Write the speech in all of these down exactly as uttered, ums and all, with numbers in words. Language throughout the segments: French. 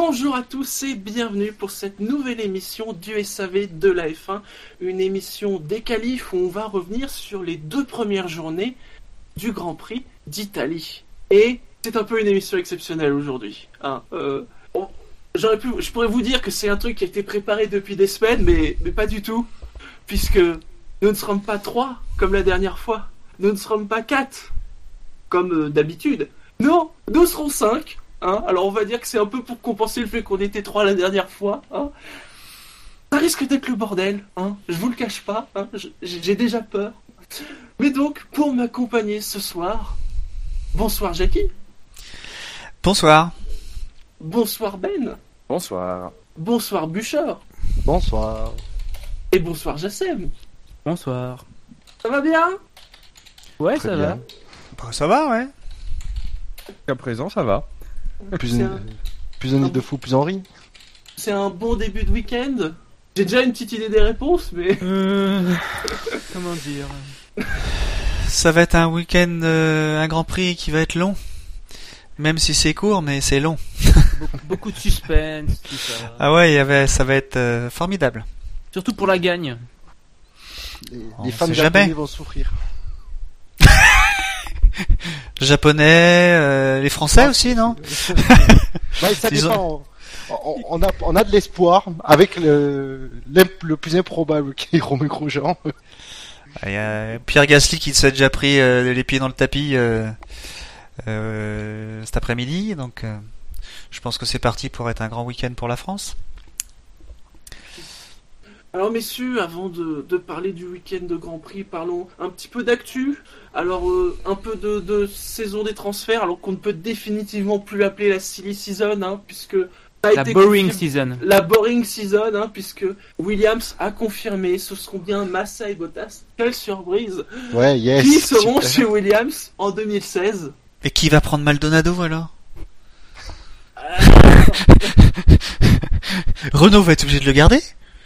Bonjour à tous et bienvenue pour cette nouvelle émission du S A V de la F un, une émission des qualifs où on va revenir sur les deux premières journées du Grand Prix d'Italie. Et c'est un peu une émission exceptionnelle aujourd'hui. Hein. Euh, on, j'aurais pu, je pourrais vous dire que c'est un truc qui a été préparé depuis des semaines, mais, mais pas du tout, puisque nous ne serons pas trois comme la dernière fois, nous ne serons pas quatre comme euh, d'habitude. Non, nous serons cinq. Hein, alors on va dire que c'est un peu pour compenser le fait qu'on était trois la dernière fois. Hein. Ça risque d'être le bordel, hein, je vous le cache pas, hein, j'ai déjà peur. Mais donc, pour m'accompagner ce soir, bonsoir Jackie. Bonsoir. Bonsoir Ben. Bonsoir. Bonsoir Bûcheur. Bonsoir. Et bonsoir Jassem. Bonsoir. Ça va bien? Ouais, Très ça bien. va. Bah, ça va, ouais. Jusqu'à présent, ça va. Plus C'est un, un, plus un nid de fou, plus en rit. c'est un bon début de week-end. J'ai déjà une petite idée des réponses, mais... Euh... Comment dire? Ça va être un week-end, euh, un Grand Prix qui va être long. Même si c'est court, mais c'est long. beaucoup, beaucoup de suspense, tout ça. Ah ouais, il y avait, ça va être euh, formidable. Surtout pour la gagne. Les, On les fans sait japonais jamais. vont souffrir. Japonais, euh, les Français aussi, non? Bah, ça Ils dépend. On, on a, on a de l'espoir avec le, l'imp- le plus improbable qui est Romain Grosjean. Il y a Pierre Gasly qui s'est déjà pris euh, les pieds dans le tapis euh, euh, cet après-midi, donc euh, je pense que c'est parti pour être un grand week-end pour la France. Alors messieurs, avant de, de parler du week-end de Grand Prix, parlons un petit peu d'actu. Alors euh, un peu de, de saison des transferts, alors qu'on ne peut définitivement plus appeler la silly season, hein, puisque ça a La été boring confirmé- season. La boring season, hein, puisque Williams a confirmé, ce seront bien Massa et Bottas. Quelle surprise! Ouais, yes. Qui seront super. chez Williams en deux mille seize? Et qui va prendre Maldonado alors? Euh, Renault va être obligé de le garder?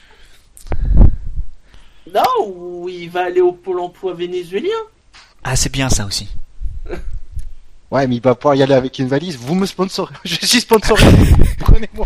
Non, ou il va aller au pôle emploi vénézuélien? Ah, c'est bien ça aussi. Ouais, mais il va pouvoir y aller avec une valise. Vous me sponsorisez. Je suis sponsorisé. Prenez-moi.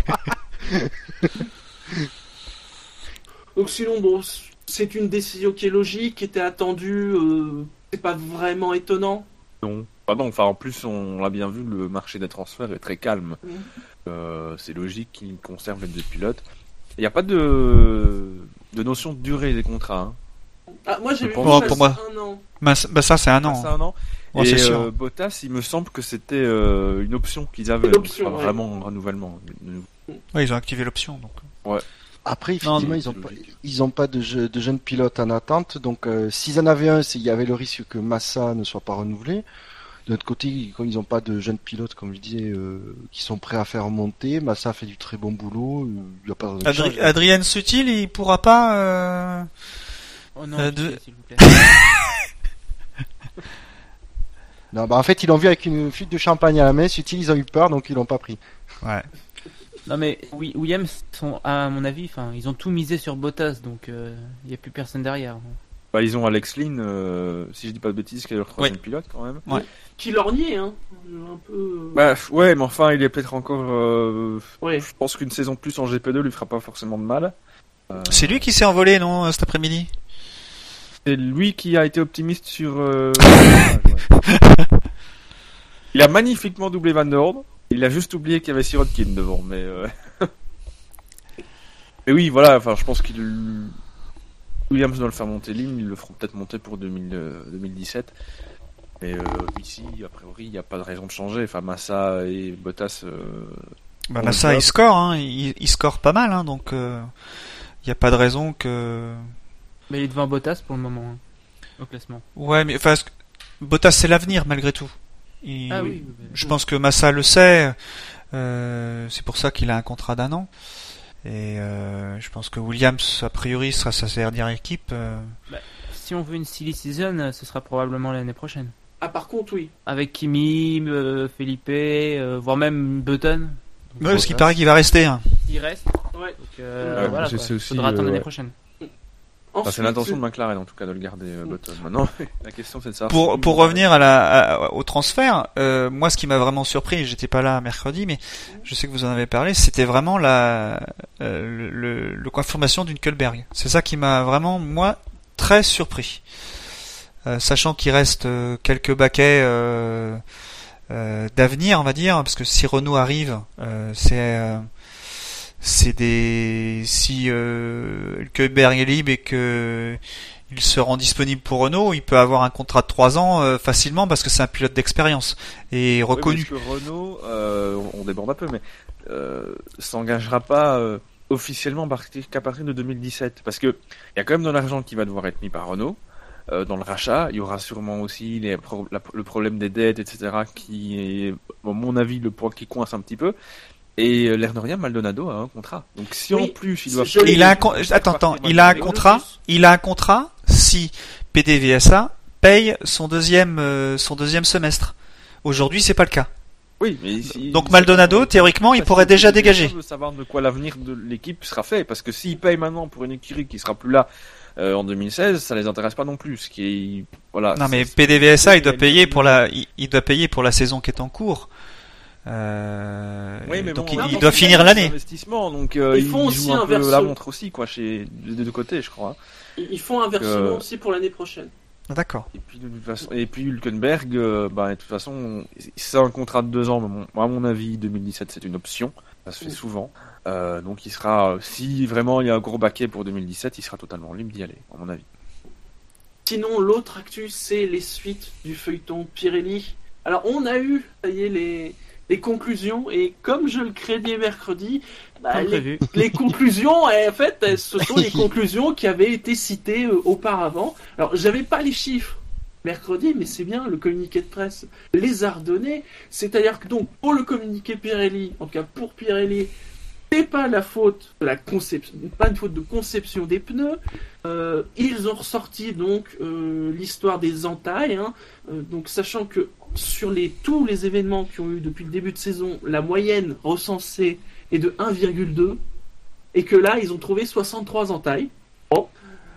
Donc sinon, bon, c'est une décision qui est logique, qui était attendue, euh, c'est pas vraiment étonnant. Non. Ah non, enfin, en plus, on l'a bien vu, le marché des transferts est très calme. Mhm. Euh, c'est logique qu'ils conservent les deux pilotes. Il n'y a pas de... de notion de durée des contrats. Hein. Ah, moi j'ai vu Pour que moi- ça, pour c'est moi. un an. Bah, c- bah ça c'est un Ah, an. c'est un an. Ouais, Et c'est sûr. euh, Bottas, il me semble que c'était euh, une option qu'ils avaient. Une option, donc pas ouais. vraiment un renouvellement. Ouais, ils ont activé l'option. Donc. Après, Non, effectivement, mais ils ont c'est pas, logique. ils ont pas de, je- de jeunes pilotes en attente. Donc, euh, s'ils en avaient un, c'est- il y avait le risque que Massa ne soit pas renouvelé. De l'autre côté, comme ils n'ont pas de jeunes pilotes, comme je disais, euh, qui sont prêts à faire monter, Massa fait du très bon boulot. Il y a pas de raison de Adri- changer. Adrien Sutil, il pourra pas. Euh... Oh non, Euh, pitié, de- s'il vous plaît. Non, bah en fait, ils l'ont vu avec une fuite de champagne à la main. Sutil, ils ont eu peur, donc ils l'ont pas pris. Ouais. Non mais oui, Williams sont, à mon avis, enfin, ils ont tout misé sur Bottas, donc il n'y a plus personne derrière. Bah, ils ont Alex Lynn, euh, si je dis pas de bêtises, qui est leur troisième pilote quand même. Qui lorgnait, hein. Un peu. Bah, f- ouais, mais enfin, il est peut-être encore. euh, Ouais. Je pense qu'une saison de plus en G P deux lui fera pas forcément de mal. Euh, C'est lui qui s'est envolé, non, cet après-midi? C'est lui qui a été optimiste sur. euh, ouais. Il a magnifiquement doublé Van der Orde. Il a juste oublié qu'il y avait Sirotkin devant, mais. euh, mais oui, voilà. Enfin, je pense qu'il. Williams doit le faire monter ligne. Ils le feront peut-être monter pour deux mille, euh, deux mille dix-sept. Mais euh, ici, a priori, il n'y a pas de raison de changer. Enfin, Massa et Bottas. Euh... Bah, On bah le ça, voit. il score, hein. Il, il score pas mal, hein, donc il euh, y a pas de raison que. Mais il est devant Bottas pour le moment, hein, au classement. Ouais, mais enfin, ce que- Bottas c'est l'avenir malgré tout. Il- Ah oui. mais- Je pense que Massa le sait. Euh, c'est pour ça qu'il a un contrat d'un an. Et euh, je pense que Williams, a priori, sera sa dernière équipe. euh. Si on veut une silly season, euh, ce sera probablement l'année prochaine. Ah par contre, oui. Avec Kimi, euh, Felipe, euh, voire même Button. Donc, Ouais, parce qu'il Bottas. paraît qu'il va rester. Hein. Il reste. Ouais. Donc euh, Ouais, voilà, c'est- quoi. c'est aussi, Faudra attendre euh, l'année ouais. prochaine. Enfin, Ensuite, c'est l'intention de McLaren en tout cas de le garder euh, Button. Maintenant, la question c'est de savoir. Pour si- pour revenir à la à- au transfert, euh, moi ce qui m'a vraiment surpris, j'étais pas là mercredi, mais je sais que vous en avez parlé, c'était vraiment la euh, le, le, le confirmation d'une Hülkenberg. C'est ça qui m'a vraiment moi très surpris, euh, sachant qu'il reste euh, quelques baquets euh, euh, d'avenir, on va dire, parce que si Renault arrive, euh, c'est euh, c'est des si euh, Hülkenberg est libre et que il se rend disponible pour Renault, il peut avoir un contrat de trois ans euh, facilement parce que c'est un pilote d'expérience et reconnu. Oui, parce que Renault, euh, on déborde un peu, mais euh, s'engagera pas euh, officiellement par- qu'à partir de deux mille dix-sept, parce que il y a quand même de l'argent qui va devoir être mis par Renault euh, dans le rachat. Il y aura sûrement aussi les pro- la- le problème des dettes, et cetera, qui est, à mon avis, le point qui coince un petit peu. Et euh, l'air de rien, Maldonado a un contrat. Donc si Oui, en plus il doit c'est- Il a un con- attends attends, il a un contrat, il a un contrat si P D V S A paye son deuxième euh, son deuxième semestre. Aujourd'hui, c'est pas le cas. Oui, mais si- Donc si- Maldonado, théoriquement, il parce pourrait que déjà c'est dégager. de savoir de quoi l'avenir de l'équipe sera fait, parce que s'ils payent maintenant pour une écurie qui sera plus là euh, en deux mille seize, ça les intéresse pas non plus. Ce qui est voilà. Non mais c'est- P D V S A, il doit une payer pour question de- la il, il doit payer pour la saison qui est en cours. Euh, Oui, mais donc bon, il, on a il un doit finir l'année. investissement, donc euh, Ils ils font jouent aussi un un peu verso. la montre aussi, quoi, chez des deux côtés, je crois. Ils ils font un versement Euh, aussi pour l'année prochaine. D'accord. Et puis de toute façon, et puis Hülkenberg, euh, bah de toute façon, c'est un contrat de deux ans, mais bon, à mon avis, deux mille dix-sept c'est une option, ça se fait Mm. souvent. Euh, donc il sera, si vraiment il y a un gros baquet pour deux mille dix-sept, il sera totalement libre d'y aller, à mon avis. Sinon, l'autre actu, c'est les suites du feuilleton Pirelli. Alors, on a eu, ça y est, les, les conclusions, et comme je le craignais mercredi, bah, Comme les, prévu. les conclusions, eh, en fait, elles- ce sont les conclusions qui avaient été citées euh, auparavant. Alors, j'avais pas les chiffres mercredi, mais c'est bien, le communiqué de presse les a redonnés. C'est-à-dire que donc, pour le communiqué Pirelli, en tout cas pour Pirelli, c'est pas la faute de la conception, pas une faute de conception des pneus. Euh, ils ont ressorti donc euh, l'histoire des entailles, hein. Euh, donc sachant que sur les tous les événements qui ont eu depuis le début de saison, la moyenne recensée est de un virgule deux et que là ils ont trouvé soixante-trois entailles. Bon.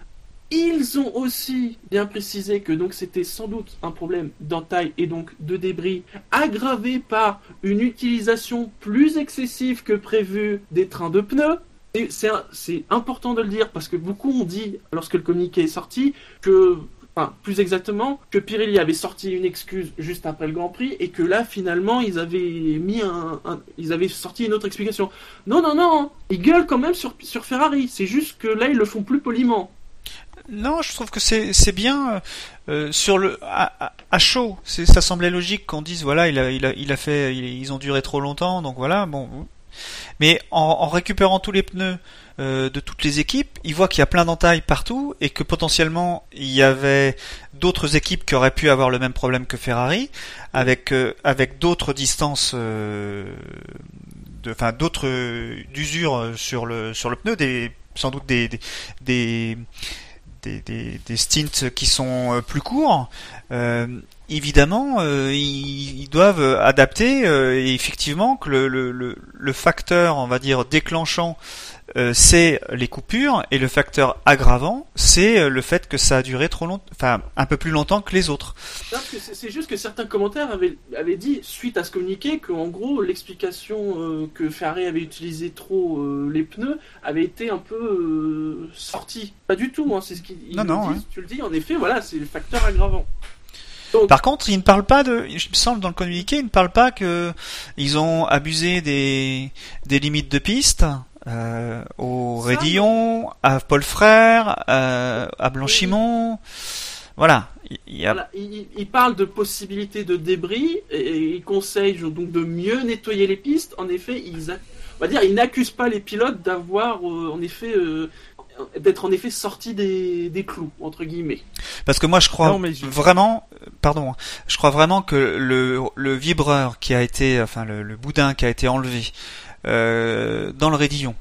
Ils ont aussi bien précisé que donc c'était sans doute un problème d'entaille et donc de débris aggravé par une utilisation plus excessive que prévu des trains de pneus. Et c'est, un- c'est important de le dire parce que beaucoup ont dit lorsque le communiqué est sorti que, enfin plus exactement, que Pirelli avait sorti une excuse juste après le Grand Prix et que là finalement ils avaient mis un, un- ils avaient sorti une autre explication. Non non non, ils gueulent quand même sur sur Ferrari. C'est juste que là ils le font plus poliment. Non, je trouve que c'est c'est bien euh, sur le à, à- à chaud. C'est ça semblait logique qu'on dise voilà il a il a il a fait il- ils ont duré trop longtemps donc voilà bon. Mais en, en récupérant tous les pneus euh, de toutes les équipes, ils voient qu'il y a plein d'entailles partout et que potentiellement il y avait d'autres équipes qui auraient pu avoir le même problème que Ferrari avec euh, avec d'autres distances euh, de enfin d'autres euh, d'usure sur le sur le pneu des sans doute des des, des Des, des, des stints qui sont euh, plus courts, euh, évidemment, euh, ils, ils doivent adapter euh, et effectivement que le, le, le, le facteur, on va dire, déclenchant, euh, c'est les coupures et le facteur aggravant, c'est euh, le fait que ça a duré trop longtemps, enfin un peu plus longtemps que les autres. Non, parce que c'est, c'est juste que certains commentaires avaient, avaient dit, suite à ce communiqué, qu'en gros, l'explication euh, que Ferrari avait utilisé trop euh, les pneus avait été un peu euh, sortie. Pas du tout, hein, c'est ce qu'ils ils Non, le non, disent, ouais. tu le dis, en effet, voilà, c'est le facteur aggravant. Donc, Par contre, ils ne parlent pas de, il me semble dans le communiqué, ils ne parlent pas que ils ont abusé des des limites de piste. Euh, au Ça, Rédillon, à Paul Frère, euh, à Blanchimont, voilà. Il y a... voilà, il, il parle de possibilités de débris et, et il conseille donc de mieux nettoyer les pistes. En effet, ils, a- on va dire, ils n'accusent pas les pilotes d'avoir, euh, en effet, euh, d'être en effet sortis des, des clous entre guillemets. Parce que moi, je crois Non, mais je- vraiment, pardon, je crois vraiment que le le vibreur qui a été, enfin le, le boudin qui a été enlevé euh, dans le Rédillon.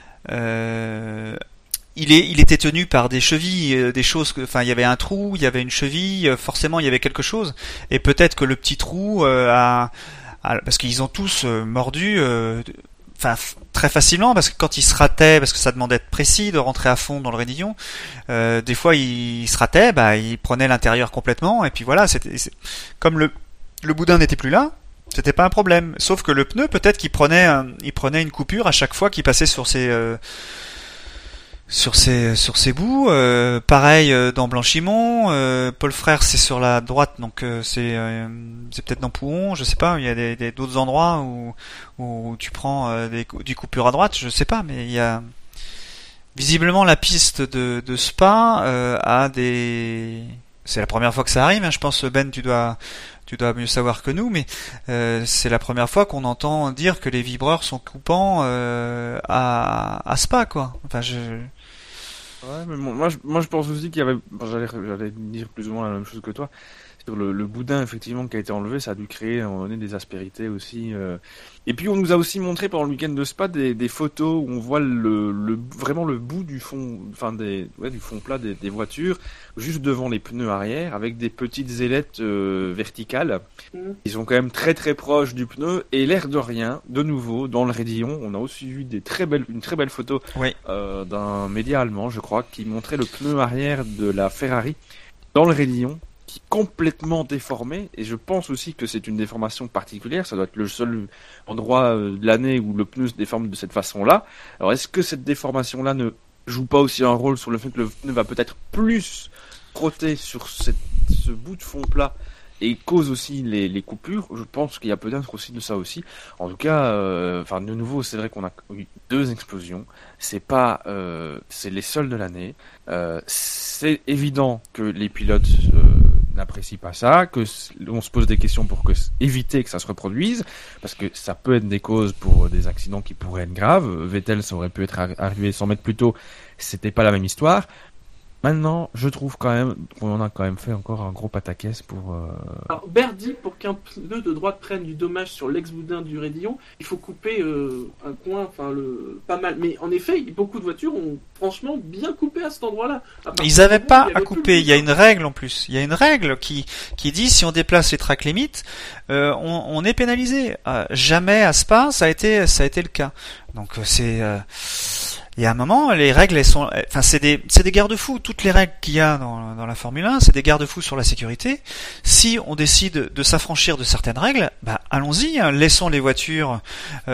Euh, il est, il était tenu par des chevilles, euh, des choses que, enfin, il y avait un trou, il y avait une cheville, euh, forcément, il y avait quelque chose. Et peut-être que le petit trou euh, a, a- parce qu'ils ont tous euh, mordu, euh, enfin f- très facilement, parce que quand il se ratait, parce que ça demandait d'être précis, de rentrer à fond dans le raidillon, euh, des fois il, il se ratait, bah il prenait l'intérieur complètement, et puis voilà, c'était c'est- comme le le boudin n'était plus là, c'était pas un problème. Sauf que le pneu, peut-être qu'il prenait un- il prenait une coupure à chaque fois qu'il passait sur ses euh, sur ses sur ses bouts. Euh, pareil euh, dans Blanchimont, euh, Paul Frère c'est sur la droite, donc euh, c'est euh, c'est peut-être dans Pouhon, je sais pas. Il y a des, des- d'autres endroits où où tu prends euh, des, cou- des coupures à droite, je sais pas, mais il y a visiblement la piste de de Spa euh, a des. C'est la première fois que ça arrive, hein, je pense. Ben, tu dois tu dois mieux savoir que nous, mais euh, c'est la première fois qu'on entend dire que les vibreurs sont coupants euh, à à Spa, quoi. Enfin, je Ouais, mais bon, moi, je, moi je pense aussi qu'il y avait, bon, j'allais, j'allais dire plus ou moins la même chose que toi. Sur le, le boudin effectivement qui a été enlevé, ça a dû créer à un moment donné des aspérités aussi. euh. Et puis on nous a aussi montré pendant le week-end de Spa des, des photos où on voit le, le vraiment le bout du fond, enfin des, ouais, du fond plat des, des voitures, juste devant les pneus arrière, avec des petites ailettes euh, verticales. Mhm. Ils sont quand même très très proches du pneu et l'air de rien, de nouveau dans le raidillon, on a aussi vu des très belles, une très belle photo Oui. euh, d'un média allemand, je crois, qui montrait le pneu arrière de la Ferrari dans le raidillon, qui est complètement déformé, et je pense aussi que c'est une déformation particulière, ça doit être le seul endroit euh, de l'année où le pneu se déforme de cette façon-là. Alors est-ce que cette déformation-là ne joue pas aussi un rôle sur le fait que le pneu va peut-être plus frotter sur cette, ce bout de fond plat et cause aussi les, les coupures? Je pense qu'il y a peut-être aussi de ça aussi. En tout cas, euh, enfin de nouveau, c'est vrai qu'on a eu deux explosions. C'est pas, euh, c'est les seuls de l'année. Euh, c'est évident que les pilotes euh, n'apprécient pas ça, que c- on se pose des questions pour que éviter que ça se reproduise, parce que ça peut être des causes pour des accidents qui pourraient être graves. Vettel, ça aurait pu être arri- arrivé cent mètres plus tôt, c'était pas la même histoire. Maintenant, je trouve quand même qu'on en a quand même fait encore un gros pataquès pour. Euh... Alors, Berdy, pour qu'un pneu de droite prenne du dommage sur l'ex-boudin du raidillon, il faut couper euh, un coin, enfin, le pas mal. Mais en effet, beaucoup de voitures ont franchement bien coupé à cet endroit-là. À partir Ils du avaient moment où pas il y à avait couper. plus Il y a le une règle en plus. Il y a une règle qui qui dit si on déplace les track limits, euh, on, on est pénalisé. Euh, jamais à Spa ça a été ça a été le cas. Donc euh, c'est euh, il y a un moment, les règles, elles sont, enfin, c'est des, c'est des garde-fous. Toutes les règles qu'il y a dans, dans la Formule un, c'est des garde-fous sur la sécurité. Si on décide de s'affranchir de certaines règles, bah, allons-y, hein, laissons les voitures,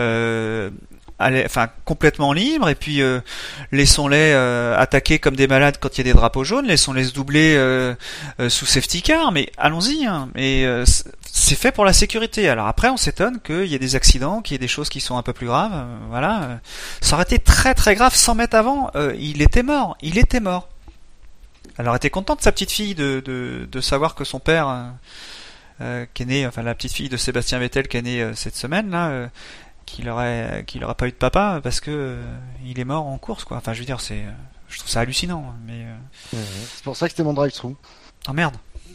euh, aller, enfin, complètement libres, et puis euh, laissons-les euh, attaquer comme des malades quand il y a des drapeaux jaunes, laissons-les se doubler euh, euh, sous safety car, mais allons-y. Hein, mais euh, c'est fait pour la sécurité. Alors après, on s'étonne qu'il y ait des accidents, qu'il y ait des choses qui sont un peu plus graves. Euh, voilà, ça aurait été très très grave cent mètres avant. Euh, il était mort, il était mort. Elle aurait été contente, sa petite fille, de de, de savoir que son père, euh, euh, qui est né, enfin la petite fille de Sébastien Vettel, qui est née euh, cette semaine là. Euh, qu'il aurait qu'il aurait pas eu de papa parce que euh, il est mort en course, quoi. Enfin, je veux dire, c'est, je trouve ça hallucinant, mais euh... c'est pour ça que c'était mon drive-thru. Oh merde.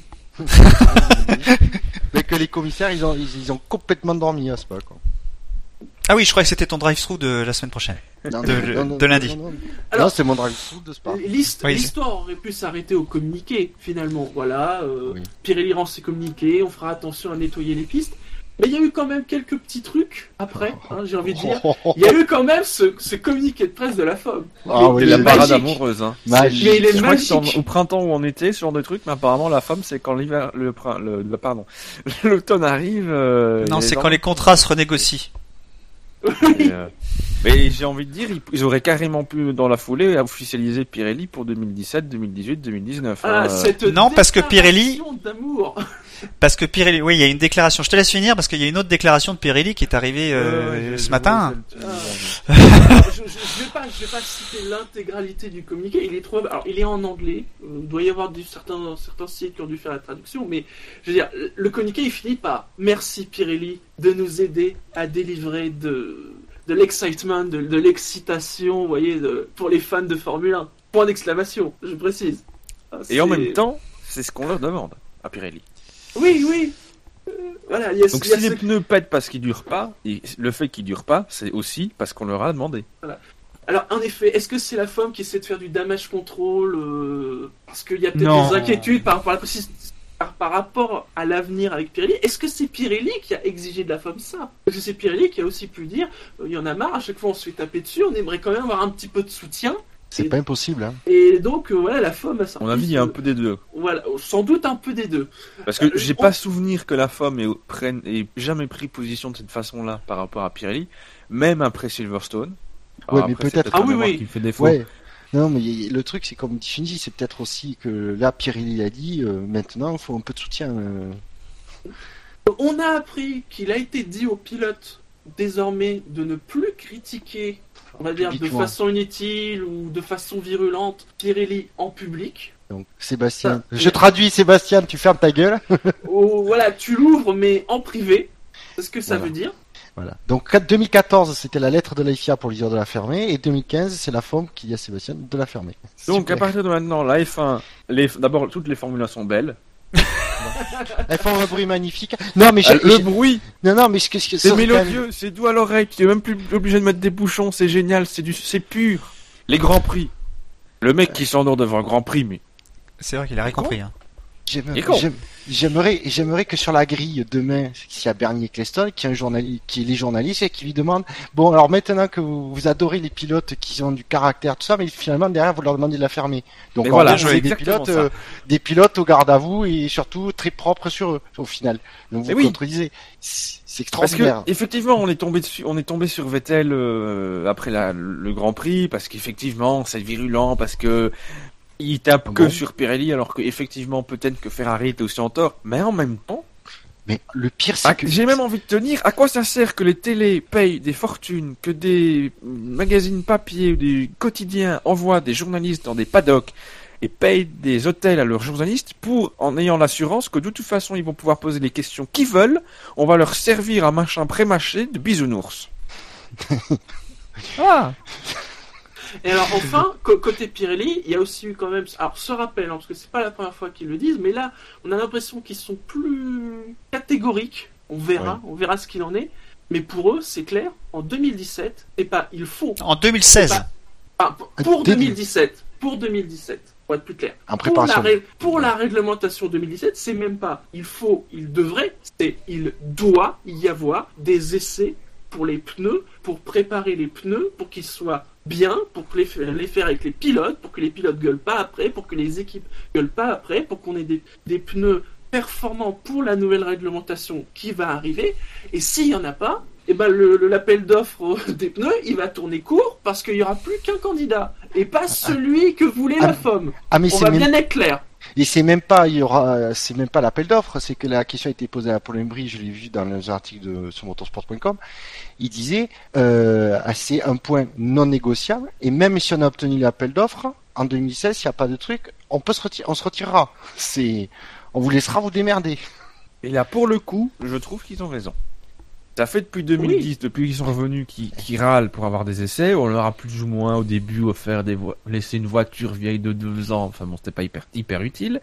Mais que les commissaires ils ont ils, ils ont complètement dormi à Spa, quoi. Ah oui, je croyais que c'était ton drive-thru de la semaine prochaine. Non, De- non, non, de lundi. non, non, non. Alors- Non, c'est mon drive-thru de Spa. L'hist- Oui. L'histoire aurait pu s'arrêter au communiqué, finalement. Voilà, euh, Oui. Pirelli rend ses communiqués, on fera attention à nettoyer les pistes. Mais il y a eu quand même quelques petits trucs après, hein, j'ai envie de dire. Il y a eu quand même ce, ce communiqué de presse de la F O M. Ah oui, C'est la il est parade magique. amoureuse. Hein. Magique. Mais il est Je crois que c'est en- magique. au printemps ou en été, ce genre de truc, mais apparemment la femme c'est quand l'hiver, le, prin- le, le- pardon, l'automne arrive. euh, Non, il y a c'est des quand les contrats se renégocient. Et, euh, mais j'ai envie de dire, ils, ils auraient carrément pu dans la foulée officialiser Pirelli pour deux mille dix-sept, deux mille dix-huit, deux mille dix-neuf. Ah, hein. cette Non, parce que Pirelli- déclaration d'amour. Parce que Pirelli, oui, il y a une déclaration. Je te laisse finir parce qu'il y a une autre déclaration de Pirelli qui est arrivée euh, Ouais, ouais, ce je- matin. je vois Ah. celle- Alors, je, je, je vais pas, je vais pas citer l'intégralité du communiqué. Il est trop, alors il est en anglais. Euh, Il doit y avoir du, certains, certains sites qui ont dû faire la traduction, mais je veux dire, le communiqué il finit par merci Pirelli de nous aider à délivrer de, de l'excitement, de, de l'excitation, vous voyez, de, pour les fans de Formule un. Point d'exclamation, je précise. Ah, Et en c'est- même temps, c'est ce qu'on leur demande à Pirelli. oui, oui. Euh, voilà, il y a, Donc il y a si ce- les pneus pètent parce qu'ils durent pas, et le fait qu'ils durent pas, c'est aussi parce qu'on leur a demandé. Alors, en effet, est-ce que c'est la F O M qui essaie de faire du damage control euh, parce qu'il y a peut-être Non. des inquiétudes par rapport à la précision? par, par rapport à l'avenir avec Pirelli, est-ce que c'est Pirelli qui a exigé de la F O M ça? Parce que c'est Pirelli qui a aussi pu dire, il euh, y en a marre, à chaque fois on se fait taper dessus, on aimerait quand même avoir un petit peu de soutien. C'est et, pas impossible. Hein. Et donc, euh, voilà, la F O M a sorti... À mon avis, il y a un peu des deux. Voilà, sans doute un peu des deux. Parce que Euh, j'ai on- pas souvenir que la F O M ait, prenne, ait jamais pris position de cette façon-là par rapport à Pirelli, même après Silverstone. Ouais, Alors mais après, c'est peut-être- la Ah oui, mémoire oui. qui fait défaut. Ouais. Non, mais y- le truc, c'est comme dit Shinji, c'est peut-être aussi que là, Pirelli a dit, euh, maintenant, il faut un peu de soutien. euh. On a appris qu'il a été dit aux pilotes désormais de ne plus critiquer, on va dire de Publiquement. façon inutile ou de façon virulente, Pirelli en public. Donc, Sébastien. Ça, Je traduis, Sébastien, tu fermes ta gueule. Ou voilà, tu l'ouvres mais en privé. C'est ce que ça Voilà. veut dire. Voilà. Donc, deux mille quatorze, c'était la lettre de l'A F I A pour lui dire de la fermer, et deux mille quinze, c'est la F O M qui dit à Sébastien de la fermer. Donc Super. à partir de maintenant, la F un, les, d'abord toutes les Formule un sont belles. Elles font un bruit magnifique. Non, mais j'ai, Euh, le j'ai- bruit, non, non, mais ce que, ce que c'est ça, quand même- mélodieux, c'est doux à l'oreille, tu es même plus obligé de mettre des bouchons, c'est génial, c'est du, c'est pur. Les Grands Prix. Le mec qui s'endort devant un Grand Prix, mais C'est vrai qu'il a rien compris. Hein. J'aime- Il est con. j'aime- J'aimerais, j'aimerais que sur la grille demain, s'il y a Bernier Ecclestone, qui est un journaliste, qui est les journalistes et qui lui demande, bon, alors maintenant que vous, vous adorez les pilotes qui ont du caractère, tout ça, mais finalement derrière vous leur demandez de la fermer. Donc Mais en voilà, gros, c'est c'est des exactement pilotes, ça. euh, des pilotes au garde à vous et surtout très propres sur eux, au final. Donc Mais vous oui. contredisez. C'est c'est parce extraordinaire. que effectivement, on est tombé dessus, on est tombé sur Vettel euh, après la, le Grand Prix parce qu'effectivement, c'est virulent parce que il tape Ah que bon sur Pirelli alors qu'effectivement peut-être que Ferrari était aussi en tort, mais en même temps, Mais le pire, c'est ah, que j'ai même envie de tenir. À quoi ça sert que les télés payent des fortunes, que des magazines papier ou des quotidiens envoient des journalistes dans des paddocks et payent des hôtels à leurs journalistes pour, en ayant l'assurance que de toute façon ils vont pouvoir poser les questions qu'ils veulent, on va leur servir un machin pré-mâché de bisounours. Ah. Et alors enfin, co- côté Pirelli, il y a aussi eu quand même, alors ce rappel, hein, parce que c'est pas la première fois qu'ils le disent, mais là, on a l'impression qu'ils sont plus catégoriques. On verra, on verra ce qu'il en est. Mais pour eux, c'est clair, en deux mille dix-sept, c'est pas il faut. En deux mille seize. Enfin, pour- pour Début. deux mille dix-sept, pour deux mille dix-sept, pour être plus clair. en Pour la, préparation. ré- pour la réglementation deux mille dix-sept, c'est même pas il faut, il devrait, c'est il doit y avoir des essais pour les pneus, pour préparer les pneus, pour qu'ils soient bien, pour que les, fa- les faire avec les pilotes, pour que les pilotes gueulent pas après, pour que les équipes gueulent pas après, pour qu'on ait des, des pneus performants pour la nouvelle réglementation qui va arriver. Et s'il y en a pas, eh ben le, le- l'appel d'offres des pneus, il va tourner court parce qu'il y aura plus qu'un candidat et pas celui que voulait la F O M. Ah, mais On c'est va même bien être clair. Et c'est même pas, il y aura, c'est même pas l'appel d'offres, c'est que la question a été posée à Paul Embry, je l'ai vu dans les articles de, sur motorsport point com. Il disait, euh, ah, c'est un point non négociable, et même si on a obtenu l'appel d'offres, en deux mille seize, s'il n'y a pas de truc, on peut se retirer, on se retirera. C'est, on vous laissera vous démerder. Et là, pour le coup, je trouve qu'ils ont raison. Ça fait depuis deux mille dix, depuis qu'ils sont revenus, qu'ils qu'ils râlent pour avoir des essais. On leur a plus ou moins au début offert des vo- laissé une voiture vieille de deux ans. Enfin bon, c'était pas hyper hyper utile.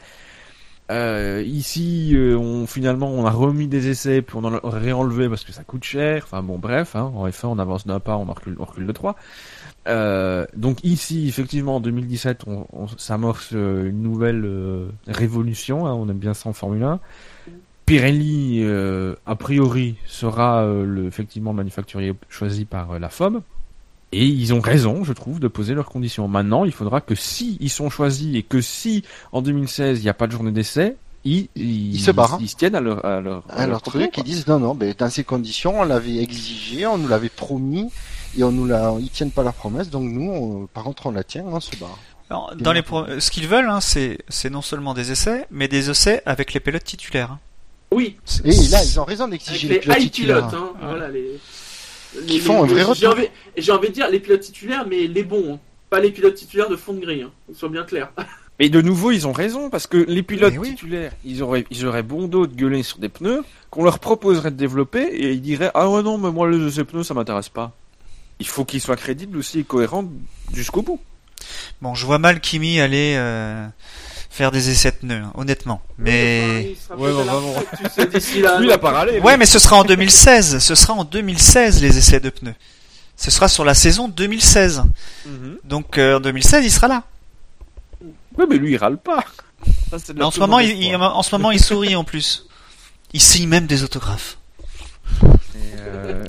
Euh, ici, euh, on finalement on a remis des essais puis on en a réenlevé parce que ça coûte cher. Enfin bon, bref, hein, en F un on avance d'un pas, on en recule, on recule de trois. Euh, donc ici, effectivement, en deux mille dix-sept, on, on s'amorce euh, une nouvelle euh, révolution. Hein, on aime bien ça en Formule un. Pirelli, euh, a priori, sera euh, le, effectivement le manufacturier choisi par euh, la F O M. Et ils ont raison, je trouve, de poser leurs conditions. Maintenant, il faudra que si ils sont choisis et que si en deux mille seize il n'y a pas de journée d'essai, ils, ils, Ils se barrent, hein. Ils, se tiennent à leur, à leur, à Alors, leur truc, propos, ils disent, non, non, ben, dans ces conditions, on l'avait exigé, on nous l'avait promis, et on nous l'a, ils tiennent pas leur promesse, donc nous, on- par contre, on la tient, on se barre. Alors, dans les pro- ce qu'ils veulent, hein, c'est c'est non seulement des essais, mais des essais avec les pilotes titulaires. hein. Oui, C'est- Et là, ils ont raison avec d'exiger les les pilotes high pilotes, titulaires. hein, voilà les. Qui les- font un les- vrai J'ai retour. envie, j'ai envie de dire les pilotes titulaires, mais les bons, hein. Pas les pilotes titulaires de fond de grille, hein. Soit bien clair. Et de nouveau, ils ont raison, parce que les pilotes Mais oui. titulaires, ils auraient, ils auraient bon dos de gueuler sur des pneus, qu'on leur proposerait de développer, et ils diraient, ah ouais, non, mais moi, les essais pneus, ça m'intéresse pas. Il faut qu'ils soient crédibles aussi et cohérents jusqu'au bout. Bon, je vois mal Kimi aller euh, faire des essais de pneus, hein, honnêtement. Mais Il sera Ouais, peut-être à la bon, bon, retraite, tu sais, d'ici là. Lui, il a pas râlé. ouais, mais ce sera en deux mille seize. Ce sera en deux mille seize les essais de pneus. Ce sera sur la saison deux mille seize. Mhm. Donc euh, en deux mille seize, il sera là. Ouais, mais lui, il râle pas. Ça, c'est de Mais la en ce plus moment, mauvaise il, il- foi. en ce moment, il sourit en plus. Il signe même des autographes. Et, euh,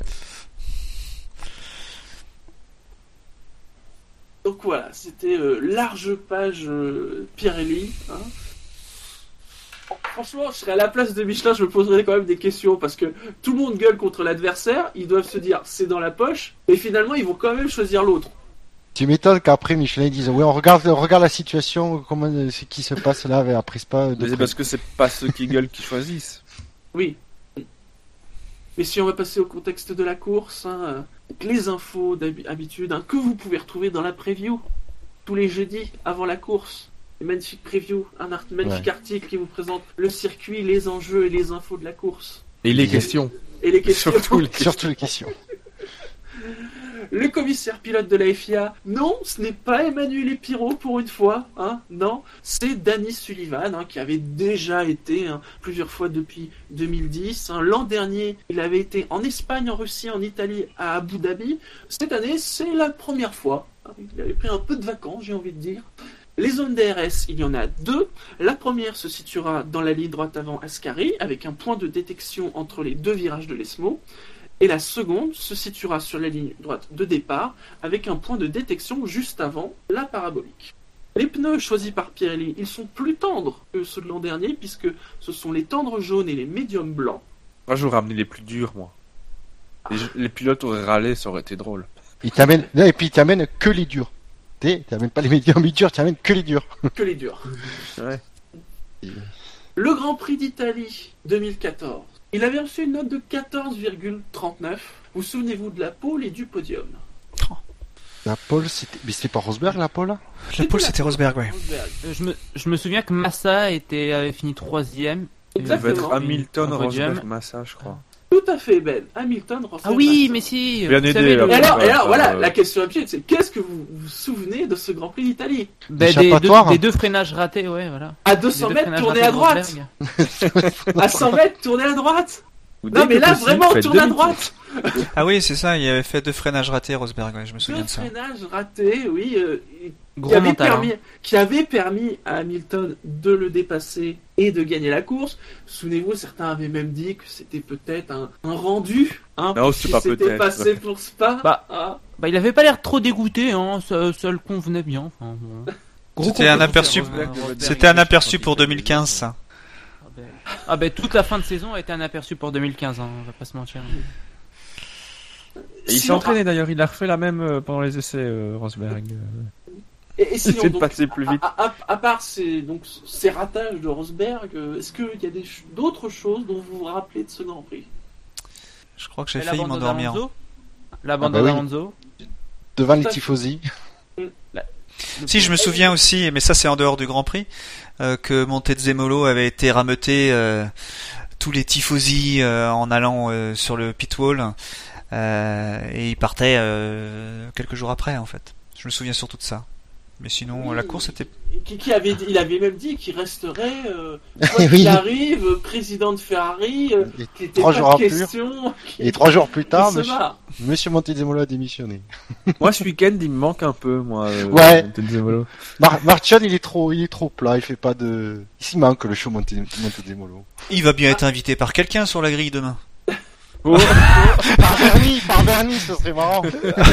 Donc voilà, c'était euh, large page euh, Pirelli. Hein. Franchement, je serais à la place de Michelin, je me poserais quand même des questions parce que tout le monde gueule contre l'adversaire, ils doivent se dire c'est dans la poche, et finalement ils vont quand même choisir l'autre. Tu m'étonnes qu'après Michelin ils disent oui on regarde on regarde la situation comment ce qui se passe là mais après c'est pas de mais c'est près. parce que c'est pas ceux qui gueulent qui choisissent. Oui. Mais si on va passer au contexte de la course, hein, les infos d'habitude hein, que vous pouvez retrouver dans la preview tous les jeudis avant la course. Une magnifique preview, un art- magnifique Ouais. article qui vous présente le circuit, les enjeux et les infos de la course. Et les Ils- questions. Et les questions. Surtout les questions. Surtout les questions. Le commissaire pilote de la F I A, non, ce n'est pas Emmanuel Epiro pour une fois, hein, non, c'est Danny Sullivan, hein, qui avait déjà été hein, plusieurs fois depuis deux mille dix. Hein. L'an dernier, il avait été en Espagne, en Russie, en Italie, à Abu Dhabi. Cette année, c'est la première fois. Hein. Il avait pris un peu de vacances, j'ai envie de dire. Les zones D R S, il y en a deux. La première se situera dans la ligne droite avant Ascari, avec un point de détection entre les deux virages de l'Esmo. Et la seconde se situera sur la ligne droite de départ, avec un point de détection juste avant la parabolique. Les pneus choisis par Pirelli, ils sont plus tendres que ceux de l'an dernier, puisque ce sont les tendres jaunes et les médiums blancs. Moi, j'aurais ramené les plus durs, moi. Les, les pilotes auraient râlé, ça aurait été drôle. Il t'amène non, et puis il t'amène que les durs. Tu t'amènes pas les médiums et durs, tu amènes que les durs. Que les durs. C'est vrai. Le Grand Prix d'Italie deux mille quatorze. Il avait reçu une note de quatorze virgule trente-neuf. Vous souvenez-vous de la pole et du podium? La pole c'était mais c'était pas Rosberg la pole là La pole, c'était Rosberg, ouais. Rosberg. Euh, Je me, je me souviens que Massa était, avait fini troisième. Il va Exactement. être Hamilton, Un podium. Rosberg, Massa, je crois. Tout à fait, Ben. Hamilton, Rosberg. Ah oui, Massa. mais si. Bien vous aidé, savez, là. le- Et alors, Bah, et alors bah, voilà, euh, la question pied, c'est qu'est-ce que vous vous souvenez de ce Grand Prix d'Italie? bah, des, deux, L'échappatoire. des deux freinages ratés, ouais, voilà. À Des deux cents deux mètres, freinages tournez ratés à de droite. Rosberg. À cent mètres, tournez à droite. Ou Non, dès mais que là, possible, vraiment, faites tournez à demi-tour. droite. Ah oui, c'est ça, il avait fait deux freinages ratés, Rosberg, ouais, je me souviens Deux de ça. freinages ratés, oui, euh, qui, Gros avait mental. permis, hein. qui avait permis à Hamilton de le dépasser et de gagner la course. Souvenez-vous, certains avaient même dit que c'était peut-être un, un rendu. Hein, Non, c'est qui pas s'était peut-être. passé pour Spa. Bah, hein. Bah, il avait pas l'air trop dégoûté, hein. Ça, ça le convenait bien. Enfin, bon. Gros C'était un complot aperçu- sur Rosberg, Rosberg, C'était un il- aperçu pour deux mille quinze, ça. Ah ben, ah ben, toute la fin de saison a été un aperçu pour deux mille quinze, hein, on va pas se mentir. Et il s'est Sinon, entraîné d'ailleurs, il a refait la même euh, pendant les essais, euh, Rosberg. euh. Et, et sinon, Essayer de donc, passer plus vite. À, à- à part ces, donc, ces ratages de Rosberg, euh, est-ce qu'il y a des ch- d'autres choses dont vous vous rappelez de ce Grand Prix? Je crois que j'ai Et la failli bande m'endormir. d'Alonso La bande Ah bah oui. d'Alonso devant les Ça, tifosi. Si, je me souviens aussi, mais ça c'est en dehors du Grand Prix, euh, que Montezemolo avait été rameuté euh, tous les tifosi euh, en allant euh, sur le pit wall euh, et il partait euh, quelques jours après en fait. Je me souviens surtout de ça. Mais sinon, Oui, la course était... Qui, qui avait, dit- il avait même dit qu'il resterait, euh, Oui. quoi qu'il arrive, euh, président de Ferrari, euh, Et qu'il n'était trois pas jours de après, question. et trois jours plus qu'il tard, se monsieur, barre. monsieur Montezemolo a démissionné. Moi, ce week-end, il me manque un peu, moi. euh, Ouais. Montezemolo. Mar Marchand, il est trop, il est trop plat, il fait pas de. Il s'y manque le show Monte Montezemolo. Il va bien être invité par quelqu'un sur la grille demain. Oh. Par Bernie, par Bernie, ce serait marrant.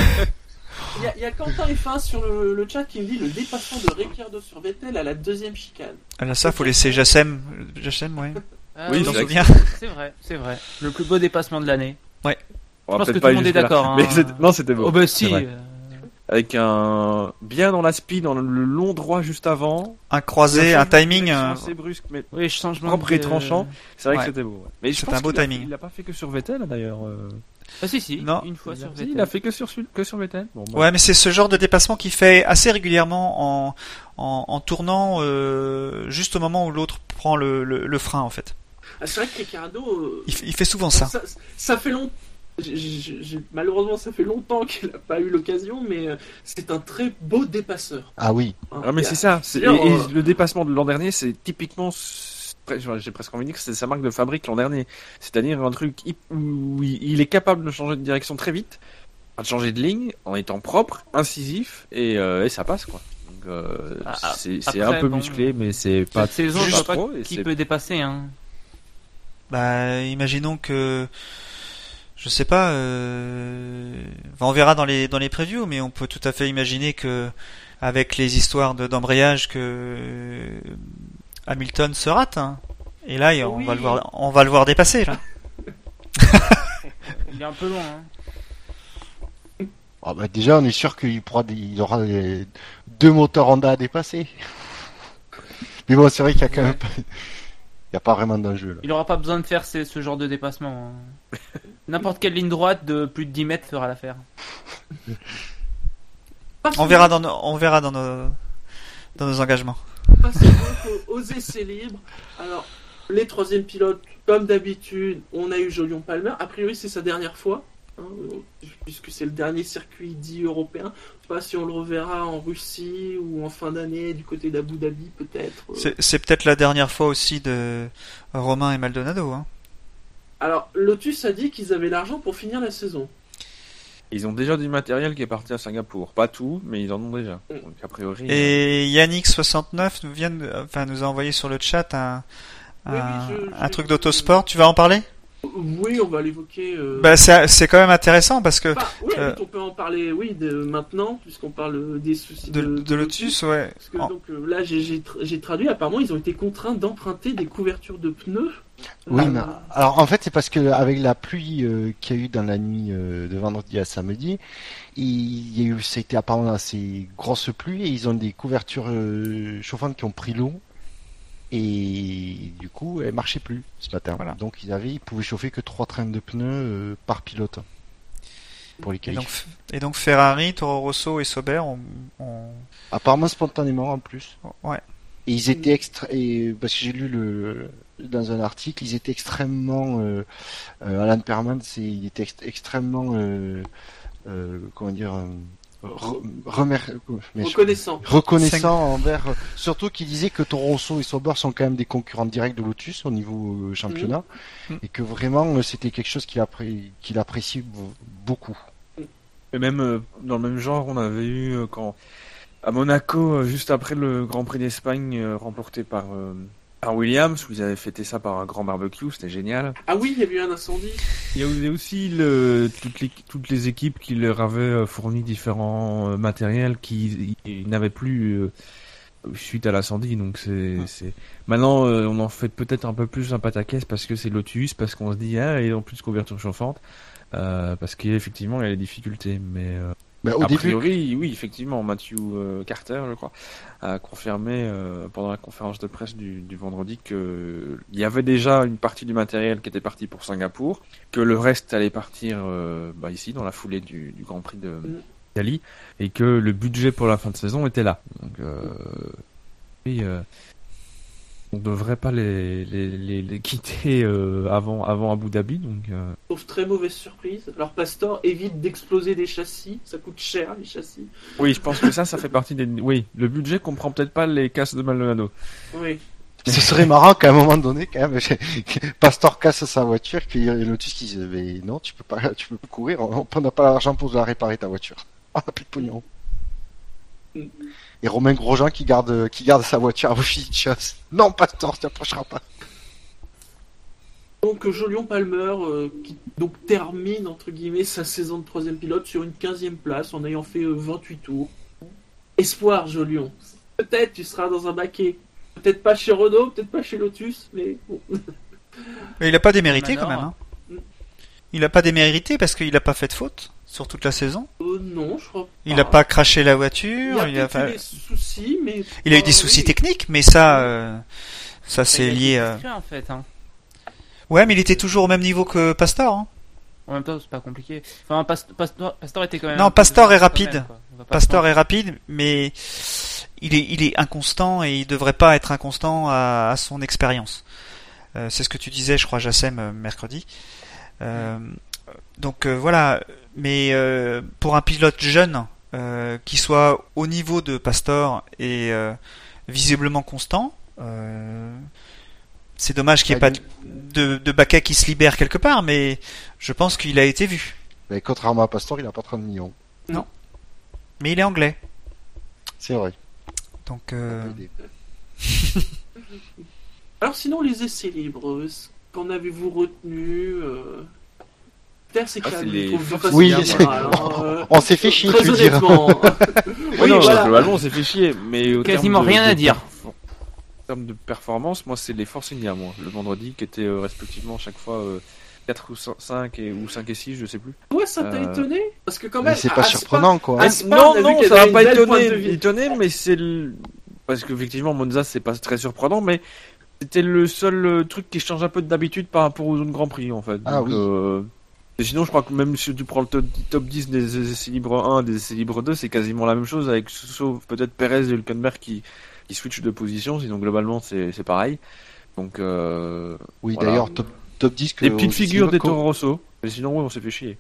Il y, a- il y a Quentin F un sur le, le chat qui me dit le dépassement de Ricciardo sur Vettel à la deuxième chicane. Ah là, ça, faut laisser Jassem. Jassem, ouais. Ah Oui, Tu c'est t'en vrai souviens? C'est vrai, c'est vrai. Le plus beau dépassement de l'année. On va pense peut-être que pas tout le monde aller est jusque-là. d'accord, hein. Mais c'était- non, c'était beau. Oh bah C'est si. vrai. euh, Avec un bien dans la speed, dans le long droit juste avant. Un croisé, un timing. Direction euh, assez brusque, mais Oui, changement propre et de- tranchant. C'est vrai Ouais. que c'était beau. ouais. Mais je C'était pense un beau qu'il a- timing. Il a pas fait que sur Vettel d'ailleurs. euh. Ah si si, Non. une fois il, sur a, Vettel. il a fait que sur que sur Vettel. Bon, bah. Ouais, mais c'est ce genre de dépassement qu'il fait assez régulièrement en, en, en tournant euh, juste au moment où l'autre prend le, le, le frein en fait. Ah, c'est vrai que Ricciardo, euh, Il, f- il fait souvent ça. ça, ça fait longtemps. Malheureusement, ça fait longtemps qu'il n'a pas eu l'occasion, mais euh, c'est un très beau dépasseur. Ah oui. hein. Ah mais Il y a- c'est ça. C'est- Et, D'ailleurs, et euh, le dépassement de l'an dernier, c'est typiquement. s- J'ai presque envie de dire que c'est sa marque de fabrique l'an dernier. C'est-à-dire un truc hip- où il il est capable de changer de direction très vite, de changer de ligne en étant propre, incisif et, euh, et ça passe quoi. Donc, euh, Ah, c'est c'est après, un peu bon, musclé, mais c'est pas Cette saison, je juste vois pas trop, et qui c'est- peut dépasser. Hein. Bah, imaginons que, je sais pas, euh, on verra dans les dans les previews, mais on peut tout à fait imaginer que avec les histoires de d'embrayage que euh, Hamilton se rate, hein. Et là, on Oui. va le voir, on va le voir dépasser là. Il est un peu loin. Hein. Ah bah déjà, on est sûr qu'il pourra, il aura les deux moteurs Honda à dépasser. Mais bon, c'est vrai qu'il y a quand Ouais. même, pas- il y a pas vraiment d'enjeu là. Il aura pas besoin de faire ce, ce genre de dépassement. Hein. N'importe quelle ligne droite de plus de dix mètres fera l'affaire. On verra dans nos, on verra dans nos dans nos engagements. Passons donc aux, aux essais libres. Alors, les troisièmes pilotes, comme d'habitude, on a eu Jolion Palmer. A priori, c'est sa dernière fois, hein, puisque c'est le dernier circuit dit européen. Je sais pas si on le reverra en Russie ou en fin d'année du côté d'Abu Dhabi, peut-être. C'est, c'est peut-être la dernière fois aussi de Romain et Maldonado, hein. Alors, Lotus a dit qu'ils avaient l'argent pour finir la saison. Ils ont déjà du matériel qui est parti à Singapour. Pas tout, mais ils en ont déjà. Mm. Donc, a priori. Et Yannick soixante-neuf nous vient, de- enfin, nous a envoyé sur le chat un, un, Oui, oui, je- un je- truc d'autosport. Tu vas en parler? Oui, on va l'évoquer. Euh... Bah, c'est, c'est quand même intéressant parce que Enfin, oui, euh, on peut en parler, oui, de maintenant, puisqu'on parle des soucis de, de, de Lotus, ouais. Parce que En- donc euh, là, j'ai, j'ai, tra- j'ai traduit. Apparemment, ils ont été contraints d'emprunter des couvertures de pneus. Oui, Euh, mais alors en fait c'est parce que avec la pluie euh, qu'il y a eu dans la nuit euh, de vendredi à samedi, il y a eu, ça a été apparemment assez grosse pluie et ils ont des couvertures euh, chauffantes qui ont pris l'eau et du coup elles marchaient plus ce matin. Voilà. Donc ils avaient, ils pouvaient chauffer que trois trains de pneus euh, par pilote pour les Et donc, qualifs. et donc Ferrari, Toro Rosso et Sauber ont, ont- Apparemment spontanément en plus. ouais. Et ils étaient extra... et parce que j'ai lu le dans un article, ils étaient extrêmement euh, euh, Alan Perman, c'est il était ext- extrêmement euh, euh, comment dire euh, re- remer... mais je- reconnaissant. reconnaissant envers euh, surtout qu'il disait que Toro Rosso et Sauber sont quand même des concurrents directs de Lotus au niveau euh, championnat Mhm. et que vraiment euh, c'était quelque chose qu'il appré... qu'il apprécie b- beaucoup. Et même euh, dans le même genre, on avait eu euh, quand à Monaco, euh, juste après le Grand Prix d'Espagne euh, remporté par euh, par Williams, où ils avaient fêté ça par un grand barbecue, c'était génial. Ah oui, il y a eu un incendie. Il y a eu aussi le, toutes, les, toutes les équipes qui leur avaient euh, fourni différents euh, matériels qui ils n'avaient plus euh, suite à l'incendie. Donc c'est, c'est... maintenant euh, on en fait peut-être un peu plus un pataquès parce que c'est Lotus, parce qu'on se dit ah ils ont plus de couverture chauffante, euh, parce qu'effectivement il y a des difficultés. Mais euh, Ben, au a début, priori oui effectivement Matthew euh, Carter je crois a confirmé euh, pendant la conférence de presse du, du vendredi que il y avait déjà une partie du matériel qui était parti pour Singapour, que le reste allait partir euh, bah, ici dans la foulée du, du Grand Prix de Mm. d'Italie et que le budget pour la fin de saison était là. Donc euh, oui, euh, on devrait pas les, les, les, les quitter euh, avant avant Abu Dhabi. Donc euh, Sauf très mauvaise surprise. Alors Pastor évite d'exploser des châssis. Ça coûte cher, les châssis. oui, je pense que ça ça fait partie des oui, le budget comprend peut-être pas les casses de Maldonado. Oui. ce serait marrant qu'à un moment donné, quand même, Pastor casse sa voiture, qu'il y ait Lotus qui dise, mais non, tu peux pas, tu peux pas courir, on on n'a pas l'argent pour la réparer ta voiture. On n'a plus de pognon. Et Romain Grosjean qui garde, qui garde sa voiture à Wichita. Non, Pastor, tu t'approcheras pas. Donc Jolion Palmer euh, qui donc termine entre guillemets sa saison de troisième pilote sur une quinzième place en ayant fait euh, vingt-huit tours. Espoir Jolion. Peut-être tu seras dans un baquet. Peut-être pas chez Renault, peut-être pas chez Lotus, mais bon. Mais il a pas démérité quand Manor. même, hein. Il a pas démérité parce qu'il a pas fait de faute sur toute la saison. Euh, non, je crois. Il a pas craché la voiture. Il Il a a, peut-être enfin, eu des soucis, mais il a eu Ah, des soucis oui. techniques, mais ça, euh, ça c'est Il a été lié. à... discret, en fait. Hein. Ouais, mais il était toujours au même niveau que Pastor. Hein. En même temps, c'est pas compliqué. Enfin, Past- Pastor, Pastor était quand même. Non, un peu Pastor est quand rapide. même, quoi. On va pas Pastor se est rapide, mais il est, il est inconstant et il devrait pas être inconstant à, à son expérience. Euh, c'est ce que tu disais, je crois, Jassem, euh, mercredi. Euh, donc euh, voilà, mais euh, pour un pilote jeune euh, qui soit au niveau de Pastor et euh, visiblement constant, euh, c'est dommage qu'il n'y ait pas de, de, de baquet qui se libère quelque part, mais je pense qu'il a été vu. Mais contrairement à Pastor, il a pas trente millions. Mais il est anglais. C'est vrai. Donc, euh... Alors sinon, les essais libres, qu'en avez-vous retenu euh... Terre, c'est Ah, calme, c'est les je trouve, Force Oui, facilement, c'est- hein, euh, On s'est fait chier, Très tu veux dire. honnêtement. Oui, Oui, non, voilà. globalement, on s'est fait chier, mais au Quasiment terme de- rien de à dire. perfor- En termes de performance, moi, c'est les Force India, moi, le vendredi, qui étaient euh, respectivement chaque fois euh, quatre ou cinq et, ou cinq et six, je sais plus. Ouais, ça t'a Euh, étonné? Parce que quand Mais même, c'est pas à Spa- surprenant, quoi. à Spa, non, on a vu non, qu'elle ça avait va une pas belle pointe de étonner, vie. étonner, mais c'est le... Parce qu'effectivement, Monza, c'est pas très surprenant, mais c'était le seul euh, truc qui change un peu d'habitude par rapport aux autres Grand Prix, en fait. Ah Donc, oui. euh, et sinon, je crois que même si tu prends le top, top dix des essais libres un, des essais libres deux, c'est quasiment la même chose, avec sauf peut-être Perez et Hülkenberg qui, qui switchent de position, sinon globalement, c'est c'est pareil. Donc, euh, Oui, voilà. d'ailleurs, top, top dix que. Des petites aussi, figures des co- Toro Rosso. Mais sinon, oui, on s'est fait chier.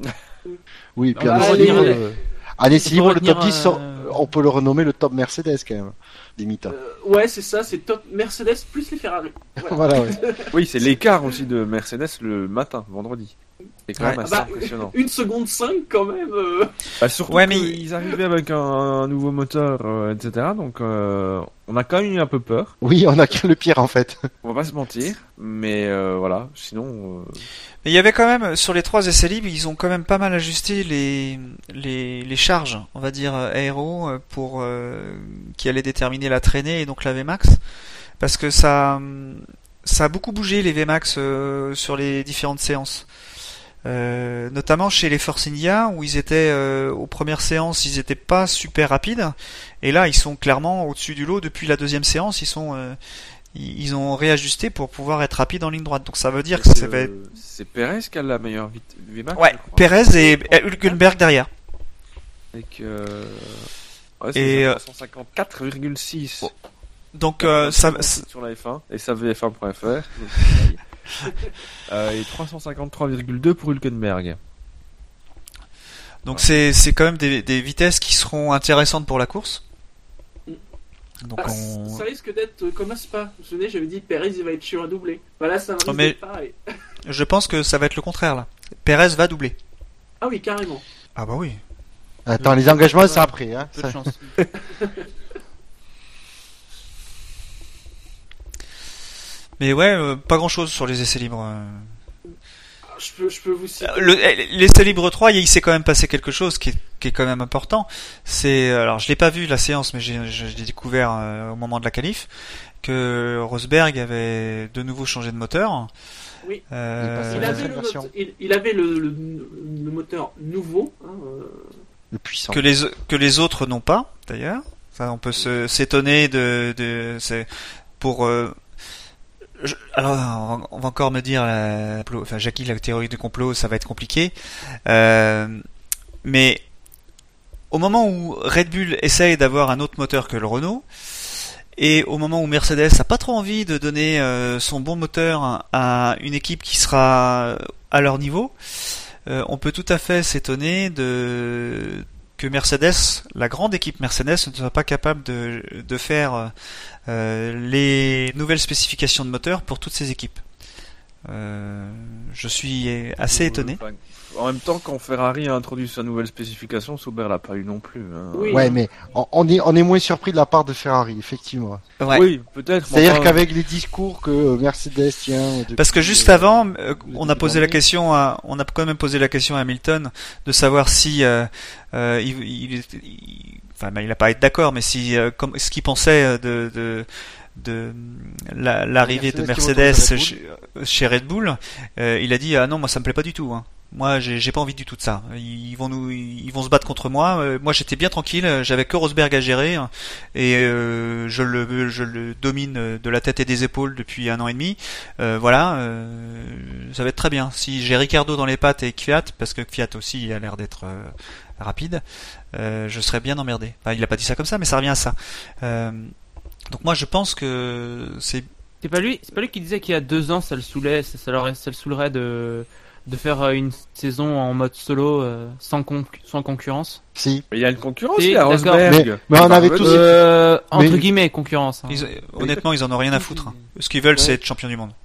Oui, et puis On à peut l'essai retenir, libre, euh, euh, à l'essai on peut libre, le retenir, top dix, euh, on- on peut le renommer le top Mercedes quand même. Limite. Euh, ouais, c'est ça, c'est top Mercedes plus les Ferrari. Voilà. Voilà, ouais. Oui, c'est l'écart aussi de Mercedes le matin, vendredi. C'est quand Ouais. même assez Bah, impressionnant. Une seconde cinq quand même. euh. Bah, surtout Ouais, mais- qu'ils arrivaient avec un, un nouveau moteur, euh, et cetera. Donc, euh, on a quand même eu un peu peur. Oui, on a craint le pire en fait. On va pas se mentir. Mais euh, voilà, sinon... euh, Mais il y avait quand même, sur les trois essais libres, ils ont quand même pas mal ajusté les, les, les charges, on va dire, euh, aéro, euh, pour, euh, qui allaient déterminer la traînée et donc la V MAX. Parce que ça, ça a beaucoup bougé les V MAX euh, sur les différentes séances. Euh, notamment chez les Force India, où ils étaient, euh, aux premières séances, ils étaient pas super rapides. Et là, ils sont clairement au-dessus du lot depuis la deuxième séance, ils sont, euh, ils ils ont réajusté pour pouvoir être rapides en ligne droite. Donc ça veut dire que c'est, ça va être euh, c'est Perez qui a la meilleure vite- V MAX. Ouais, je crois. Perez et et Hülkenberg derrière. Avec, euh... ouais, Et, c'est euh, trois cent cinquante-quatre virgule six. Donc euh, ça, sur la F un et ça v f un point f r. euh, et trois cent cinquante-trois virgule deux pour Hülkenberg. donc c'est c'est quand même des, des vitesses qui seront intéressantes pour la course. Donc Ah, on... Ça risque d'être euh, comme à Spa. Vous vous souvenez, j'avais dit Perez il va être sur un doublé. Voilà, ça risque Oh, mais- d'être pareil. je pense que ça va être le contraire là. Perez va doubler. Ah oui, carrément. Ah bah oui. Attends, les engagements, c'est après. Hein. Peu Ça- de chance. Mais ouais, euh, pas grand chose sur les essais libres. euh. Je peux, je peux vous citer. Euh, Le, l'essai libre trois, il s'est quand même passé quelque chose qui est, qui est quand même important. C'est, alors je l'ai pas vu la séance, mais j'ai, j'ai découvert euh, au moment de la qualif que Rosberg avait de nouveau changé de moteur. Oui. Euh, Il avait, le, version. mot- il, il avait le, le, le moteur nouveau. Hein, euh, Le puissant. que les que les autres n'ont pas d'ailleurs. Ça, on peut se s'étonner de de c'est pour euh, je- alors on va, on va encore me dire la, enfin Jackie, la théorie du complot, ça va être compliqué. Euh, mais au moment où Red Bull essaye d'avoir un autre moteur que le Renault, et au moment où Mercedes a pas trop envie de donner euh, son bon moteur à une équipe qui sera à leur niveau, euh, on peut tout à fait s'étonner de que Mercedes, la grande équipe Mercedes, ne soit pas capable de, de faire euh, les nouvelles spécifications de moteur pour toutes ces équipes. Euh, je suis assez étonné. Enfin, en même temps, quand Ferrari a introduit sa nouvelle spécification, Sauber l'a pas eu non plus. Hein. Oui. Ouais, mais on, on est, on est moins surpris de la part de Ferrari, effectivement. Ouais. Oui, peut-être. mais C'est-à-dire enfin, qu'avec les discours que euh, Mercedes tient. depuis, Parce que juste euh, avant, euh, le on a début posé la d'année. question à, on a quand même posé la question à Hamilton de savoir si, euh, euh, il, il, il- enfin, bah, il a pas à être d'accord, mais si, euh, comme, ce qu'il pensait de, de, de la- l'arrivée de Mercedes Mercedes qui chez, chez Red Bull, euh, il a dit ah non, moi ça me plaît pas du tout. Hein. Moi, j'ai, j'ai pas envie du tout de ça. Ils vont nous, ils vont se battre contre moi. Euh, moi, j'étais bien tranquille. J'avais que Rosberg à gérer hein, et euh, je le, je le domine de la tête et des épaules depuis un an et demi. Euh, voilà, euh, ça va être très bien. Si j'ai Ricardo dans les pattes et Kvyat, parce que Kvyat aussi a l'air d'être euh, rapide, euh, je serais bien emmerdé. Enfin, il a pas dit ça comme ça, mais ça revient à ça. Euh, donc moi, je pense que c'est C'est pas lui, c'est pas lui qui disait qu'il y a deux ans ça le saoulait, ça, ça, leur- ça le saoulerait de de faire euh, une saison en mode solo euh, sans conc- sans concurrence. Si. Il y a une concurrence, Si, il y a d'accord. Rosberg. Mais- mais on Enfin, avait Red tous- Bull. Euh, entre Mais- guillemets concurrence. hein. ils- honnêtement, ils en ont rien à foutre. hein. Ce qu'ils veulent, Ouais. c'est être champion du monde.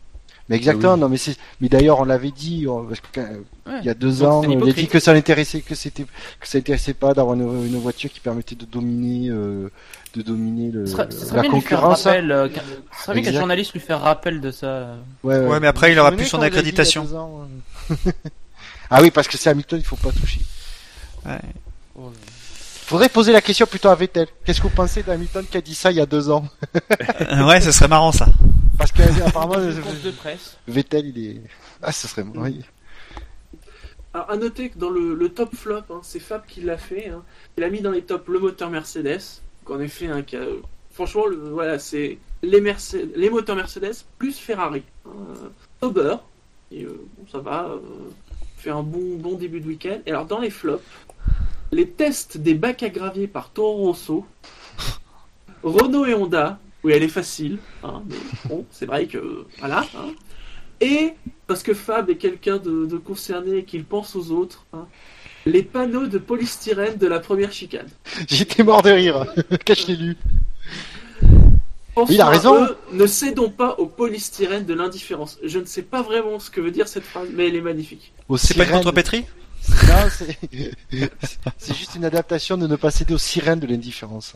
Mais exactement, Ah oui. non, mais c'est, mais d'ailleurs, on l'avait dit, on- parce que, euh, Ouais. il y a deux Donc, ans, c'est on avait dit hypocrite. que ça l'intéressait, que c'était, que ça intéressait pas d'avoir une, une voiture qui permettait de dominer, euh, de dominer le, Ce serait, ce serait la bien de lui faire concurrence. rappel, euh, qu'un- ce serait bien qu'un Exact. journaliste lui fasse rappel de ça. Ouais, Ouais, mais après, il aura Vous vous plus son souvenez quand on l'a dit il y a accréditation. deux ans, euh Ah oui, parce que c'est Hamilton, il faut pas toucher. Ouais. Faudrait poser la question plutôt à Vettel. Qu'est-ce que vous pensez d'Hamilton qui a dit ça il y a deux ans? Euh, ouais, ce serait marrant ça. Parce que, apparemment, Une conférence de presse. Vettel, il est, ah, ce serait, oui. Alors, à noter que dans le, le top flop, hein, c'est Fab qui l'a fait. Hein. Il a mis dans les tops le moteur Mercedes. Donc, en effet, un cas. Franchement, le, voilà, c'est les, Mercedes, les moteurs Mercedes plus Ferrari. Hein. Sauber, et, euh, bon, ça va, euh, fait un bon, bon début de week-end. Et alors, dans les flops, les tests des bacs à gravier par Toro Rosso, Renault et Honda, oui, elle est facile, hein, mais bon, c'est vrai que voilà. Hein. Et parce que Fab est quelqu'un de, de concerné et qu'il pense aux autres, hein, les panneaux de polystyrène de la première chicane. J'étais mort de rire. Quand je l'ai lu. Pensons Il a à raison. eux, ne cédons pas au polystyrène de l'indifférence. Je ne sais pas vraiment ce que veut dire cette phrase, mais elle est magnifique. Aux C'est pas une sirènes. contrepétrie? Non, c'est... c'est juste une adaptation de ne pas céder aux sirènes de l'indifférence.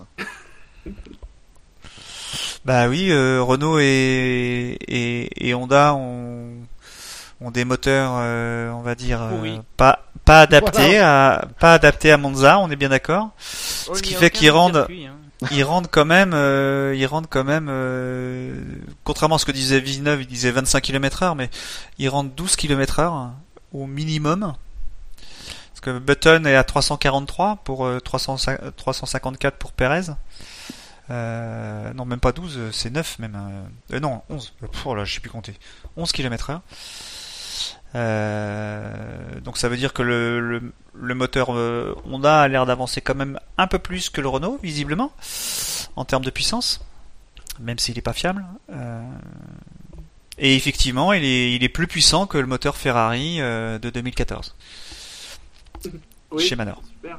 Bah oui, euh, Renault et, et, et Honda ont, ont des moteurs, euh, on va dire, euh, Pourris. pas pas adaptés à pas adaptés à Monza, on est bien d'accord. Oh, Ce il qui y a fait aucun qu'ils rendent circuit, hein. ils rendent quand même euh, ils rendent quand même euh, contrairement à ce que disait Villeneuve, il disait vingt-cinq kilomètres heure, mais ils rendent douze kilomètres heure au minimum. Parce que Button est à trois cent quarante-trois pour euh, trois cents, trois cent cinquante-quatre pour Perez. Euh, non, même pas douze, c'est neuf même. Euh, non, onze. Oh là, je sais plus compter. onze kilomètres heure. Euh, donc ça veut dire que le, le, le moteur euh, Honda a l'air d'avancer quand même un peu plus que le Renault, visiblement, en termes de puissance, même s'il n'est pas fiable. Euh, et effectivement, il est, il est plus puissant que le moteur Ferrari euh, de deux mille quatorze, Oui, chez Manor. super.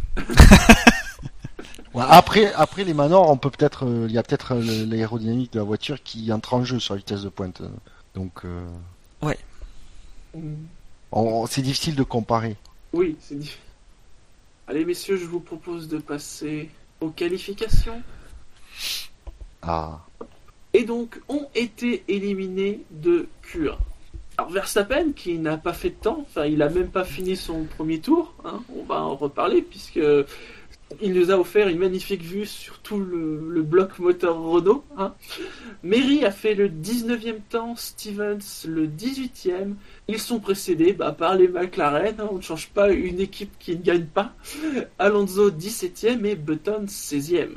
Ouais, après, après les Manor, on peut peut-être, euh, il y a peut-être euh, l'aérodynamique de la voiture qui entre en jeu sur la vitesse de pointe. Donc, euh, Mm. on- c'est difficile de comparer. Oui, c'est difficile. Allez, messieurs, je vous propose de passer aux qualifications. Ah. Et donc, ont été éliminés de Q un. Alors, Verstappen, qui n'a pas fait de temps, enfin, il a même pas fini son premier tour, hein, on va en reparler, puisque il nous a offert une magnifique vue sur tout le, le bloc moteur Renault. Hein. Mary a fait le dix-neuvième temps, Stevens le dix-huitième. Ils sont précédés bah, par les McLaren, hein, on ne change pas une équipe qui ne gagne pas. Alonso dix-septième et Button seizième.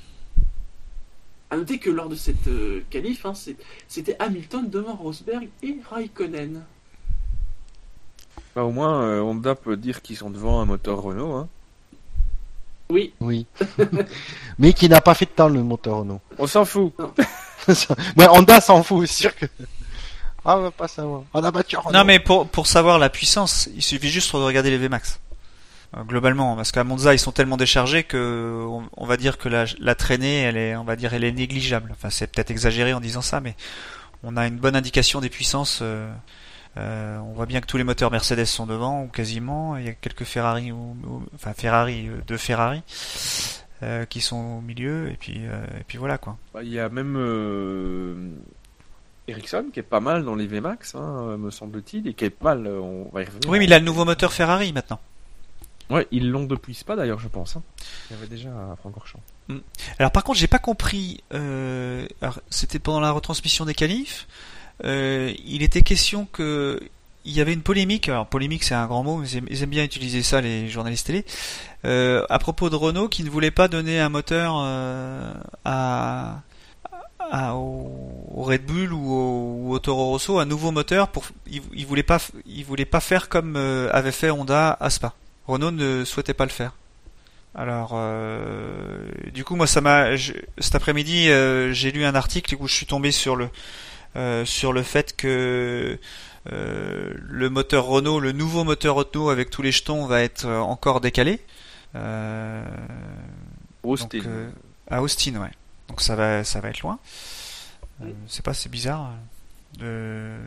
A noter que lors de cette euh, qualif, hein, c'est- c'était Hamilton devant Rosberg et Raikkonen. Bah, au moins, euh, Honda peut dire qu'ils sont devant un moteur Renault. Hein. Oui, Oui. Mais qui n'a pas fait de temps le moteur Renault. On s'en fout. Ouais, Honda s'en fout, c'est sûr que. Ah, on va pas savoir. On a battu Renault. Non, mais pour, pour savoir la puissance, il suffit juste de regarder les V max. Euh, globalement, parce qu'à Monza, ils sont tellement déchargés que on, on va dire que la, la traînée, elle est, on va dire, elle est négligeable. Enfin, c'est peut-être exagéré en disant ça, mais on a une bonne indication des puissances. Euh, euh, on voit bien que tous les moteurs Mercedes sont devant, ou quasiment. Il y a quelques Ferrari, ou, ou- enfin Ferrari, euh, deux Ferrari, euh, qui sont au milieu, et puis, euh, et puis voilà quoi. Bah, il y a même euh, Ericsson qui est pas mal dans les V MAX, hein, me semble-t-il, et qui est pas mal. euh, On va y revenir. Oui, mais il a le nouveau moteur Ferrari maintenant. Ouais, ils l'ont depuis Spa d'ailleurs, je pense. Hein. Il y avait déjà à Francorchamps. Alors par contre, j'ai pas compris. Euh, alors, c'était pendant la retransmission des qualifs. Euh, il était question que il y avait une polémique. Alors polémique, c'est un grand mot, mais ils aiment- ils aiment bien utiliser ça les journalistes télé. Euh, à propos de Renault, qui ne voulait pas donner un moteur euh, à, à au, au Red Bull ou au, ou au Toro Rosso, un nouveau moteur pour. Il, il voulait pas, il voulait pas faire comme euh, avait fait Honda à Spa. Renault ne souhaitait pas le faire. Alors, euh, du coup, moi, ça m'a. je- Cet après-midi, euh, j'ai lu un article où je suis tombé sur le euh, sur le fait que euh, le moteur Renault, le nouveau moteur Renault avec tous les jetons, va être euh, encore décalé. Euh, Austin. donc, euh, à Austin, ouais. Donc ça va, ça va être loin. Euh, c'est pas, c'est bizarre. Euh,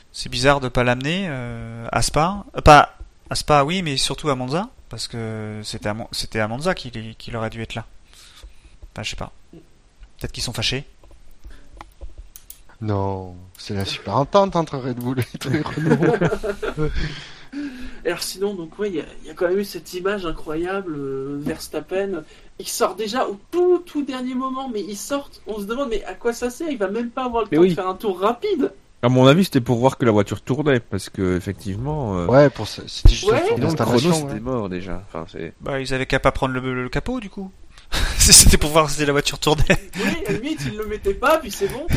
C'est bizarre de pas l'amener euh, à Spa. Euh, pas à Spa, oui, mais surtout à Monza, parce que c'était à, Mon- c'était à Monza qu'il, est- qu'il aurait dû être là. Enfin, je sais pas. Peut-être qu'ils sont fâchés. Non, c'est la super entente entre Red Bull et Renault. Alors sinon, donc ouais, il y, a- il y a quand même eu cette image incroyable, euh, Verstappen, il sort déjà au tout tout dernier moment, mais il sort, on se demande mais à quoi ça sert? Il va même pas avoir le Mais temps oui. de faire un tour rapide. À mon avis, c'était pour voir que la voiture tournait, parce que effectivement, euh, Ouais, pour ça, c'était juste Ouais. une sinon, le chrono installation. c'était Ouais. mort déjà. Enfin, c'est. Bah, ils avaient qu'à pas prendre le, le capot, du coup. C'était pour voir si la voiture tournait. Oui, à la limite, il le mettait pas, puis c'est bon.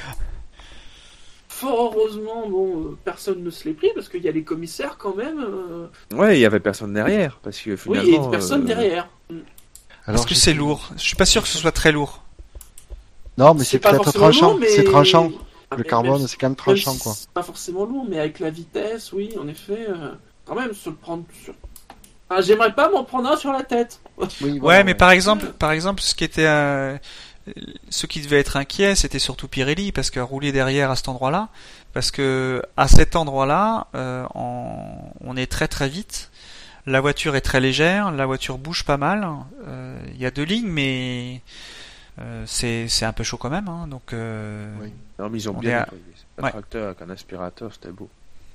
Fort heureusement, bon, euh, personne ne se l'est pris, parce qu'il y a les commissaires quand même. euh, Ouais, il y avait personne derrière, parce que Oui, finalement. et personne euh, derrière. Parce que j'ai- c'est lourd. Je suis pas sûr que ce soit très lourd. Non, mais c'est pas peut-être forcément tranchant. lourd, mais- C'est tranchant. Ah, Le mais carbone, même- c'est quand même même tranchant, si quoi. c'est pas forcément lourd, mais avec la vitesse, oui, en effet, euh, quand même, se le prendre sur. Ah, j'aimerais pas m'en prendre un sur la tête. Oui, Ouais, voilà, mais ouais. par exemple, par exemple, ce qui était, euh, ce qui devait être inquiet, c'était surtout Pirelli, parce que rouler derrière à cet endroit-là, parce que à cet endroit-là, euh, en- on est très très vite. La voiture est très légère, la voiture bouge pas mal. euh, Il y a deux lignes, mais euh, c'est c'est un peu chaud quand même. Hein, donc euh, Oui. Non, mais ils ont On est bien à- nettoyé. C'est un Ouais. tracteur avec un aspirateur, c'était beau.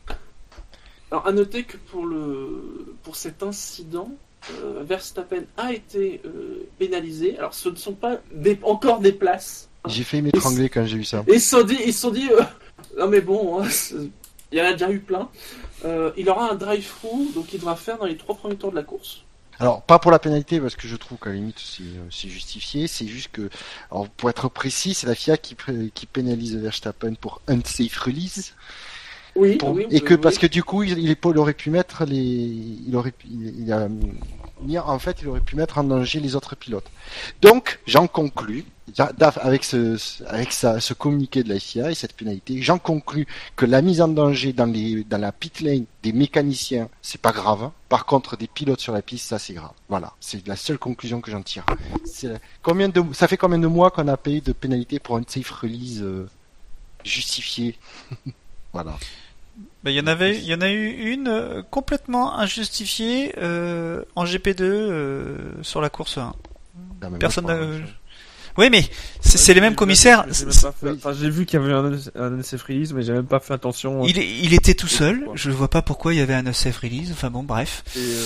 Alors, à noter que pour le pour cet incident, euh, Verstappen a été euh, pénalisé. Alors, ce ne sont pas des... encore des places. J'ai failli m'étrangler quand j'ai vu ça. Et ils se sont dit, ils se sont dit, euh, non mais bon, hein, c'est- il y en a déjà eu plein. Euh, il aura un drive-through, donc il devra faire dans les trois premiers tours de la course. Alors, pas pour la pénalité, parce que je trouve qu'à la limite, c'est, euh, c'est justifié. C'est juste que, alors, pour être précis, c'est la F I A qui, pré- qui pénalise Verstappen pour unsafe release. Oui, Pour- oui, et que, oui. parce que du coup, il, il, est pas- il aurait pu mettre les, il aurait, pu- il, il a mis, en fait, il aurait pu mettre en danger les autres pilotes. Donc, j'en conclus, d'a- avec ce, ce- avec ça, ce communiqué de la F I A et cette pénalité, j'en conclus que la mise en danger dans les, dans la pit lane des mécaniciens, c'est pas grave. Par contre, des pilotes sur la piste, ça c'est grave. Voilà. C'est la seule conclusion que j'en tire. C'est la- combien de, ça fait combien de mois qu'on a payé de pénalité pour un safe release, euh, justifié? Voilà. ben, il y en avait, il y en a eu une euh, complètement injustifiée euh, en G P deux euh, sur la course un. Non, mais Personne moi, je n'a. crois, je- Oui, mais c'est c'est les mêmes commissaires. J'ai même C'est- pas fait- Enfin, j'ai vu qu'il y avait un, un unsafe release, mais j'ai même pas fait attention. Il, est- il était tout Et seul. pourquoi Je ne vois pas pourquoi il y avait un safe release. Enfin bon, bref. Et, euh,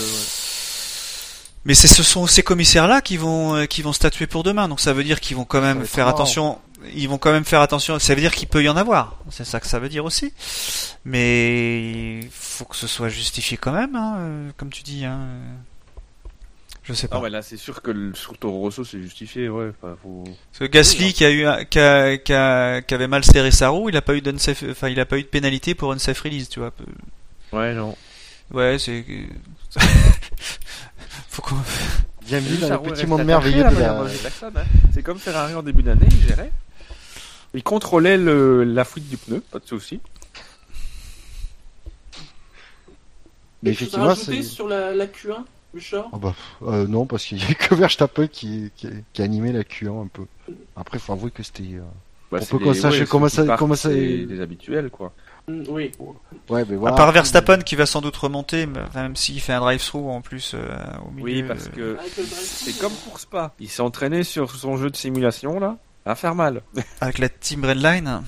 ouais. Mais c'est ce sont ces commissaires-là qui vont euh, qui vont statuer pour demain. Donc ça veut dire qu'ils vont quand Ça même va être faire marrant. attention. Ils vont quand même faire attention. Ça veut dire qu'il peut y en avoir. C'est ça que ça veut dire aussi. Mais il faut que ce soit justifié quand même, hein, euh, comme tu dis. Hein. Je sais pas. Non, mais là, c'est sûr que le, sur Toro Rosso, c'est justifié, ouais. Enfin, faut... Parce que Gasly Oui, qui a eu un- qui, a, qui, a- qui avait mal serré sa roue, il a pas eu d'unsafe, enfin il a pas eu de pénalité pour unsafe release, tu vois. Ouais, non. Ouais, c'est faut qu'on Bienvenue dans Ça le roule petit reste monde attaché, merveilleux la de manière la, dont il klaxonne, hein. C'est comme Ferrari en début d'année, il gérait. Il contrôlait le, la fuite du pneu, pas de souci. mais Tu veux effectivement, rajouter c'est, sur la, la Q un, Bouchard? oh bah, euh, non, parce qu'il y a que Verstappen qui, qui, qui a animé la Q un un peu. Après, faut avouer que c'était, euh, Bah, On c'est peut les- qu'on sache ouais, comment ceux ça- qui partent, comment ça- c'est des habituels, quoi. Mm, Oui. ouais, mais à voilà. part Verstappen qui va sans doute remonter, mais, enfin, même s'il fait un drive-through en plus euh, au milieu. Oui, parce euh, que Avec le drive-through, c'est comme pour Spa. Il s'est entraîné sur son jeu de simulation, là, à faire mal. avec la Team Redline.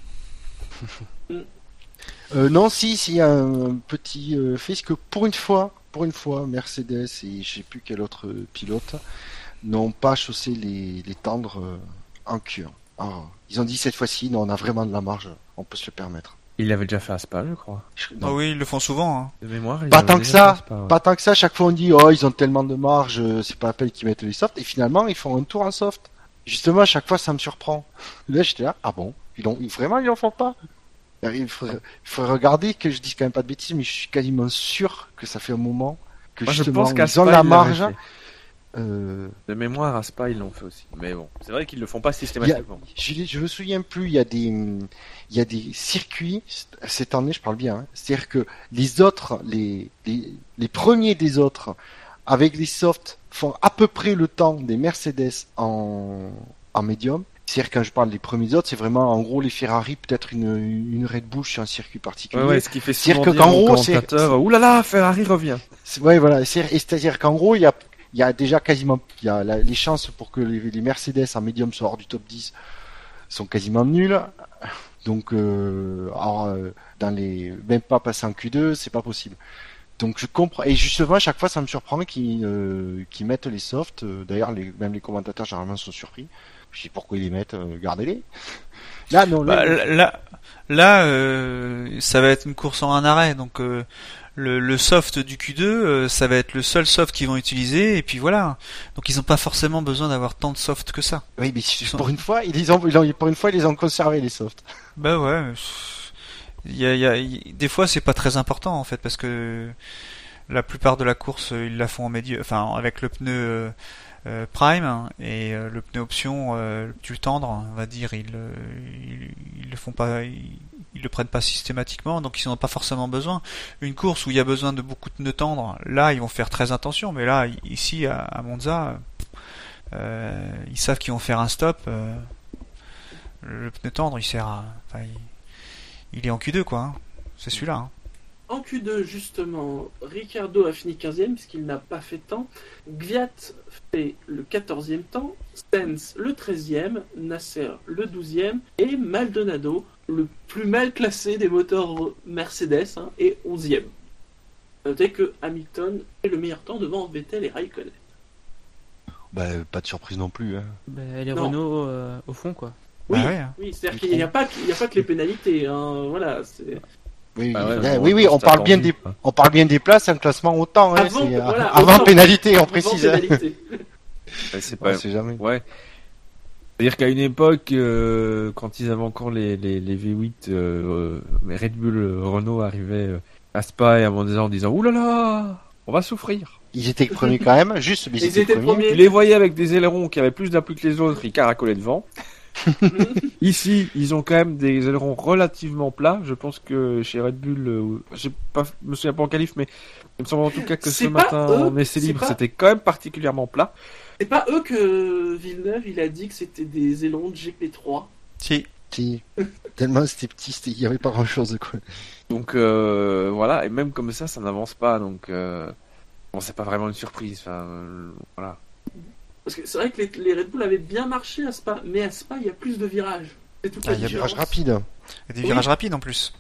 Euh, non, si, s'il y a un petit euh, fait, c'est que pour une fois, pour une fois, Mercedes et je sais plus quel autre euh, pilote n'ont pas chaussé les, les tendres euh, en Q un. Alors, ils ont dit cette fois-ci, non, on a vraiment de la marge, on peut se le permettre. Il l'avait déjà fait à Spa, je crois. Je- Ah non, oui, ils le font souvent. Hein. De mémoire, il Pas l'avait tant que déjà ça, fait à Spa, ouais. Pas tant que ça, chaque fois on dit, oh, ils ont tellement de marge, euh, c'est pas à peine qu'ils mettent les softs, et finalement, ils font un tour en soft. Justement, à chaque fois, ça me surprend. Là, j'étais là, ah bon, ils ont, ils, vraiment, ils en font pas? Il faudrait, il faudrait regarder que je dise quand même pas de bêtises, mais je suis quasiment sûr que ça fait un moment que Moi, je justement, pense qu'à ils ont Spa, la ils marge. l'avaient fait. Euh, De mémoire, à Spa, ils l'ont fait aussi. Mais bon, c'est vrai qu'ils le font pas systématiquement. je, je me souviens plus, il y a des, il y a des circuits, cette année, je parle bien, hein, c'est-à-dire que les autres, les, les, les premiers des autres, avec les softs, font à peu près le temps des Mercedes en, en médium, C'est-à-dire quand je parle des premiers autres, c'est vraiment en gros les Ferrari, peut-être une, une Red Bull sur un circuit particulier. Ouais, ouais, ce qui fait C'est-à-dire souvent que dire qu'en aux gros, c'est- commentateurs, ouh là là, Ferrari revient. C'est- Ouais, voilà. C'est, et c'est-à-dire qu'en gros, il y a, il y a déjà quasiment, il y a la- les chances pour que les, les Mercedes en médium soient hors du top dix sont quasiment nulles. Donc, euh, alors, euh, dans les, même pas passer en Q deux, c'est pas possible. Donc, je comprends. Et justement, à chaque fois, ça me surprend qu'ils, euh, qu'ils mettent les softs. Euh, D'ailleurs, les, même les commentateurs généralement sont surpris. Je sais pourquoi ils les mettent. euh, gardez-les. Là, non. Bah, là, là, là, euh, ça va être une course en un arrêt, donc euh, le, le soft du Q deux, euh, ça va être le seul soft qu'ils vont utiliser, et puis voilà. Donc ils n'ont pas forcément besoin d'avoir tant de soft que ça. oui, mais pour une fois, ils les ont, ils ont- pour une fois, ils les ont conservés les softs. Bah ouais. Il y a, il y a, il- des fois, c'est pas très important en fait, parce que la plupart de la course, euh, ils la font en médium, enfin avec le pneu euh, euh, prime, hein, et euh, le pneu option, euh, le plus tendre, on va dire, ils, euh, ils, ils le font pas, ils, ils le prennent pas systématiquement, donc ils n'en ont pas forcément besoin. Une course où il y a besoin de beaucoup de pneus tendres, là, ils vont faire très attention, mais là, ici à, à Monza, euh, ils savent qu'ils vont faire un stop. Euh, le pneu tendre, il sert à, enfin, il, il est en Q deux quoi, hein. C'est celui-là. Hein. En Q deux, justement, Ricciardo a fini quinzième puisqu'il n'a pas fait temps. Gviat fait le quatorzième temps. Stenz le treizième. Nasser le douzième. Et Maldonado, le plus mal classé des moteurs Mercedes, hein, est onzième. Notez que Hamilton est le meilleur temps devant Vettel et Raikkonen. Bah, pas de surprise non plus. Hein. Bah, les Non. Renault euh, au fond, quoi. Oui, Bah ouais, hein. oui, c'est-à-dire qu'il n'y a pas que, il y a pas que les pénalités. Hein, voilà, c'est... Oui, Ah ouais, oui, bon, oui, oui, on on parle bien attendu, des, quoi. on parle bien des places, un classement autant, hein, Avant, c'est, voilà, avant autant. pénalité, on Avant précise. hein. pénalité. Ouais, c'est On pas, sait jamais. ouais. C'est-à-dire qu'à une époque, euh, quand ils avaient encore les, les, les V huit, euh, euh, Red Bull, euh, Renault arrivaient euh, à Spa et à Monza en disant, ouh là là, on va souffrir. Ils étaient premiers quand même, juste, mais ils, Ils étaient, étaient premiers. premiers. Tu les voyais avec des ailerons qui avaient plus d'appui que les autres, ils caracolaient devant. Ici, ils ont quand même des ailerons relativement plats. Je pense que chez Red Bull, euh, je sais pas, je me souviens pas en qualif, mais il me semble en tout cas que ce C'est pas matin eux, en essai c'est libre, pas- c'était quand même particulièrement plat. C'est pas eux que Villeneuve, il a dit que c'était des ailerons de G P trois. Si. Si. Tellement c'était petit, c'était- il y avait pas grand chose, quoi. Donc euh, voilà, et même comme ça, ça n'avance pas. Donc euh, bon, c'est pas vraiment une surprise. Enfin, euh, voilà. Parce que c'est vrai que les, les Red Bull avaient bien marché à Spa, mais à Spa, il y a plus de virages. C'est toute Ah, la il y a des différence. virages rapides. Et des Oui. virages rapides en plus.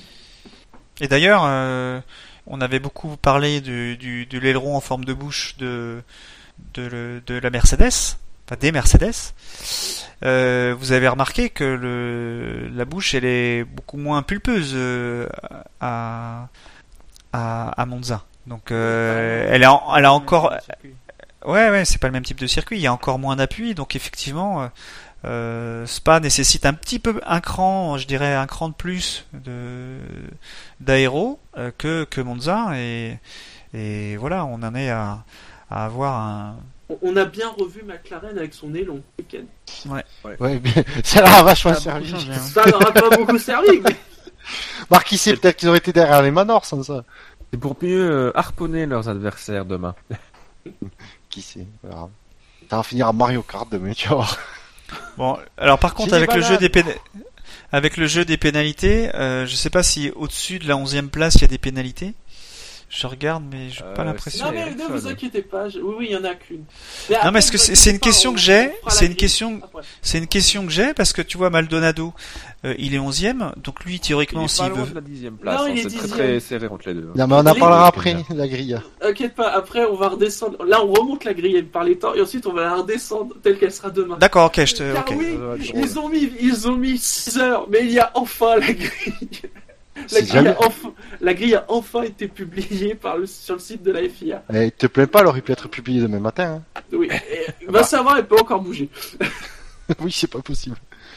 Et d'ailleurs, euh, on avait beaucoup parlé du, du, de l'aileron en forme de bouche de, de, le- de la Mercedes, enfin des Mercedes. Euh, vous avez remarqué que le, la bouche, elle est beaucoup moins pulpeuse euh, à, à, à Monza. Donc, euh, elle, a, elle a encore, ouais, ouais, c'est pas le même type de circuit. Il y a encore moins d'appui, donc effectivement. Euh, Euh, Spa nécessite un petit peu un cran, je dirais un cran de plus de d'aéro euh, que que Monza et et voilà, on en est à, à avoir un On- On a bien revu McLaren avec son élan ce week-end. Ouais, mais ça leur a vachement Ça a servi. beaucoup changé, hein. Ça leur a pas beaucoup servi, mais Marc, qui sait, peut-être qu'ils auraient été derrière les Manors sans ça. C'est pour mieux euh, harponner leurs adversaires demain. Qui sait, on verra. Ça va finir à Mario Kart demain, tu vas voir. Bon, alors par contre J'ai avec des le jeu balades. des péna- avec le jeu des pénalités, euh, je sais pas si au-dessus de la onzième place il y a des pénalités. Je regarde, mais j'ai pas Euh, l'impression. non, c'est mais ne Ericsson. vous inquiétez pas. je- Oui, oui, il y en a qu'une. Non, mais est-ce que c'est- c'est une question que j'ai, c'est une question- Après. C'est une question que j'ai parce que tu vois Maldonado, euh, il est onzième, donc lui Il théoriquement est s'il pas loin veut. de la dixième place. Non, hein, il est c'est très dixième. très serré entre les deux. hein. Non, mais on en Oui, parlera oui, après, oui. la grille. T'inquiète pas, après on va redescendre. Là, on remonte la grille par les temps et ensuite on va la redescendre telle qu'elle sera demain. D'accord, ok, je te. Car Ok. oui, Ça va être drôle. ils ont mis, ils ont mis six heures, mais il y a enfin la grille. La C'est grille, jamais... a enfin, la grille a enfin été publiée par le, sur le site de la F I A. Eh, te plains pas, elle aurait pu être publiée demain matin. Hein. Oui, et, va savoir, elle peut encore bouger. Oui, c'est pas possible.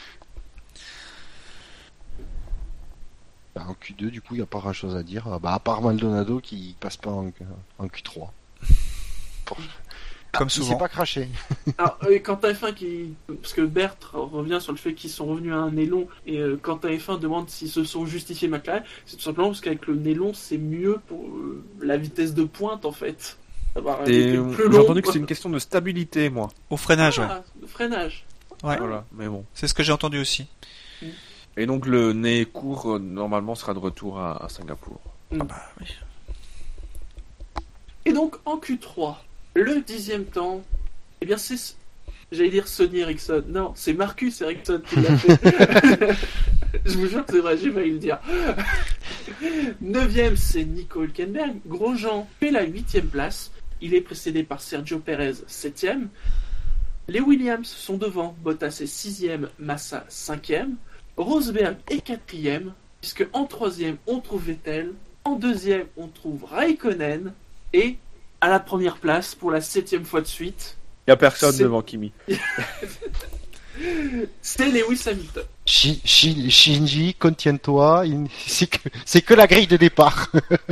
Bah, en Q deux, du coup, il n'y a pas grand chose à dire. Bah, à part Maldonado qui passe pas en, en Q trois. Pour... Comme Il s'est souvent. pas craché. Alors, et quand F un qui, parce que Bert revient sur le fait qu'ils sont revenus à un nylon, et euh, quand F un demande s'ils se sont justifiés McLaren, c'est tout simplement parce qu'avec le nylon, c'est mieux pour euh, la vitesse de pointe en fait. D'avoir un Et véhicule plus j'ai long. entendu que c'est une question de stabilité, moi. Au freinage, ouais. Ah, le freinage. Ouais. Voilà, mais bon. C'est ce que j'ai entendu aussi. Et donc le nez court, euh, normalement, sera de retour à, à Singapour. Ah bah oui. Et donc en Q trois, le dixième temps, eh bien c'est, j'allais dire Sony Ericsson, non, c'est Marcus Ericsson qui l'a fait. Je vous jure que c'est vrai, j'ai failli le dire. Neuvième, c'est Nico Hülkenberg. Grosjean fait la huitième place. Il est précédé par Sergio Perez, septième. Les Williams sont devant. Bottas est sixième, Massa cinquième. Rosberg est quatrième, puisque en troisième, on trouve Vettel. En deuxième, on trouve Raikkonen. Et à la première place, pour la septième fois de suite, Il n'y a personne C'est- devant Kimi. c'est Lewis Hamilton. Shi- Shi- Shinji, contiens-toi, il- c'est que, c'est que la grille de départ.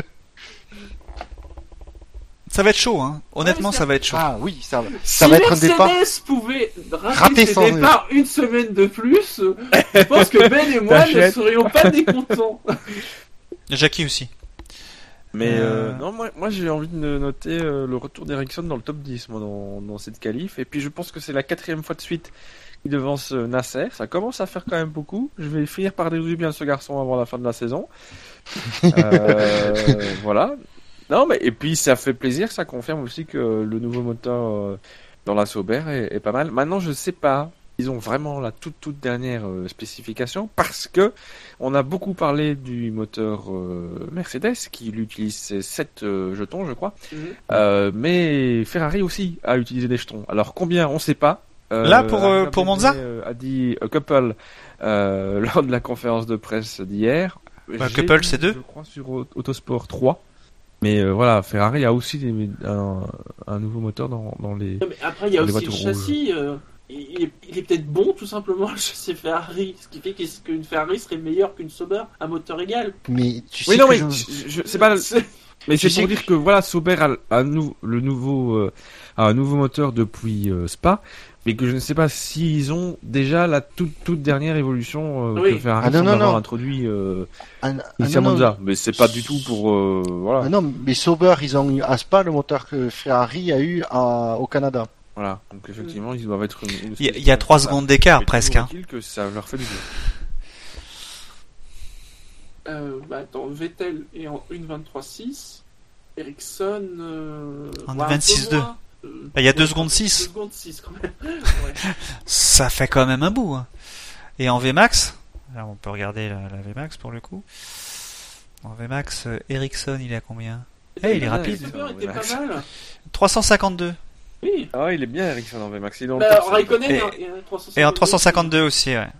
Ça va être chaud, hein. Honnêtement, Ouais, ça va être chaud. Ah oui, ça va. Ça Si va être un départ. Mercedes pouvait rater, Rater ses son- départs une semaine de plus, euh, je pense que Ben et moi ne T'achètes. serions pas mécontents. Jackie aussi. Mais Euh, euh, non, moi, moi j'ai envie de noter euh, le retour d'Ericsson dans le top dix, moi, dans, dans cette qualif. Et puis je pense que c'est la quatrième fois de suite qu'il devance euh, Nasser. Ça commence à faire quand même beaucoup. Je vais finir par dérouler bien ce garçon avant la fin de la saison. Euh, voilà. Non, mais et puis ça fait plaisir, ça confirme aussi que le nouveau moteur euh, dans la Sauber est, est pas mal. Maintenant, je sais pas. Ils ont vraiment la toute toute dernière euh, spécification parce que on a beaucoup parlé du moteur euh, Mercedes qui utilise sept jetons, je crois. Euh, mais Ferrari aussi a utilisé des jetons. Alors combien, on sait pas. Euh, Là, pour, euh, Alain pour Berger, Monza euh, a dit a couple euh, lors de la conférence de presse d'hier. Bah, J'ai couple, vu, c'est deux. Je crois sur Au- Autosport trois. Mais euh, voilà, Ferrari a aussi des- un, un nouveau moteur dans, dans les. Non, mais après, il y a Les aussi le voitures châssis. euh, il, est, il est peut-être bon, tout simplement, le châssis Ferrari. Ce qui fait qu'est-ce qu'une Ferrari serait meilleure qu'une Sauber à moteur égal. Mais tu sais Oui, non, que mais je- je- je- c'est pas. C'est- Mais Tu c'est sais pour que- dire que voilà, Sauber a, a nou- le nouveau, euh, a un nouveau moteur depuis euh, Spa, mais que je ne sais pas s'ils ont déjà la toute, toute dernière évolution euh, Oui. que Ferrari Ah non, semble non, avoir non. introduit euh, Ah, ah, ici à non, non. Monza. Mais c'est pas du tout pour euh, voilà, Ah non, mais Sauber, ils ont eu à Spa le moteur que Ferrari a eu à- au Canada. voilà. Donc effectivement, ils doivent être. Une, une Il y a- il y a trois Voilà. secondes d'écart Mais presque. toujours Hein. est-il que ça leur fait du bien. Euh, bah attends, Vettel est en une vingt-trois six. Ericsson. Euh, En ouais, un peu vingt-six deux. moins. Euh, Bah, il y a deux ouais, secondes six. deux secondes six quand même. Ouais. Ça fait quand même un bout. Hein. Et en V MAX, là on peut regarder la, la V MAX pour le coup. En V MAX, euh, Ericsson, il est à combien? Eh, il est Le rapide. Sauber était Max. pas mal. trois cent cinquante-deux. Oui. Ah, il est bien Ericsson en V MAX. Il est dans le Bah, top cinq. Raikkonen Et- est en- est en trois cent cinquante-deux. Et en trois cent cinquante-deux aussi, ouais.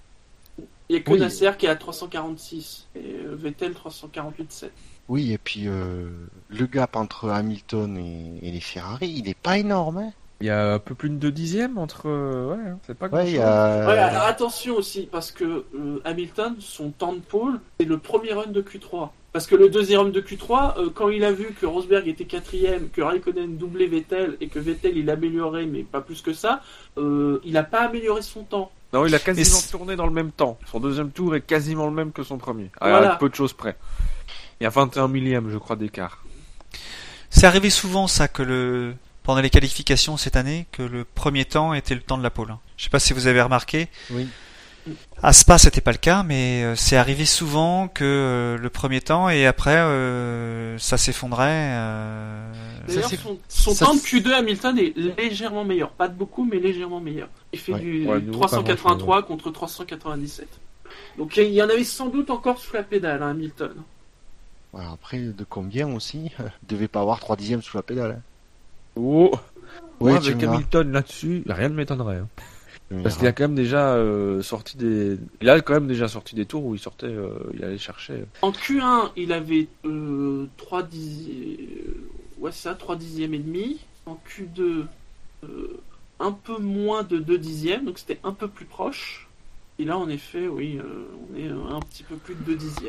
Il y a que Oui. Nasser qui est à trois cent quarante-six et euh, Vettel trois cent quarante-huit virgule sept. Oui, et puis euh, le gap entre Hamilton et, et les Ferrari, il est pas énorme. Hein. Il y a un peu plus de deux dixièmes entre. euh, Ouais, hein, c'est pas grand Ouais, il y chose. a... Ouais, alors attention aussi, parce que euh, Hamilton, son temps de pole, c'est le premier run de Q trois. Parce que le deuxième run de Q trois, euh, quand il a vu que Rosberg était quatrième, que Raikkonen doublait Vettel et que Vettel il améliorait, mais pas plus que ça, euh, il a pas amélioré son temps. Non, il a quasiment c'est- tourné dans le même temps. Son deuxième tour est quasiment le même que son premier. À Voilà. peu de choses près. Il y a vingt et un millièmes, je crois, d'écart. C'est arrivé souvent ça que le pendant les qualifications cette année que le premier temps était le temps de la pole. Hein. Je sais pas si vous avez remarqué. Oui. À Spa, c'était pas le cas, mais euh, c'est arrivé souvent que euh, le premier temps et après euh, ça s'effondrait. euh, D'ailleurs, c'est- son, son ça, temps de c'est- Q deux Hamilton est légèrement meilleur. Pas de beaucoup, mais légèrement meilleur. Il fait Ouais. du Ouais, de nouveau, trois cent quatre-vingt-trois pas contre trois cent quatre-vingt-dix-sept. Donc il y en avait sans doute encore sous la pédale, hein, Hamilton. Voilà, après, de combien aussi Il devait pas avoir trois dixièmes sous la pédale. Hein. Oh, Ouais, moi, tu avec me diras. Hamilton là-dessus, rien ne m'étonnerait. hein. Tu me Parce diras. qu'il a quand même déjà euh, sorti des. Il a quand même déjà sorti des tours où il sortait, euh, il allait chercher. euh. En Q un, il avait euh, trois dixièmes, ouais, c'est ça, trois dixièmes et demi. En Q deux, euh, un peu moins de deux dixièmes, donc c'était un peu plus proche. Et là, en effet, oui, euh, on est euh, un petit peu plus de deux dixièmes.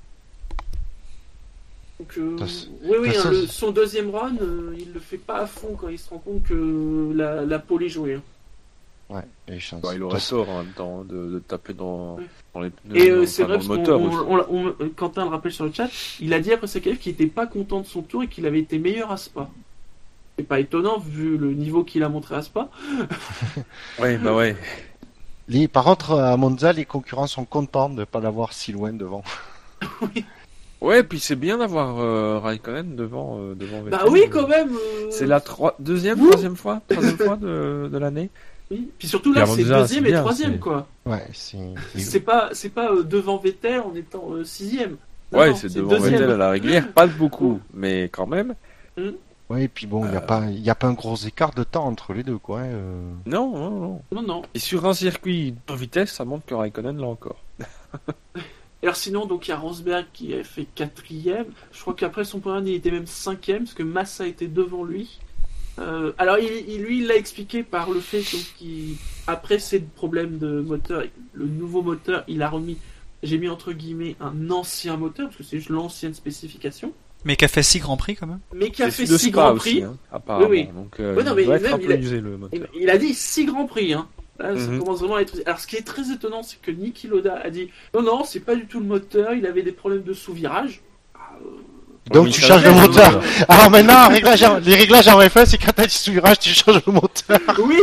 Donc, euh, Ça, c'est- oui, oui, ça, hein, ça, le- c'est- son deuxième run, euh, il le fait pas à fond quand il se rend compte que la, la pole est jouée. hein. Ouais, les chances. Bah, il aurait Ça, tort en même temps hein, de, de taper dans, Oui. dans les pneus. Et dans- euh, c'est enfin, vrai dans parce le qu'on moteur on- aussi. on- on- Quentin le rappelle sur le chat, il a dit après sa qualif qu'il était pas content de son tour et qu'il avait été meilleur à Spa. C'est pas étonnant vu le niveau qu'il a montré à Spa. Ouais, bah ouais. Les, par contre, à Monza, les concurrents sont contents de ne pas l'avoir si loin devant. Oui. Ouais, puis c'est bien d'avoir euh, Raikkonen devant, euh, devant Vettel. Bah oui, quand même. euh, C'est la trois... deuxième, Ouh. troisième fois, troisième fois de, de l'année. Oui. Puis surtout là, Puis à c'est Monza, deuxième c'est et bien, troisième, c'est- quoi. Ouais, c'est. C'est pas, c'est pas euh, devant Vettel en étant euh, sixième. Non, Ouais, non, c'est devant deuxième. Vettel à la régulière, pas de beaucoup, mais quand même. Ouais, et puis bon, il n'y a Euh. pas, il y a pas un gros écart de temps entre les deux, quoi. hein, euh. Non, non, non. Non, non. Et sur un circuit de vitesse, ça montre que Raikkonen l'a encore. Et alors sinon, donc il y a Rosberg qui a fait quatrième. Je crois qu'après son point, il était même cinquième parce que Massa était devant lui. Euh, alors il, il- lui, il l'a expliqué par le fait qu'après ces problèmes de moteur, le nouveau moteur, il a remis, j'ai mis entre guillemets un ancien moteur parce que c'est juste l'ancienne spécification, Mais qui a fait six grands prix quand même. mais qui a C'est fait de six Spa grands aussi, prix. hein, apparemment. Oui, oui. Donc, euh, Ouais, non, il mais doit être même, un il peu a- usé le moteur. Il, il a dit six grands prix. Hein. Là, ça Mhm. commence vraiment à être. Alors, ce qui est très étonnant, c'est que Niki Lauda a dit non, non, c'est pas du tout le moteur. Il avait des problèmes de sous-virage. Ah, euh, Donc Oui, tu ça changes va, le ça moteur. va. Alors maintenant, réglages en- les réglages en F un, c'est quand t'as du sous-virage, tu changes le moteur. Oui,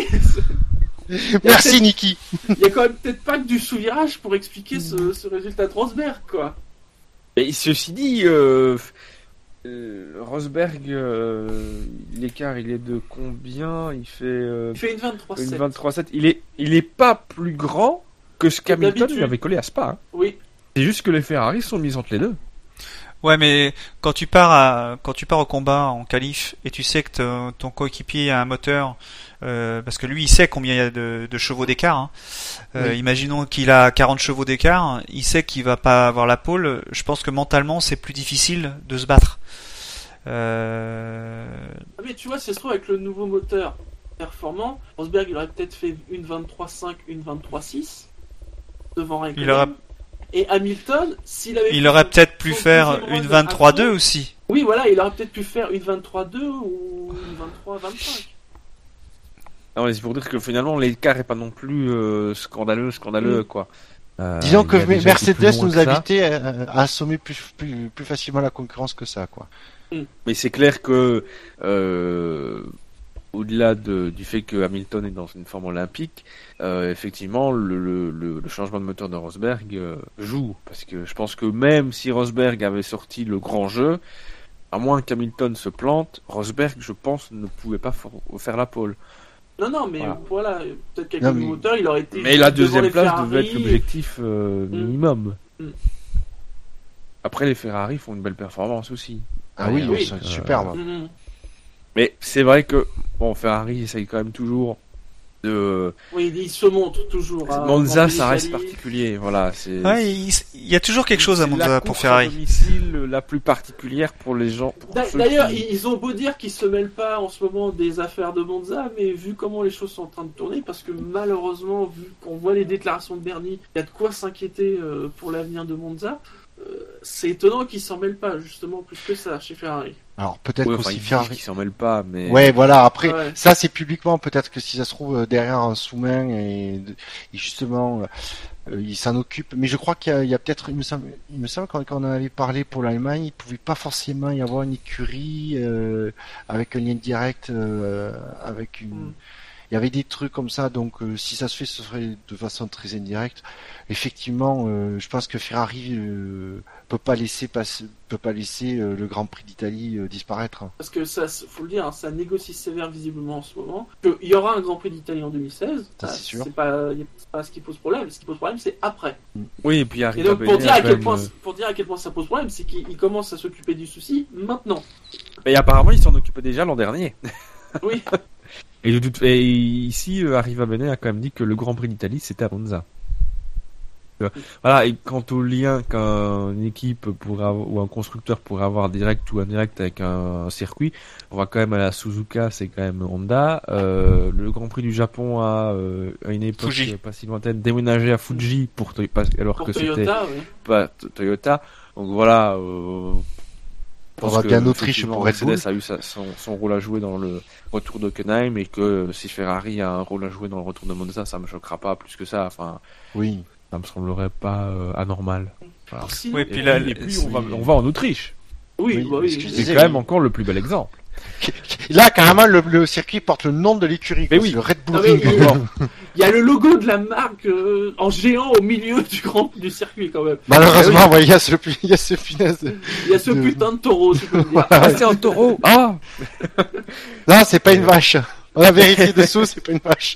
Merci Niki. il y a quand même peut-être pas que du sous-virage pour expliquer ce, ce résultat de Rosberg, quoi. Et ceci dit, euh, euh, Rosberg, euh, l'écart il est de combien? Il fait euh, Il fait une vingt-trois une sept. vingt-trois sept. Il est, il est pas plus grand que ce qu'Hamilton d'habitude. lui avait collé à Spa. hein. Oui, C'est juste que les Ferrari sont mis entre les deux. Ouais, mais quand tu pars à, quand tu pars au combat en qualif et tu sais que ton- ton coéquipier a un moteur, euh, parce que lui il sait combien il y a de, de chevaux d'écart. Hein. Euh, Oui. Imaginons qu'il a quarante chevaux d'écart, il sait qu'il va pas avoir la pole. Je pense que mentalement c'est plus difficile de se battre. Euh... Ah, mais tu vois, si ça se trouve avec le nouveau moteur performant, Rosberg il aurait peut-être fait une vingt-trois cinq, une vingt-trois six devant Raikkonen. Il aurait- Et Hamilton, s'il avait Il fait aurait son- peut-être pu son faire deuxième une run vingt-trois deux à fond, aussi. Oui, voilà, il aurait peut-être pu faire une vingt-trois deux ou une vingt-trois vingt-cinq. Non, mais c'est pour dire que finalement l'écart est pas non plus euh, scandaleux, scandaleux Mm. quoi. Euh, Disons que il a déjà été Mercedes plus loin nous que ça. habitait à, à assommer plus, plus, plus facilement la concurrence que ça, quoi. Mais c'est clair que, euh, au-delà de- du fait que Hamilton est dans une forme olympique, euh, effectivement, le, le, le- le changement de moteur de Rosberg euh, joue. Parce que je pense que même si Rosberg avait sorti le grand jeu, à moins qu'Hamilton se plante, Rosberg, je pense, ne pouvait pas for- faire la pole. Non, non, mais Voilà. voilà, peut-être qu'avec Non, le mais- moteur, il aurait été. Mais la devant deuxième les place Ferrari. devait être l'objectif euh, Mm. minimum. Mm. Après, les Ferrari font une belle performance aussi. Ah oui, oui. c'est superbe. Mhm. Mais c'est vrai que, bon, Ferrari essaye quand même toujours de... Oui, il se montre toujours. hein, Monza, en ça reste Italie. particulier, voilà. C'est... Ouais, il, il y a toujours quelque chose à C'est la Monza pour course Ferrari. à domicile la plus particulière pour les gens. pour D'a- ceux D'ailleurs, qui- ils ils ont beau dire qu'ils se mêlent pas en ce moment des affaires de Monza, mais vu comment les choses sont en train de tourner, parce que malheureusement, vu qu'on voit les déclarations de Bernie, il y a de quoi s'inquiéter euh, pour l'avenir de Monza. Euh, c'est étonnant qu'ils s'en mêlent pas, justement, plus que ça, chez Ferrari. Alors peut-être Ouais, enfin, qu'aussi ils disent Ferrari. qu'ils s'en mêlent pas, mais. Ouais, voilà. Après, Ouais. ça c'est publiquement. Peut-être que si ça se trouve euh, derrière un sous-main et, et justement, euh, il s'en occupe. Mais je crois qu'il y a, il y a peut-être, il me semble, il me semble quand, quand on en avait parlé pour l'Allemagne, il pouvait pas forcément y avoir une écurie euh, avec un lien direct, euh, avec une. Mm. Il y avait des trucs comme ça, donc euh, si ça se fait, ce serait de façon très indirecte. Effectivement, euh, je pense que Ferrari euh, peut pas laisser passer, peut pas laisser euh, le Grand Prix d'Italie euh, disparaître. Parce que ça, faut le dire, hein, ça négocie sévère visiblement en ce moment. Que il y aura un Grand Prix d'Italie en deux mille seize. Ça, c'est sûr. C'est pas, y a- c'est pas ce qui pose problème. Ce qui pose problème, c'est après. Oui, et puis Et arrive donc, à pour Bennett, dire, à quand quel même, point, euh, pour dire à quel point ça pose problème, c'est qu'il il commence à s'occuper du souci maintenant. Et apparemment, ils s'en occupaient déjà l'an dernier. Oui. Et, de toute... et ici, euh, Arriva Bene a quand même dit que le Grand Prix d'Italie, c'était à Monza. Euh, Voilà, et quant au lien qu'une équipe pourrait avoir, ou un constructeur pourrait avoir direct ou indirect avec un, un circuit, on va quand même à la Suzuka, c'est quand même Honda. Euh, le Grand Prix du Japon a, euh, à une époque Fuji. euh, pas si lointaine, déménagé à Fuji pour Toy- pas- alors Pour que c'était Toyota, oui. pas T- Toyota. Donc voilà. Euh, je On pense va que, bien en Autriche effectivement, pour Red Bull. Mercedes a eu sa- son, son rôle à jouer dans le retour d'Hockenheim et que si Ferrari a un rôle à jouer dans le retour de Monza, ça me choquera pas plus que ça. Enfin, Oui. ça me semblerait pas euh, anormal. Voilà. Sinon, Oui, Et puis puis, là, et puis c'est- on, va, on va en Autriche. oui, Oui, bah oui. excusez- C'est disais, quand même oui. encore le plus bel exemple. Là, carrément, le, le circuit porte le nom de l'écurie. Mais quoi, oui. c'est le Red Bull Ah, mais Ring. il y a- Il y a le logo de la marque euh, en géant au milieu du grand du circuit quand même. Malheureusement, ouais, il y a ce, il y a ce punaise. Il y a ce De- putain de taureau, tu peux me dire. Ah, c'est un taureau. Ah. Non, c'est pas une vache. On a vérifié dessous, c'est pas une vache.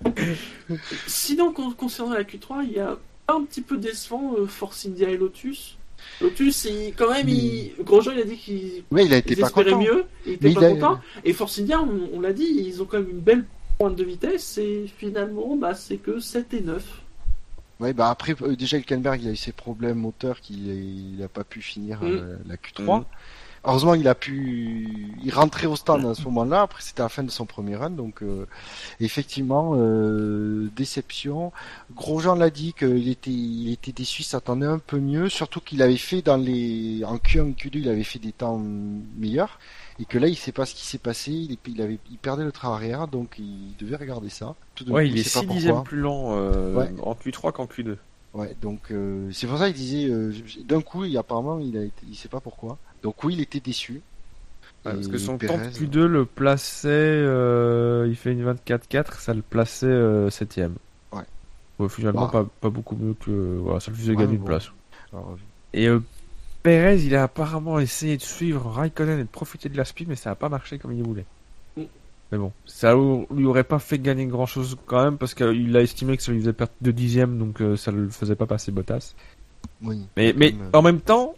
Sinon, con- concernant la Q trois, il y a un petit peu décevant euh, Force India et Lotus. Lotus, il, quand même, il... Grosjean, il a dit qu'il Ouais, il a été ils pas espéraient content. mieux, il était Mais pas il a- content. Et Force India, on, on l'a dit, ils ont quand même une belle pointe de vitesse et finalement, bah, c'est que sept et neuf. Ouais, bah après, euh, déjà, Hülkenberg, il a eu ses problèmes moteurs qu'il a, il a pas pu finir Mm. euh, la Q trois. Mm. Heureusement, il a pu, il rentrait au stand à ce moment-là. Après, c'était la fin de son premier run, donc euh, effectivement, euh, déception. Grosjean l'a dit qu'il était, il était déçu, s'attendait un peu mieux, surtout qu'il avait fait dans les, en Q un, Q deux, il avait fait des temps meilleurs, et que là, il sait pas ce qui s'est passé. Il, est- il avait, il perdait le train arrière, donc il devait regarder ça. Tout d'un Ouais, coup, il est sait pas six pourquoi. dixièmes plus lent euh, Ouais. en Q trois qu'en Q deux. Ouais, donc euh, c'est pour ça qu'il disait euh, d'un coup, il, apparemment, il a été, il sait pas pourquoi. Donc oui, il était déçu. Ouais, parce Et que son temps Pérez, de Q deux le plaçait, euh, il fait une vingt-quatre quatre, ça le plaçait euh, septième. Ouais. Ouais, finalement, Bah. pas, pas beaucoup mieux que. Voilà, ça le faisait Ouais, gagner mais une bon. place. alors, Et euh, Pérez, il a apparemment essayé de suivre Raikkonen et de profiter de la speed, mais ça n'a pas marché comme il voulait. Mm. Mais bon, ça lui aurait pas fait gagner grand chose quand même, parce qu'il a estimé que ça lui faisait perdre deux dixièmes, donc euh, ça le faisait pas passer Bottas. oui. Mais, mais Comme, euh, en même temps,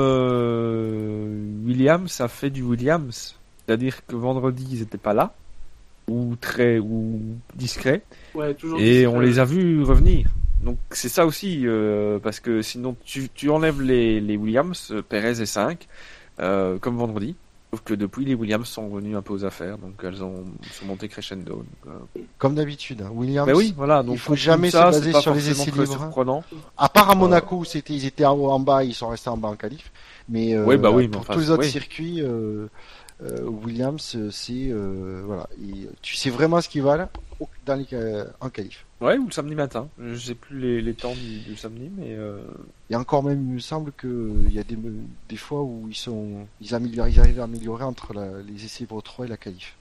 euh, Williams a fait du Williams. C'est-à-dire que vendredi, ils étaient pas là, ou très ou discrets, Ouais, toujours. et discret. on les a vus revenir. Donc c'est ça aussi, euh, parce que sinon tu, tu enlèves les, les Williams, euh, Perez et cinq, euh, comme vendredi. Sauf que depuis, les Williams sont revenus un peu aux affaires, donc elles ont sont montées crescendo. Donc, euh... Comme d'habitude, hein. Williams. Mais oui, voilà. Donc il faut contre jamais ça, se c'est baser pas sur les forcément essais très libres, hein. surprenant. À part à Monaco, où c'était, ils étaient en haut, en bas, ils sont restés en bas en qualif. Mais euh, Oui, bah oui, mais pour enfin, tous les autres oui. circuits, euh, euh, Williams, euh, c'est euh, voilà, et tu sais vraiment ce qu'ils valent au- dans les ca- en qualif. Ouais, ou le samedi matin. Je sais plus les, les temps du, du samedi, mais euh... Et encore même, il me semble que euh, il y a des des fois où ils sont, ils améliorent, ils arrivent à améliorer entre la, les essais Pro trois et la qualif.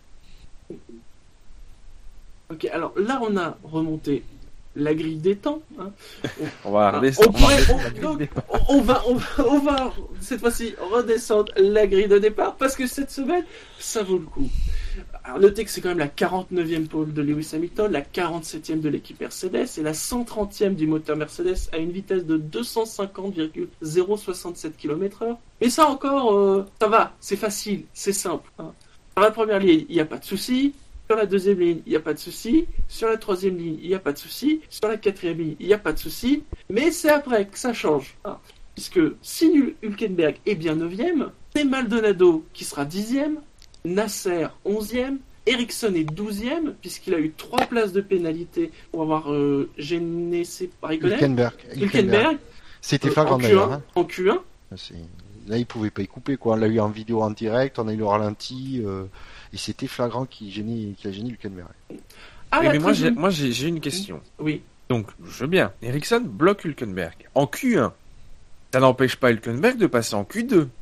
Ok, alors là, on a remonté la grille des temps. Hein. on va Ah, redescendre. on pourrait- va on- redescendre la grille donc, des départ. On on va, on va, on va cette fois-ci redescendre la grille de départ parce que cette semaine, ça vaut le coup. Alors, notez que c'est quand même la quarante-neuvième pole de Lewis Hamilton, la quarante-septième de l'équipe Mercedes et la cent trentième du moteur Mercedes à une vitesse de deux cent cinquante virgule zéro soixante-sept kilomètres heure. Mais ça encore, euh, ça va, c'est facile, c'est simple. Hein. Sur la première ligne, il n'y a pas de souci. Sur la deuxième ligne, il n'y a pas de souci. Sur la troisième ligne, il n'y a pas de souci. Sur la quatrième ligne, il n'y a pas de souci. Mais c'est après que ça change. Hein. Puisque si Hül- Hülkenberg est bien neuvième, c'est Maldonado qui sera dixième, Nasser onzième, Ericsson est douzième, puisqu'il a eu trois places de pénalité pour avoir euh, gêné ses Raikkonen. Hülkenberg, Hülkenberg, c'était euh, flagrant en Q d'ailleurs. un, Hein. en Q un. C'est- Là, il pouvait pas y couper quoi. On l'a eu en vidéo en direct, on a eu le ralenti, euh, et c'était flagrant qui gênait, qui a gêné Hülkenberg. Ah, Oui, la mais moi, j'ai, treizième. moi j'ai, j'ai une question. Oui. Donc, je veux bien. Ericsson bloque Hülkenberg. En Q un, ça n'empêche pas Hülkenberg de passer en Q deux.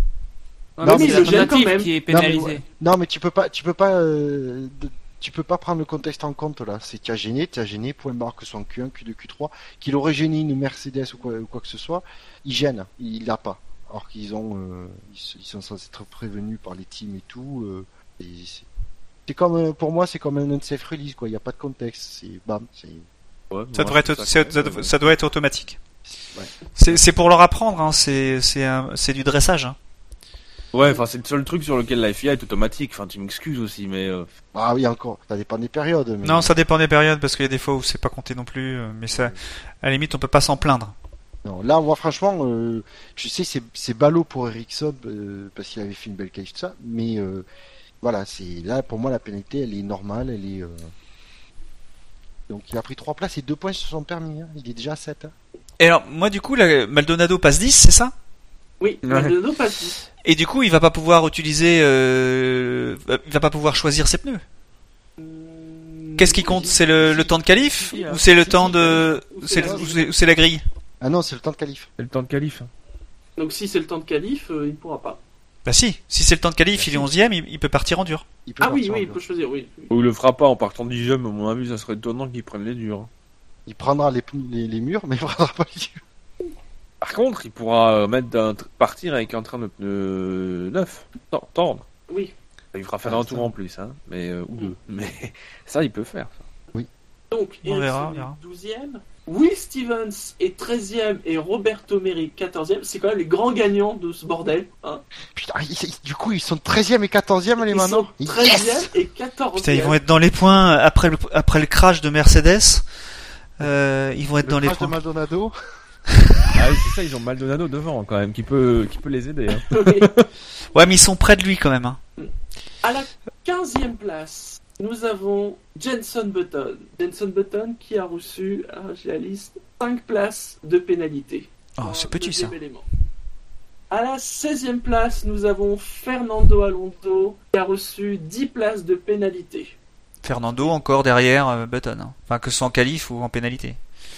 Ouais, Non, mais mais c'est il la le gêne quand tentative même. qui est Non, mais pénalisée. ouais. Non, mais tu peux pas, tu peux pas, euh, de- tu peux pas prendre le contexte en compte là. C'est tu as gêné, tu as gêné, point barre que ce soit en Q un, Q deux, Q trois, qu'il aurait gêné une Mercedes ou quoi, ou quoi que ce soit, il gêne, il l'a pas. Alors qu'ils ont, euh, ils, ils sont censés être prévenus par les teams et tout. Euh, et c'est, c'est comme, euh, pour moi, c'est comme un unsafe release quoi. Il y a pas de contexte, c'est bam, c'est. Ouais, Ça moi, devrait je être, trouve c'est- quand ça, même, doit- euh, ça doit être automatique. Ouais. C'est, c'est pour leur apprendre, hein. C'est, c'est, un- c'est du dressage. Hein. Ouais, enfin, c'est le seul truc sur lequel la F I A est automatique. Enfin, tu m'excuses aussi, mais euh, Ah oui, encore. Ça dépend des périodes. Mais... Non, ça dépend des périodes parce qu'il y a des fois où c'est pas compté non plus. euh, Mais ça, à la limite, on peut pas s'en plaindre. Non, là, moi, franchement, euh, je sais, c'est, c'est ballot pour Ericsson euh, parce qu'il avait fait une belle qualif, tout ça. Mais euh, voilà, c'est là pour moi la pénalité, elle est normale, elle est. Euh... Donc, il a pris trois places et deux points sur son permis. Hein. Il est déjà à sept. Hein. Et alors, moi, du coup, là, Maldonado passe dix, c'est ça? Oui, Ouais. Maldonado passe dix. Et du coup, il va pas pouvoir utiliser, euh, il va pas pouvoir choisir ses pneus. Hum, Qu'est-ce qui compte? C'est le, le temps de qualif Si, hein. ou c'est le Si, temps si, de, ou ou c'est c'est, la- ou c'est- ou c'est la grille? Ah non, c'est le temps de qualif. c'est le temps de qualif. Donc si c'est le temps de qualif, euh, il pourra pas. Bah si, si c'est le temps de qualif, il est onzième, il, il peut partir en dur. Il peut Ah oui, partir en oui, il dur. peut choisir, oui. oui. Ou il le fera pas en partant dixième, à mon avis, ça serait étonnant qu'il prenne les durs. Il prendra les, les, les murs, mais il prendra pas les murs. Par contre, il pourra euh, mettre d'un tr- partir avec un train de pneus neuf, Tor- tendre. Oui. Il fera faire Ah, un ça. tour en plus, hein, mais euh, ou deux. Mais ça, il peut faire. Ça. Donc, On verra, on Ericsson verra. est douzième. Will Stevens est treizième et Roberto Merri quatorzième. C'est quand même les grands gagnants de ce bordel. Hein. Putain, ils- ils- du coup, ils sont treizième et quatorzième, les Ils maintenant. sont treizième et quatorzième. Putain, ils vont être dans les points après le, après le crash de Mercedes. Euh, ils vont être Le dans les crash de points. Maldonado. Ah oui, c'est ça, ils ont Maldonado devant quand même, qui peut, qui peut les aider. Hein. Oui. Ouais, mais ils sont près de lui quand même. Hein. À la quinzième place, nous avons Jenson Button. Jenson Button qui a reçu, ah, j'ai la liste, cinq places de pénalité. Oh, Pour c'est un petit ça. neuvième élément. À la seizième place, nous avons Fernando Alonso qui a reçu dix places de pénalité. Fernando encore derrière euh, Button. Hein. Enfin, que ce soit en qualif ou en pénalité.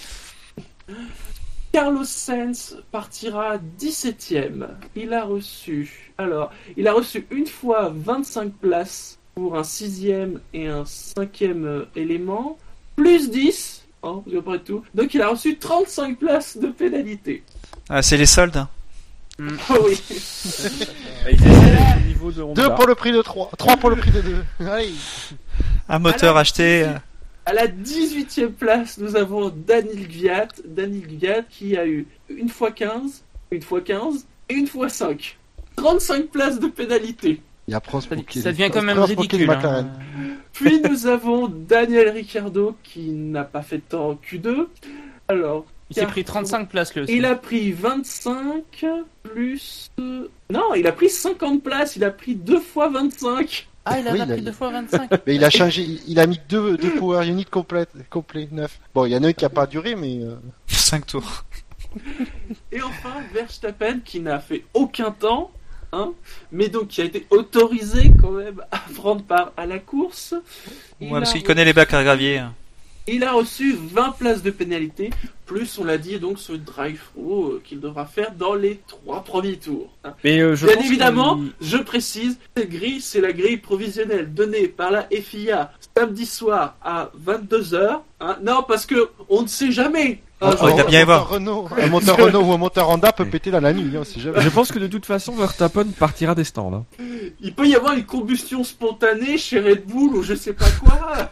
Carlos Sainz partira dix-septième. Il a reçu, alors, il a reçu une fois vingt-cinq places pour un sixième et un cinquième euh, élément, plus dix, hein, vous avez pas tout. Donc il a reçu trente-cinq places de pénalité. Ah, c'est les soldes. Hein. Oh oui. Et ils essaient le niveau de Honda. deux pour le prix de trois. trois pour le prix de deux. Allez. Un moteur À la acheté. euh, dix-huitième À la dix-huitième place, nous avons Daniel Gviat. Daniel Gviat qui a eu une fois quinze, une fois quinze et une fois cinq. trente-cinq places de pénalité. Il y a Prost Ça, pour qui- ça devient quand même Prost pour qui les ridicule. McLaren. hein. Puis nous avons Daniel Ricciardo qui n'a pas fait de temps en Q deux. Alors, Il s'est pris trente-cinq places le. il a pris vingt-cinq plus... euh, Non, il a pris cinquante places, il a pris deux fois vingt-cinq. Ah, il a Oui, pas il a- pris deux fois vingt-cinq. Mais il a changé, il- il a mis deux, deux power units complètes, complets, neuf. Bon, il y en a un qui a pas duré, mais euh, cinq tours. Et enfin, Verstappen qui n'a fait aucun temps, hein, mais donc qui a été autorisé quand même à prendre part à la course. Il Ouais, parce a qu'il connaît les bacs à gravier. hein. Il a reçu vingt places de pénalité, plus on l'a dit donc ce drive-through euh, qu'il devra faire dans les trois premiers tours. hein. Mais euh, je Bien pense évidemment, qu'il- je précise, cette grille, c'est la grille provisionnelle donnée par la F I A samedi soir à vingt-deux heures. hein. Non, parce que on ne sait jamais. hein, Oh, il genre, doit bien y un avoir. moteur Renault, un moteur Renault ou un moteur Honda peut péter dans la nuit, hein, c'est jamais. Je pense que de toute façon, Verstappen partira des stands. Hein. Il peut y avoir une combustion spontanée chez Red Bull ou je sais pas quoi.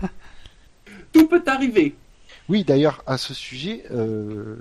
Tout peut arriver. Oui, d'ailleurs, à ce sujet, euh,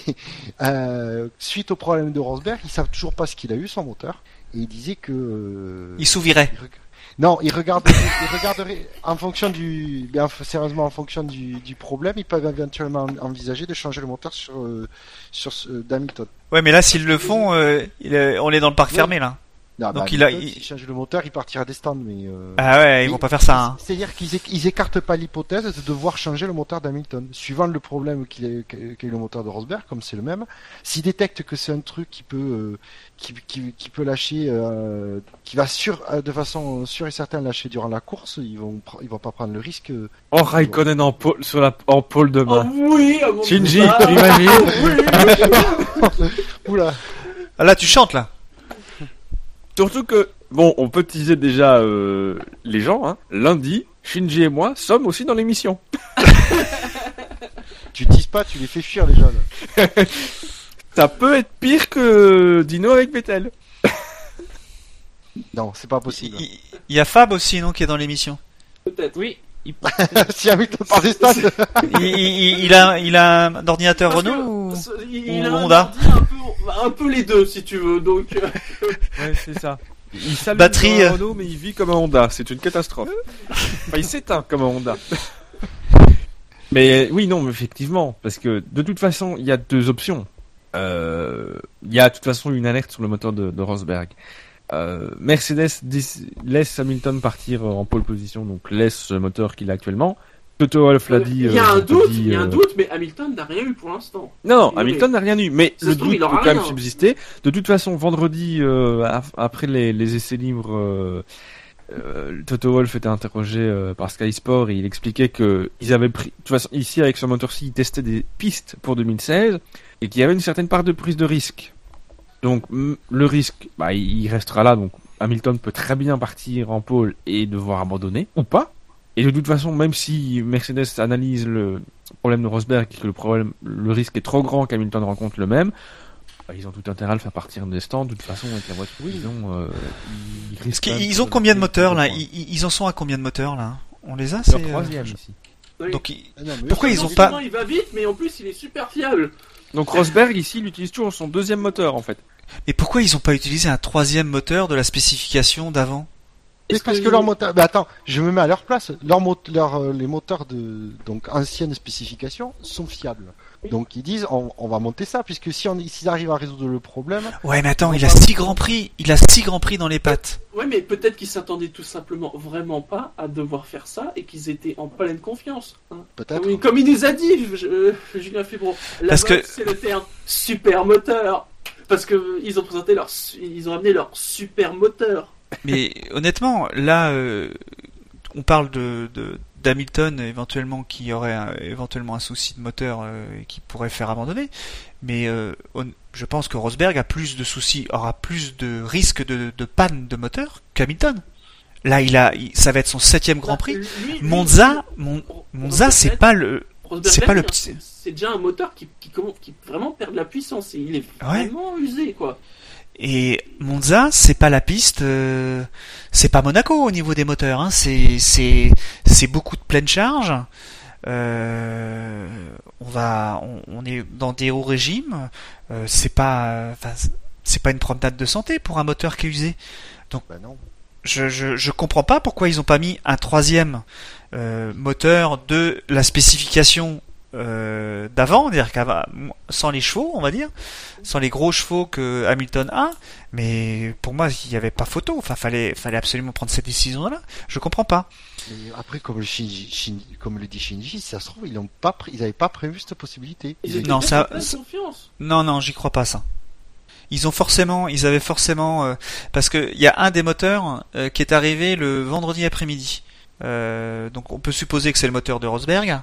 euh, suite au problème de Rosberg, ils savent toujours pas ce qu'il a eu, son moteur, et il disait que... euh, Il s'ouvrirait. il reg- Non, il regarderait, il regarderait en fonction du, bien sérieusement en fonction du, du problème, ils peuvent éventuellement envisager de changer le moteur sur euh, sur ce, d'Hamilton. Ouais, mais là, s'ils le font, euh, il est- on est dans le parc Ouais. fermé là. Non, Donc bah, il a- Hamilton, il- s'il change le moteur, il partira des stands, mais. Euh... Ah ouais, ils vont pas faire ça. Hein. C'est-à-dire qu'ils éc- ils écartent pas l'hypothèse de devoir changer le moteur d'Hamilton. Suivant le problème qu'il a, qu'a qu'a eu le moteur de Rosberg, comme c'est le même, s'ils détectent que c'est un truc qui peut, euh, qui, qui, qui peut lâcher, euh, qui va sur, euh, de façon sûre et certaine lâcher durant la course, ils vont, pr- ils vont pas prendre le risque. euh, Oh, Raikkonen en pôle, sur la, en pôle Oh demain. oui, à mon Shinji, Ah, tu imagines oui. Oula. Ah, là, tu chantes là. Surtout que, bon, on peut teaser déjà euh, les gens. Hein. Lundi, Shinji et moi sommes aussi dans l'émission. Tu dises pas, tu les fais fuir déjà. Là. Ça peut être pire que Dino avec Vettel. Non, c'est pas Il, possible. il- il y a Fab aussi, non, qui est dans l'émission. Peut-être. Oui. Il... si Hamilton part des stades. il, il- il a, il a un ordinateur Parce que Renault ou... ce- il, il a ou un Honda ordi un peu, un peu les deux si tu veux. Donc euh, Ouais, c'est ça. Il s'allume Batterie, comme un euh. Renault, mais il vit comme un Honda. C'est une catastrophe. Enfin, il s'éteint comme un Honda. Mais oui, non, mais effectivement, parce que de toute façon, il y a deux options. Euh, Il y a de toute façon une alerte sur le moteur de, de Rosberg. Euh, Mercedes dis- laisse Hamilton partir en pole position, donc laisse le moteur qu'il a actuellement. Toto Wolff l'a dit. il y a euh, un l'a doute, dit, il y a un euh, doute, mais Hamilton n'a rien eu pour l'instant. Non, non, Il Hamilton n'a rien eu, mais Ça le se trouve, doute il peut aura quand même rien. subsister. De toute façon, vendredi, euh, af- après les, les essais libres, euh, euh, Toto Wolff était interrogé euh, par Sky Sport et il expliquait que ils avaient pris, de toute façon, ici avec ce moteur-ci, ils testaient des pistes pour deux mille seize et qu'il y avait une certaine part de prise de risque. Donc m- le risque, bah, il restera là. Donc Hamilton peut très bien partir en pole et devoir abandonner ou pas. Et de toute façon, même si Mercedes analyse le problème de Rosberg et que le problème, le risque est trop grand qu'Hamilton rencontre le même, bah, ils ont tout intérêt à le faire partir des stands. De toute façon, avec la voiture qu'ils ont, euh, ils Parce risquent. qu'ils ont combien de moteurs là ils, ils en sont à combien de moteurs là On les a Leur c'est, euh, troisième ici. Oui. Donc ils- Ah non, mais Pourquoi eux, ils Non ont seulement pas il va vite, mais en plus il est super fiable. Donc Rosberg ici, il utilise toujours son deuxième moteur en fait. Mais pourquoi ils ont pas utilisé un troisième moteur de la spécification d'avant Mais Est-ce parce que- que leur moteur. Mais attends, je me mets à leur place. Leur mot... leur, euh, les moteurs de donc anciennes spécifications sont fiables. Oui. Donc ils disent on, on va monter ça puisque si on s'ils arrivent à résoudre le problème. Ouais, mais attends, Ils il ont a pas- six grands prix, il a six grands prix dans les pattes. Ouais, mais peut-être qu'ils s'attendaient tout simplement vraiment pas à devoir faire ça et qu'ils étaient en pleine confiance. hein. Peut-être. Comme, il- comme il nous a dit, je- euh, Julien Fibro. La Parce mode, que- c'est le terme super moteur. Parce que euh, ils ont présenté leur, su- ils ont amené leur super moteur. Mais honnêtement, là, euh, on parle de, de d'Hamilton éventuellement qui aurait un, éventuellement un souci de moteur euh, qui pourrait faire abandonner. Mais euh, on- je pense que Rosberg a plus de soucis, aura plus de risques de, de panne de moteur qu'Hamilton. Là, il a, il- ça va être son septième Grand Bah, Prix. lui- lui- Monza, Mon- Monza, Rosberg, c'est pas le, Rosberg c'est l'a pas dit, le hein, petit- C'est déjà un moteur qui, qui, commence- qui vraiment perd de la puissance. Et il est vraiment usé, quoi. Et Monza, c'est pas la piste, euh, c'est pas Monaco au niveau des moteurs, hein, c'est c'est c'est beaucoup de pleine charge. Euh, on va, on, on est dans des hauts régimes. Euh, c'est pas, enfin, c'est pas une promenade de santé pour un moteur qui est usé. Bah non. Je je je comprends pas pourquoi ils ont pas mis un troisième euh, moteur de la spécification euh, d'avant, c'est-à-dire qu'avant, sans les chevaux, on va dire, sans les gros chevaux que Hamilton a. Mais pour moi, il n'y avait pas photo. Enfin, fallait fallait absolument prendre cette décision-là. Je comprends pas. Mais après, comme le, Shinji, Shinji- comme le dit Shinji, si ça se trouve, ils n'ont pas, pré- ils avaient pas prévu cette possibilité. Ils Ils étaient Non, peut-être ça- en pleine ça- confiance. Non, non, j'y crois pas ça. Ils ont forcément, ils avaient forcément, euh, parce que il y a un des moteurs euh, qui est arrivé le vendredi après-midi. Euh, donc on peut supposer que c'est le moteur de Rosberg.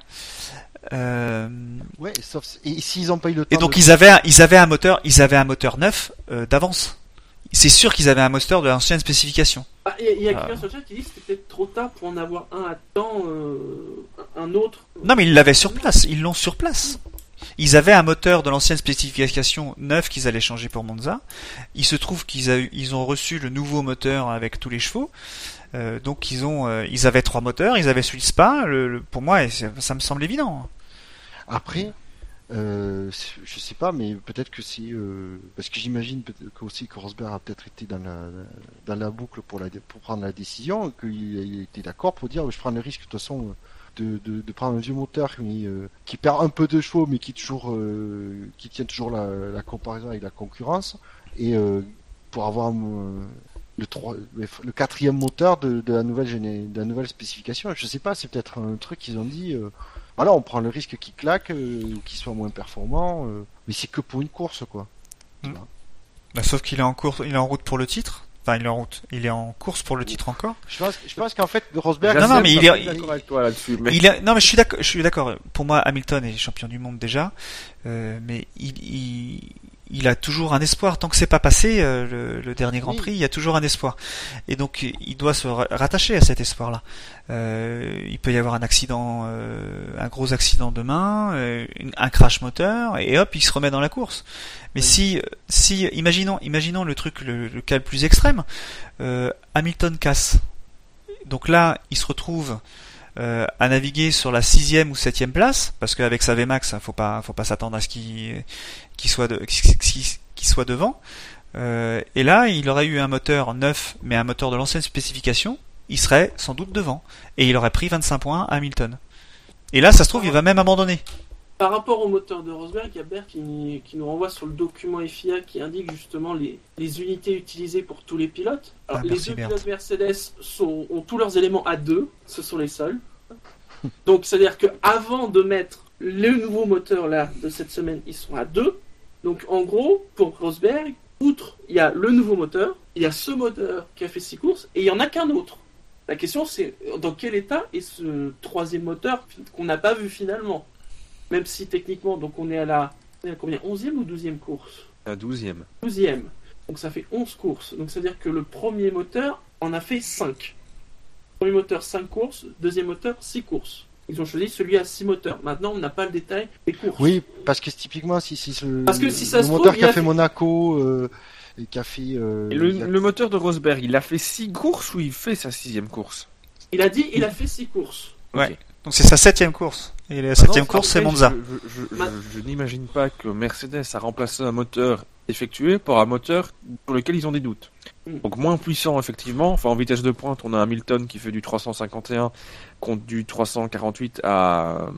Euh, Ouais, sauf et s'ils n'ont pas eu le temps. et donc de... ils avaient, un- ils avaient un moteur, ils avaient un moteur neuf euh, d'avance. C'est sûr qu'ils avaient un moteur de l'ancienne spécification. Ah, Il y a, il y a Ah. quelqu'un sur le chat qui dit que c'était peut-être trop tard pour en avoir un à temps, euh, un autre. Non, mais ils l'avaient sur place. Ils l'ont sur place. Ils avaient un moteur de l'ancienne spécification neuf qu'ils allaient changer pour Monza. Il se trouve qu'ils a eu- ils ont reçu le nouveau moteur avec tous les chevaux. Euh, donc ils ont, euh, ils avaient trois moteurs. Ils avaient celui de Spa. Le, le- pour moi, et c'est- ça me semble évident. Après, euh, c'est- je sais pas, mais peut-être que c'est euh, parce que j'imagine peut-être que aussi que Rosberg a peut-être été dans la dans la boucle pour la pour prendre la décision, qu'il il était d'accord pour dire je prends le risque de toute façon de, de, de prendre un vieux moteur mais, euh, qui perd un peu de chevaux mais qui toujours euh, qui tient toujours la, la comparaison avec la concurrence et euh, pour avoir euh, le, trois, le quatrième moteur de, de la nouvelle géné- de la nouvelle spécification. Je sais pas, c'est peut-être un truc qu'ils ont dit. Euh, voilà, on prend le risque qu'il claque euh, ou qu'il soit moins performant, euh, mais c'est que pour une course quoi. Mm. Voilà. Bah, sauf qu'il est en course, il est en route pour le titre. Enfin, il est en route. Il est en course pour le titre encore. Je pense, je pense qu'en fait Rosberg. Non, non, mais il est- est d'accord avec toi là-dessus. Mais... Il est, non, mais je suis d'accord. Je suis d'accord. Pour moi, Hamilton est champion du monde déjà, euh, mais il, il, il a toujours un espoir. Tant que c'est pas passé, euh, le, le dernier Grand Oui. Prix, il y a toujours un espoir. Et donc, il doit se ra- rattacher à cet espoir-là. Euh, il peut y avoir un accident, euh, un gros accident demain, euh, une- un crash moteur, et hop, il se remet dans la course. Mais Oui. si, si, imaginons, imaginons le truc, le, le cas le plus extrême, euh, Hamilton casse. Donc là, il se retrouve euh, à naviguer sur la sixième ou septième place, parce qu'avec sa V max, faut pas, faut pas s'attendre à ce qu'il, qu'il soit, de, qu'il, qu'il soit devant. Euh, et là, il aurait eu un moteur neuf, mais un moteur de l'ancienne spécification, il serait sans doute devant, et il aurait pris vingt-cinq points à Hamilton. Et là, ça se trouve, il va même abandonner. Par rapport au moteur de Rosberg, il y a Bert qui, qui nous renvoie sur le document F I A qui indique justement les, les unités utilisées pour tous les pilotes. Alors, Ah, les merci, deux Bert. pilotes Mercedes sont, ont tous leurs éléments à deux, ce sont les seuls. Donc, c'est-à-dire qu'avant de mettre le nouveau moteur là de cette semaine, ils sont à deux. Donc, en gros, pour Rosberg, outre, il y a le nouveau moteur, il y a ce moteur qui a fait six courses, et il n'y en a qu'un autre. La question, c'est dans quel état est ce troisième moteur qu'on n'a pas vu finalement. Même si techniquement, donc on est à la, on est à combien, onzième ou douzième course? Un douzième. douzième. Donc ça fait onze courses. Donc ça veut dire que le premier moteur en a fait cinq. Premier moteur, cinq courses. Deuxième moteur, six courses. Ils ont choisi celui à six moteurs. Maintenant, on n'a pas le détail des courses. Oui, parce que typiquement, si c'est le, Parce que si ça le se moteur trouve, qui il a a fait fait- Monaco, euh, et qui a fait... euh, Et le, il a- le moteur de Rosberg, il a fait six courses ou il fait sa sixième course? Il a dit il a fait six courses. Ouais. Ok. Donc c'est sa septième course. Et la Ah septième non, course, c'est après, Monza. Je, je- je- Ma- je- je n'imagine pas que Mercedes a remplacé un moteur effectué par un moteur pour lequel ils ont des doutes. Mm. Donc moins puissant, effectivement. Enfin, en vitesse de pointe, on a Hamilton qui fait du trois cent cinquante et un contre du trois cent quarante-huit à,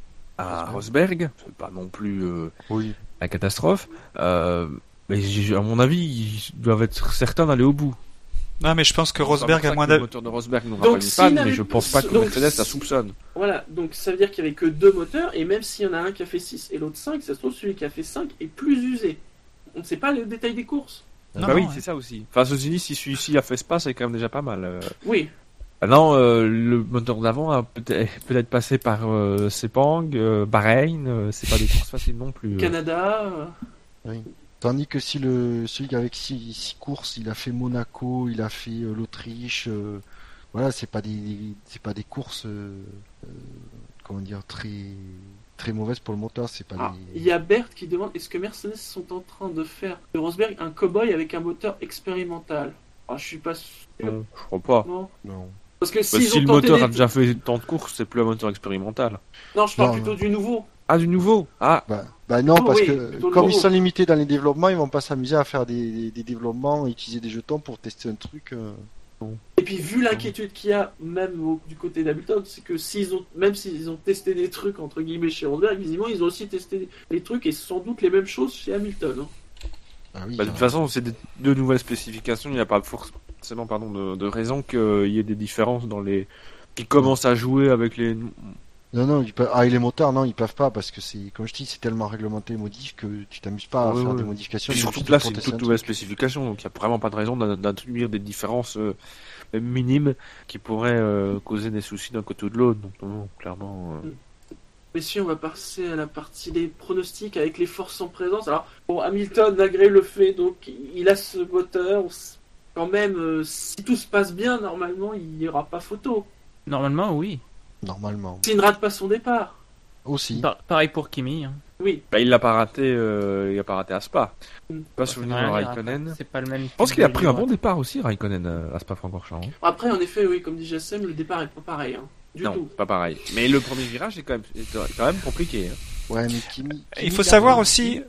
à Rosberg. C'est pas non plus euh, Oui. la catastrophe. Euh, mais j'ai- à mon avis, ils doivent être certains d'aller au bout. Non, mais je pense que C'est Rosberg pour ça a moins que le d'a- moteur de Rosberg n'aura Donc, pas une s'il panne, n'avait- mais je pense pas que donc, Mercedes si- la soupçonne. Voilà, donc ça veut dire qu'il n'y avait que deux moteurs, et même s'il y en a un qui a fait six et l'autre cinq, ça se trouve celui qui a fait cinq est plus usé. On ne sait pas le détail des courses. Non, bah non, oui, ouais. c'est ça aussi. Enfin, ceci dit, si celui-ci a fait Spa, c'est quand même déjà pas mal. euh. Oui, Ah non, euh, le moteur d'avant a peut-être peut-être passé par euh, Sepang, euh, Bahreïn, euh, c'est pas des courses faciles non plus. euh. Canada. euh, Tandis que si le celui avec six, six courses, il a fait Monaco, il a fait euh, l'Autriche, euh, voilà, c'est pas des c'est pas des courses euh, euh, comment dire très très mauvaises pour le moteur, c'est pas Ah, des... il y a Bert qui demande est-ce que Mercedes sont en train de faire de Rosberg un cow-boy avec un moteur expérimental? Ah, je suis pas sûr. Non, je crois pas. Non. Non. Parce que Bah, s'ils si ont le tenté moteur des- a déjà fait tant de courses, c'est plus un moteur expérimental. Non, je parle Non, plutôt non. du nouveau. Ah, du nouveau. Ah, Bah, bah non, Oh, parce oui, que plutôt le comme nouveau. ils sont limités dans les développements, ils vont pas s'amuser à faire des, des, des développements, utiliser des jetons pour tester un truc. euh. Et puis vu l'inquiétude qu'il y a même au- du côté d'Hamilton, c'est que s'ils ont même s'ils ont testé des trucs entre guillemets chez Rosberg, visiblement ils ont aussi testé des trucs et sans doute les mêmes choses chez Hamilton. hein. Ah oui, bah, de hein. toute façon, c'est des- deux nouvelles spécifications. Il n'y a pas forcément pardon, de, de raison qu'il y ait des différences dans les. Qui commencent à jouer avec les. Non, non, ils peuvent... ah, et les moteurs, non, ils peuvent pas parce que c'est, comme je dis, c'est tellement réglementé, modif que tu t'amuses pas à Ouais, faire ouais. des modifications. Puis juste surtout que là, pour c'est une tester toute un nouvelle truc. spécification, donc il n'y a vraiment pas de raison d'in- d'introduire des différences euh, même minimes qui pourraient euh, causer des soucis d'un côté ou de l'autre. Donc, non, clairement. euh, Messieurs, on va passer à la partie des pronostics avec les forces en présence. Alors, bon, Hamilton, malgré le fait, donc, il a ce moteur. on s- Quand même, euh, si tout se passe bien, normalement, il n'y aura pas photo. Normalement, oui. Normalement. S'il ne rate pas son départ. Aussi. Par- pareil pour Kimi. Hein. Oui. Bah, il l'a pas raté, euh, il a pas raté à Spa. Mm. Pas Ça souvenir veut de rien dire, Raikkonen. après. C'est pas le même. Je pense qu'il a pris un bon départ aussi, Raikkonen, euh, à Spa-Francorchamps. hein. Après, en effet, oui, comme dit Jassem, le départ est pas pareil. hein. Du Non, tout. pas pareil. Mais le premier virage est quand même, est quand même compliqué. hein. Ouais, mais Kimi. Il Kimi, faut il a- savoir aussi,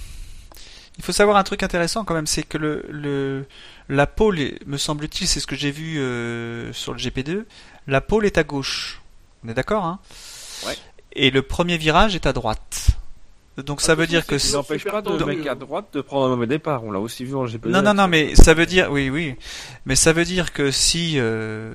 il faut savoir un truc intéressant quand même, c'est que le, le la pole, est- me semble-t-il, c'est ce que j'ai vu euh, sur le G P deux, la pole est à gauche. On est d'accord, hein? Ouais. Et le premier virage est à droite. Donc ça Attention, veut dire que c'est Ça n'empêche super pas de tendu, mec à hein. droite de prendre un mauvais départ. On l'a aussi vu en G P deux. non non non mais ça veut dire oui oui mais ça veut dire que si euh,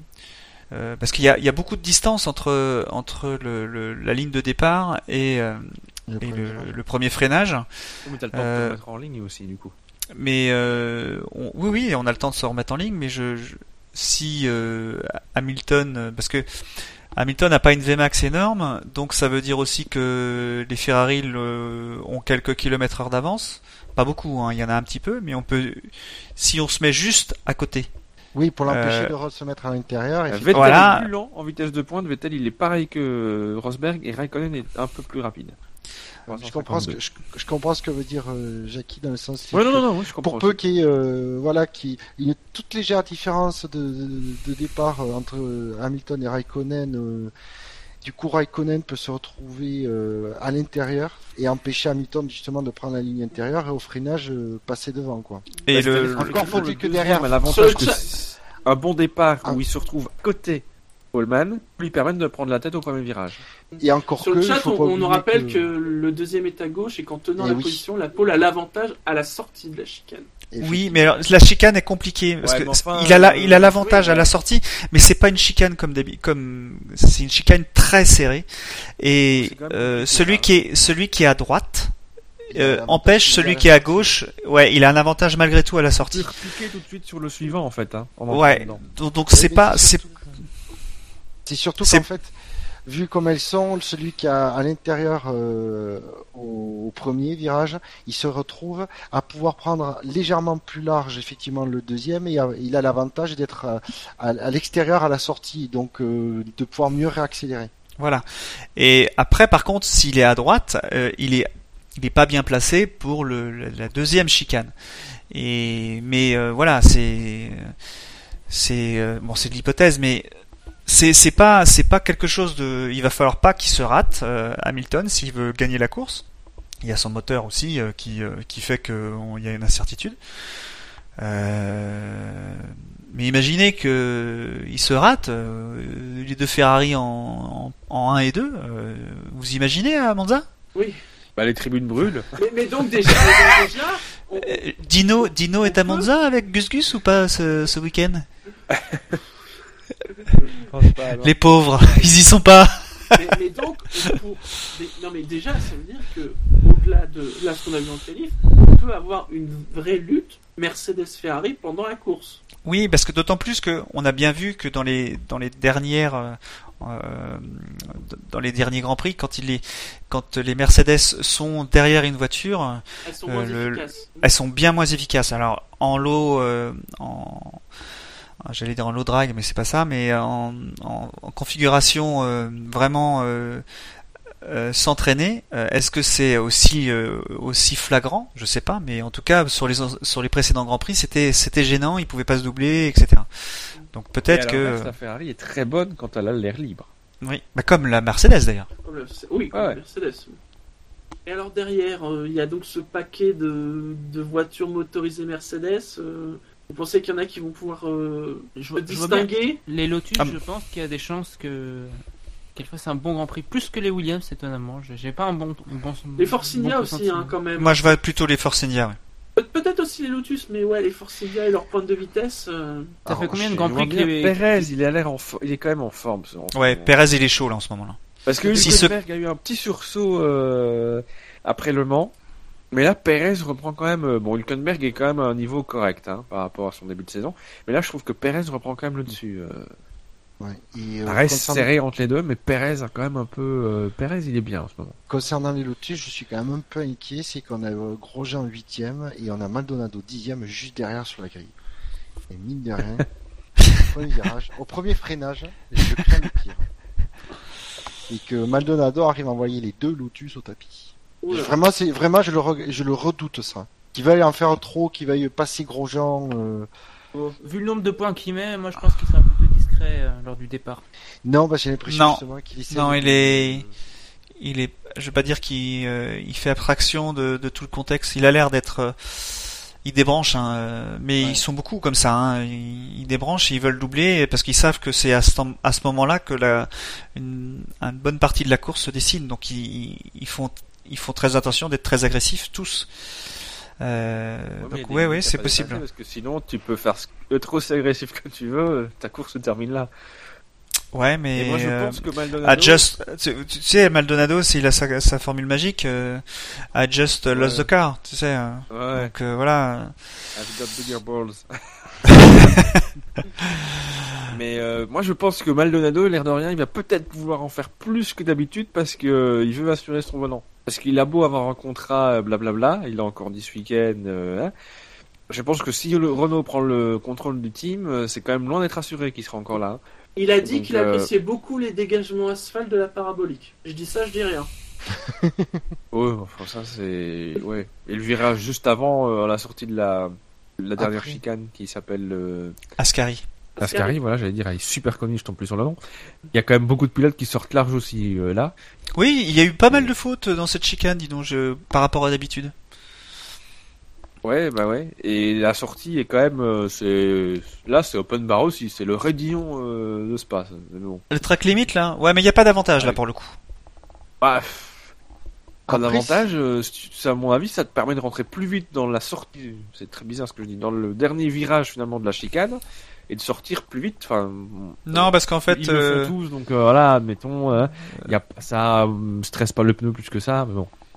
euh, parce qu'il y a, il y a beaucoup de distance entre entre le, le- la ligne de départ et, euh, Le et premier le, virage. le premier freinage. Mais t'as le temps de Euh, te mettre en ligne aussi, du coup. Mais euh, on- oui, oui, on a le temps de se remettre en ligne. Mais je, je- si euh, Hamilton, euh, parce que Hamilton n'a pas une V MAX énorme, donc ça veut dire aussi que les Ferrari le- ont quelques kilomètres heure d'avance. Pas beaucoup, hein, il y en a un petit peu, mais on peut, si on se met juste à côté. Oui, pour l'empêcher Euh, de re- se mettre à l'intérieur. et Euh, fait- Vettel Voilà. est plus lent en vitesse de pointe. Vettel, il est pareil que Rosberg et Raikkonen est un peu plus rapide. Je comprends ce que je, je comprends ce que veut dire euh, Jackie dans le sens. c'est Ouais, non, que non, non, oui, je comprends. Pour peu qu'il y ait euh, voilà qui une toute légère différence de, de, de départ euh, entre euh, Hamilton et Raikkonen. euh, du coup, Raikkonen peut se retrouver euh, à l'intérieur et empêcher Hamilton justement de prendre la ligne intérieure et au freinage euh, passer devant quoi. Et Bah, le, c'est- le- encore le faut-il que deuxième derrière- a l'avantage Sur que le chat- c'est un bon départ Ah. où il se retrouve à côté Coleman lui permettre de prendre la tête au premier virage. Et encore Sur que, le il chat, faut on, pas on nous oublier rappelle que... le deuxième est à gauche et qu'en tenant Eh la oui. position, la pole a l'avantage à la sortie de la chicane. oui, mais alors, la chicane est compliquée parce Ouais, que mais enfin, il a la, euh, il a l'avantage oui, à la sortie, mais c'est pas une chicane comme d'habi- comme c'est une chicane très serrée et C'est quand même euh, compliqué, celui ça. qui est celui qui est à droite Il a euh, l'avantage empêche qu'il celui a qui est à la sortie. gauche. Ouais, il a un avantage malgré tout à la Tu sortie. peux repiquer tout de suite sur le suivant en fait. Hein, en entrant Ouais. dedans. Donc donc Ouais, c'est mais pas c'est surtout- C'est surtout c'est- qu'en fait, vu comme elles sont, celui qui a à l'intérieur euh, au, au premier virage, il se retrouve à pouvoir prendre légèrement plus large effectivement le deuxième et a, il a l'avantage d'être à, à, à l'extérieur à la sortie, donc euh, de pouvoir mieux réaccélérer. Voilà. Et après, par contre, s'il est à droite, euh, il est il est pas bien placé pour le, la deuxième chicane. Et mais euh, voilà, c'est c'est euh, bon, c'est de l'hypothèse, mais c'est c'est pas c'est pas quelque chose de. Il va falloir pas qu'il se rate, euh, Hamilton, s'il veut gagner la course. Il y a son moteur aussi euh, qui euh, qui fait que on, il y a une incertitude. Euh, mais imaginez que il se rate, euh, les deux Ferrari en, en, en un et deux. Euh, vous imaginez à Monza? Oui. Bah les tribunes brûlent. Mais, mais donc déjà, mais donc déjà on... Euh, Dino, Dino est à Monza avec Gus Gus ou pas ce, ce week-end? Les pauvres, ils y sont pas. mais, mais donc, pour... mais, non mais déjà, ça veut dire que au-delà de là ce qu'on a vu en qualif, on peut avoir une vraie lutte Mercedes-Ferrari pendant la course. Oui, parce que d'autant plus que on a bien vu que dans les dans les dernières euh, dans les derniers grands prix, quand il est quand les Mercedes sont derrière une voiture, elles sont moins euh, efficaces. Le, elles sont bien moins efficaces. Alors en low, euh, en j'allais dire en low drag, mais c'est pas ça, mais en, en, en configuration euh, vraiment euh, euh, s'entraîner, euh, est-ce que c'est aussi euh, aussi flagrant? Je sais pas, mais en tout cas sur les sur les précédents grands prix, c'était c'était gênant, ils pouvaient pas se doubler, et cetera. Donc peut-être que la Ferrari est très bonne quand elle a l'air libre. Oui, bah comme la Mercedes d'ailleurs. Comme la... Oui, comme ouais. la Mercedes. Et alors derrière, euh, il y a donc ce paquet de, de voitures motorisées Mercedes. Euh, vous pensez qu'il y en a qui vont pouvoir euh, je, distinguer? Je les Lotus, ah, je pense qu'il y a des chances que qu'elle fasse un bon Grand Prix, plus que les Williams, étonnamment. J'ai pas un bon, un bon les Force India bon aussi, hein, quand même. Moi, je vois plutôt les Force India. Ouais. Pe- peut-être aussi les Lotus, mais ouais, les Force India et leur pointe de vitesse. Euh... Ça fait combien de je Grands Prix que les... Pérez, il a l'air en fo... il est quand même en forme. En ouais, Pérez il est chaud là en ce moment-là. Parce que si Hülkenberg ce... a eu un petit sursaut euh, après Le Mans, mais là Pérez reprend quand même. Bon, Hülkenberg est quand même à un niveau correct hein, par rapport à son début de saison, mais là je trouve que Pérez reprend quand même le dessus. Euh... Ouais, et, euh, ça reste concernant... serré entre les deux, mais Pérez a quand même un peu. Euh... Pérez, il est bien en ce moment. Concernant les Lotus, je suis quand même un peu inquiet, c'est qu'on a euh, Grosjean huitième et on a Maldonado dixième juste derrière sur la grille. Et mine de rien, au premier virage, au premier freinage, je crains le pire. Et que Maldonado arrive à envoyer les deux Lotus au tapis. Oula. Vraiment, c'est vraiment, je le, re... je le redoute ça. Qu'il veuille en faire trop, qu'il veuille passer Grosjean. Euh... Oh, vu le nombre de points qu'il met, moi je pense qu'il sera plutôt discret euh, lors du départ. Non, bah j'ai l'impression non. justement qu'il essaie. Non, de... il est, il est, je vais pas dire qu'il euh, il fait abstraction de, de tout le contexte. Il a l'air d'être, euh, il débranche, hein, euh, mais ouais. Ils sont beaucoup comme ça. Hein, ils, ils débranchent, et ils veulent doubler parce qu'ils savent que c'est à ce, à ce moment-là que la, une, une bonne partie de la course se dessine. Donc ils, ils font, ils font très attention d'être très agressifs tous. Euh, ouais, donc ouais, ouais, c'est possible. Parce que sinon, tu peux faire être aussi agressif que tu veux, ta course se termine là. Ouais, mais et moi je euh, pense que Maldonado. Adjust, tu, tu sais, Maldonado, c'est il a sa, sa formule magique. Euh, adjust ouais. Lost the car, tu sais. Euh, ouais. Donc euh, voilà. I've got bigger balls. Mais euh, moi je pense que Maldonado, l'air de rien, il va peut-être vouloir en faire plus que d'habitude parce que euh, il veut assurer son volant. Parce qu'il a beau avoir un contrat, blablabla, il a encore dit ce week-end. Euh, hein, je pense que si le Renault prend le contrôle du team, c'est quand même loin d'être assuré qu'il sera encore là. Il a dit Donc, qu'il euh... appréciait beaucoup les dégagements asphalte de la parabolique. Je dis ça, je dis rien. Ouais, enfin ça c'est... Ouais. Et le virage juste avant, euh, à la sortie de la, la dernière Après. chicane qui s'appelle... Euh... Ascari. Ascari, voilà, j'allais dire, elle est super connue, je tombe plus sur le nom. Il y a quand même beaucoup de pilotes qui sortent large aussi euh, là. Oui, il y a eu pas mal de fautes dans cette chicane, dis donc, je... par rapport à d'habitude. Ouais, bah ouais. Et la sortie est quand même, euh, c'est là, c'est open bar aussi, c'est le raidillon euh, de Spa. Bon. Le track limit là, ouais, mais il y a pas d'avantage ouais. là pour le coup. Bah, pas d'avantage. Euh, à mon avis, ça te permet de rentrer plus vite dans la sortie. C'est très bizarre ce que je dis. Dans le dernier virage finalement de la chicane. Et de sortir plus vite. Enfin, non, parce qu'en fait, ils euh... le font tous, donc euh, voilà, admettons, euh, y a, ça euh, stresse pas le pneu plus que ça, mais bon.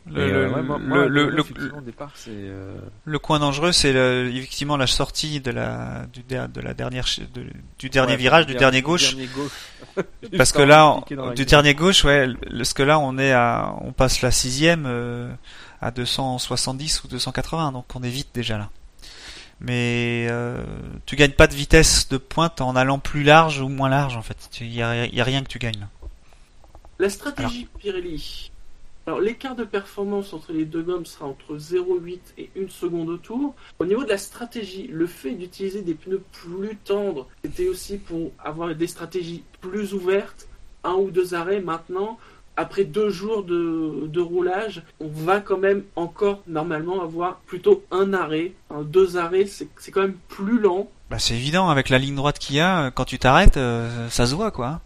Le, Mais, euh, le- ouais, moi, le- moi, le- le, le- effectivement, au départ, c'est. Euh... le coin dangereux, c'est le- effectivement la sortie de la, du, der- de la dernière, ch- de- du dernier ouais, virage, du dernier du gauche. dernier gauche. Parce Juste que avant là, de on- piquer dans la du gueule. dernier gauche, ouais, le- parce que là, on est à, on passe la sixième euh, à deux cent soixante-dix ou deux cent quatre-vingts, donc on est vite déjà là. Mais euh, tu gagnes pas de vitesse de pointe en allant plus large ou moins large en fait. Il y a, y a rien que tu gagnes là. La stratégie Pirelli. Alors, l'écart de performance entre les deux gommes sera entre zéro virgule huit et une seconde au tour. Au niveau de la stratégie, le fait d'utiliser des pneus plus tendres, c'était aussi pour avoir des stratégies plus ouvertes, un ou deux arrêts. Maintenant, après deux jours de, de roulage, on va quand même encore normalement avoir plutôt un arrêt. Hein, deux arrêts, c'est, c'est quand même plus lent. Bah c'est évident avec la ligne droite qu'il y a, quand tu t'arrêtes, euh, ça se voit quoi.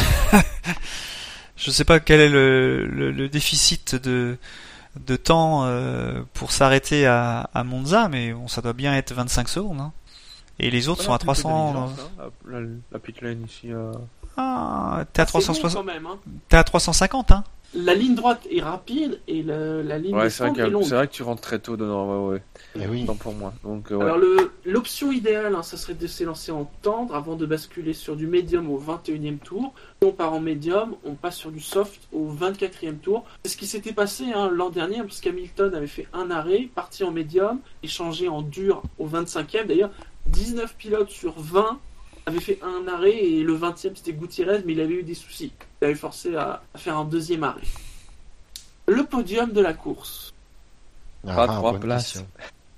Je sais pas quel est le, le, le déficit de, de temps euh, pour s'arrêter à, à Monza, mais bon, ça doit bien être vingt-cinq secondes. Hein. Et les autres Voilà, sont à plutôt trois cents. d'intelligence, hein. La, la, la pit lane ici. Euh... Ah, t'es à C'est bon trois cent soixante, quand même. Hein. t'es à trois cent cinquante, hein. La ligne droite est rapide et la, la ligne Ouais, c'est vrai, descente est qu'il y a- longue. c'est vrai que tu rentres très tôt dedans. Ouais, ouais. Eh oui. Tant pour moi. Donc, euh, ouais. Alors le, l'option idéale, hein, ça serait de s'élancer en tendre avant de basculer sur du médium au vingt et unième tour. Si on part en médium, on passe sur du soft au vingt-quatrième tour. C'est ce qui s'était passé hein, l'an dernier, parce qu'Hamilton avait fait un arrêt, parti en médium, et changé en dur au vingt-cinquième. D'ailleurs, dix-neuf pilotes sur vingt avaient fait un arrêt, et le vingtième c'était Gutiérrez, mais il avait eu des soucis. Il avait forcé à, à faire un deuxième arrêt. Le podium de la course. Pas trois bonne places. question.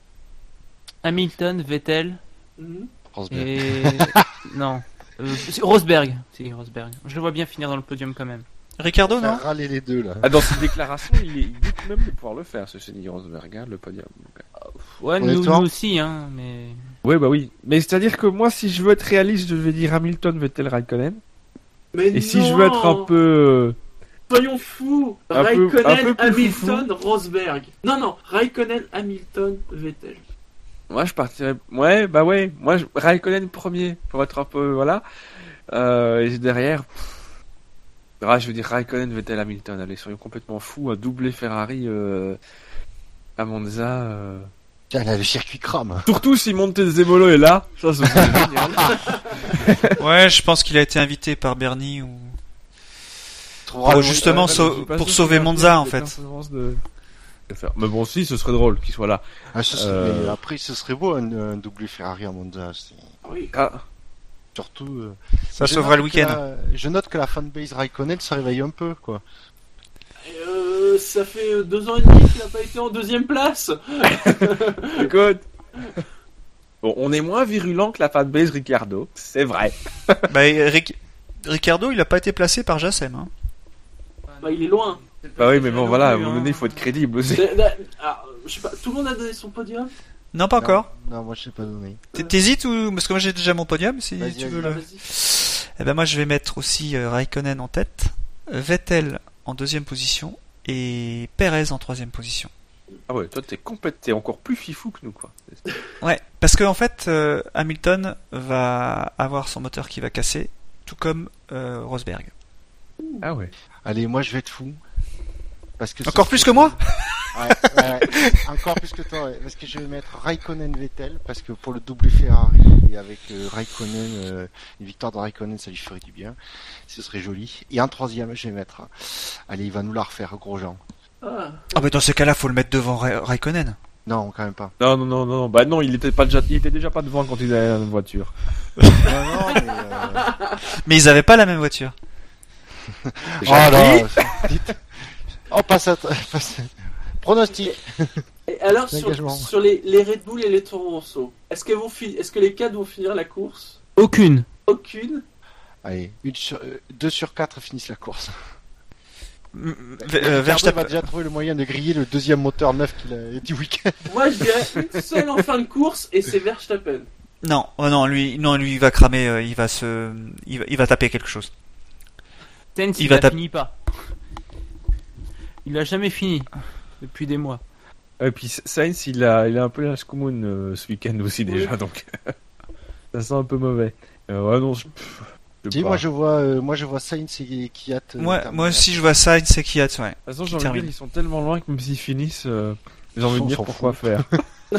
Hamilton, Vettel Mhm. Rosberg. et non, euh, c'est Rosberg. C'est Rosberg. Je le vois bien finir dans le podium quand même. Ricardo, non? Faire râler les deux là. Ah, dans ses déclarations, il, est, il dit tout même de pouvoir le faire, ce Cédric Rosberg, hein, le podium. Donc, Ouais, nous, Honnêtement. nous aussi, hein, mais Oui, bah oui. Mais c'est-à-dire que moi, si je veux être réaliste, je vais dire Hamilton, Vettel, Raikkonen. Mais Et si je veux être un peu... euh, Soyons fous, Un peu- Raikkonen, un peu plus Hamilton, Rosberg. Non, non, Raikkonen, Hamilton, Vettel. Moi, je partirais... Ouais, bah ouais. Moi, je... Raikkonen premier, pour être un peu... Voilà. Euh, et derrière... pff, Ah, je veux dire Raikkonen, Vettel, Hamilton. Allez, soyons complètement fous. Un doublé Ferrari euh, à Monza... Euh... Tiens, là, le circuit crame. Surtout si Montezemolo est là. Ça, c'est génial. Ouais, je pense qu'il a été invité par Bernie ou. Trouvera Pour le- justement Ouais, sau- je suis pas pour sûr sauver qu'il va Monza, faire en des fait. performances de- de faire. Mais bon, si, ce serait drôle qu'il soit là. Ah, ce serait- Euh. mais après, ce serait beau un, un doublé Ferrari à Monza. c'est- Oui. Ah, Surtout. euh, Ça je sauvera le note que week-end. la- Je note que la fanbase Raikkonen se réveille un peu, quoi. Euh, ça fait deux ans et demi qu'il n'a pas été en deuxième place. écoute. Bon, on est moins virulent que la fanbase Ricardo, c'est vrai. Bah, Ric- Ricardo, il a pas été placé par Jassem. Hein. Bah, il est loin. Bah oui, mais bon, non voilà, à un plus, moment hein. donné, il faut être crédible aussi. C'est- là, alors, je sais pas, tout le monde a donné son podium. Non, pas encore. Non, non, moi je sais pas donné. T- T'hésites ou parce que moi j'ai déjà mon podium si Vas-y, tu vas-y. veux Bah, le. vas-y. Eh ben moi je vais mettre aussi euh, Raikkonen en tête, euh, Vettel en deuxième position et Perez en troisième position. Ah ouais, toi, t'es complète, t'es encore plus fifou que nous, quoi. Ouais, parce que en fait euh, Hamilton va avoir son moteur qui va casser, tout comme euh, Rosberg. Ah ouais. Allez, moi je vais être fou. Parce que Encore plus que moi. Ouais, ouais, encore plus que toi, ouais. Parce que je vais mettre Raikkonen Vettel, parce que pour le double Ferrari, et avec euh, Raikkonen, euh, une victoire de Raikkonen, ça lui ferait du bien. Ce serait joli. Et en troisième, je vais mettre, allez, il va nous la refaire, Grosjean. Ah. Ah bah dans ces cas-là faut le mettre devant Ra- Raikkonen. Non, quand même pas. Non, non, non, non, bah non, il était pas déjà, il était déjà pas devant quand il avait la voiture. Non, non, mais, euh... Mais ils avaient pas la même voiture. Oh là, dites. On passe à, passe à... pronostic. Et alors, sur, L'engagement. sur les, les Red Bull et les Toro Rosso, est-ce que, vont fi- est-ce que les quatre vont finir la course? aucune. Aucune. Allez, une sur, euh, deux sur quatre finissent la course. M- Ricardo V- euh, va Verstappen. déjà trouver le moyen de griller le deuxième moteur neuf qu'il a du week-end. Moi, je dirais une seule en fin de course et c'est Verstappen. Non, oh non lui, non lui il va cramer, euh, il va se, il va, il va taper quelque chose. Sainz, Il il, va a taper. fini pas. Il a jamais fini depuis des mois. Et puis Sainz, il a, il a un peu la Skumun euh, ce week-end aussi déjà, donc ça sent un peu mauvais. Euh, ouais, non, je- pff, Je Si, sais pas. moi je vois, euh, moi je vois Sainz et Kvyat. euh, Moi, terminer. moi aussi, je vois Sainz et Kvyat, ouais. De toute façon, j'ai Qui envie de termine. dire, ils sont tellement loin que même s'ils finissent, euh, j'ai envie de On dire s'en pourquoi fout. faire.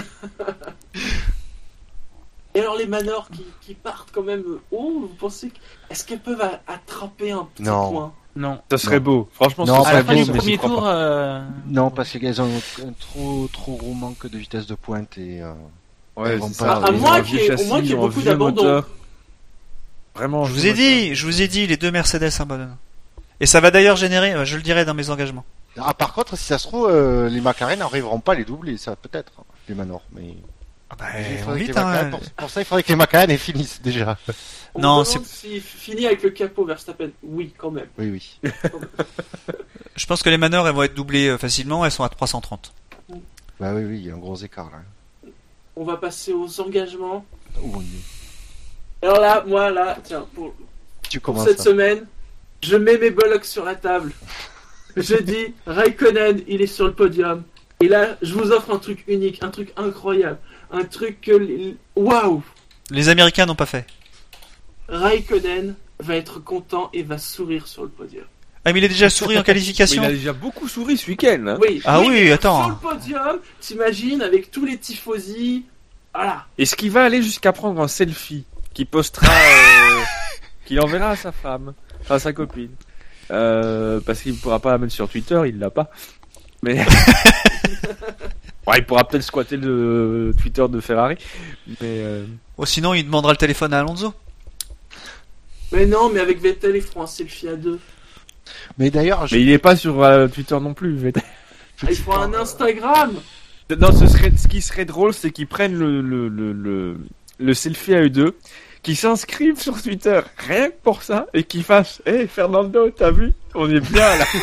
Et alors les Manors qui, qui partent quand même haut, vous pensez que... Est-ce qu'elles peuvent a- attraper un petit Non. point? Non. Ça serait Non. beau. Franchement, Non, ça À la serait fin beau, du mais j'y premier crois tour, pas. euh, Non, parce qu'elles ont un trop trop gros manque de vitesse de pointe et. Euh... Ouais, Elles vont c'est pas ça. arriver. Ils À ont moins un qu'il y vieux ait- au châssis, moins qu'il y ait ils ont un beaucoup vieux d'abandon. moteur. Vraiment. Je un vous vieux ai moteur. dit, je vous ai dit, les deux Mercedes abandonnent. Et ça va d'ailleurs générer, euh, je le dirai dans mes engagements. Ah, par contre, si ça se trouve, euh, les McLaren n'arriveront pas à les doubler, ça peut-être, les Manor. Mais Ah bah, il on faudrait que vite, les hein. McLaren- pour, pour ça, il faudrait que les McLaren les finissent déjà. On Non, me demande s'il finit avec le capot Verstappen. Oui, quand même. Oui, oui. Je pense que les manœuvres, elles vont être doublées euh, facilement, elles sont à trois cent trente. Bah oui, oui, il y a un gros écart là. On va passer aux engagements. Oh, on y est. Alors là, moi là, tiens, pour, Tu pour commences. cette hein. semaine, je mets mes bollocks sur la table. Je dis, Raikkonen, il est sur le podium. Et là, je vous offre un truc unique, un truc incroyable, un truc que... les- Waouh! Les Américains n'ont pas fait. Raikkonen va être content et va sourire sur le podium. Ah, mais il est déjà souri en Mais qualification. il a déjà beaucoup souri ce week-end. Hein. Oui, Ah oui, mais attends. Sur le podium, t'imagines, avec tous les tifosi, voilà. Est-ce qu'il va aller jusqu'à prendre un selfie qu'il postera, euh, qu'il enverra à sa femme, enfin à sa copine, euh, parce qu'il ne pourra pas la mettre sur Twitter, il l'a pas. Mais ouais, il pourra peut-être squatter le Twitter de Ferrari, mais euh... Ou sinon, il demandera le téléphone à Alonso. Mais non, mais avec Vettel, ils feront un selfie à deux. Mais d'ailleurs, je... mais il est pas sur euh, Twitter non plus. mais- Ah, ils feront un Instagram. Non, ce serait, ce qui serait drôle, c'est qu'ils prennent le le le le, le selfie à eux deux, qu'ils s'inscrivent sur Twitter rien que pour ça et qu'ils fassent, hé Fernando, t'as vu, on est bien là.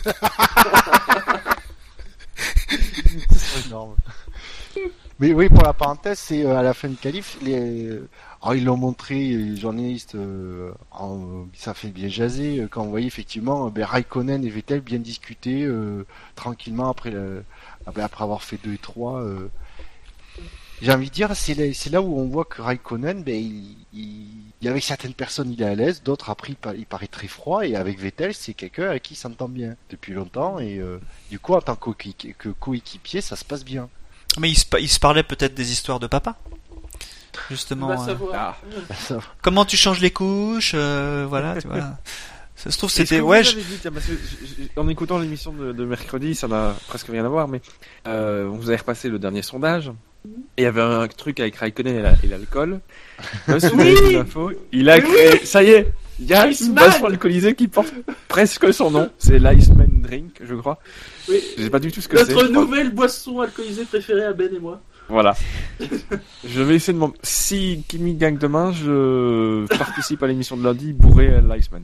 c'est énorme. Mais oui, pour la parenthèse, c'est euh, à la fin du qualif, les... Alors, ils l'ont montré, les journalistes, euh, en... ça fait bien jaser, euh, quand on voyait effectivement euh, ben, Raikkonen et Vettel bien discuter euh, tranquillement après, le... après avoir fait deux et trois. Euh... J'ai envie de dire, c'est là, c'est là où on voit que Raikkonen, ben, il... Il... il- avec certaines personnes, il est à l'aise, d'autres, après, il, pa- il paraît très froid, et avec Vettel, c'est quelqu'un avec qui il s'entend bien depuis longtemps, et euh, du coup, en tant que coéqui- que coéquipier, ça se passe bien. Mais il se, pa- il se parlait peut-être des histoires de papa. Justement. On va euh, savoir. Ah. Ça- Comment tu changes les couches, euh, voilà, tu vois. Ça se trouve, Est-ce c'était. que vous Ouais, avez je- dit, tiens, parce que j- j- en écoutant l'émission de, de mercredi, ça n'a presque rien à voir, mais euh, on vous avez repassé le dernier sondage. Et il y avait un truc avec Raikkonen et la- et l'alcool. Comme si vous avez Oui. vu l'info, il a créé, ça y est, il y a une Iceman. boisson alcoolisée qui porte presque son nom. C'est l'Iceman Drink, je crois. Oui. Je sais pas du tout ce que c'est. Notre je crois. nouvelle boisson alcoolisée préférée à Ben et moi. Voilà. Je vais essayer de m'en... Si Kimi gagne demain, je participe à l'émission de lundi bourré à l'Iceman.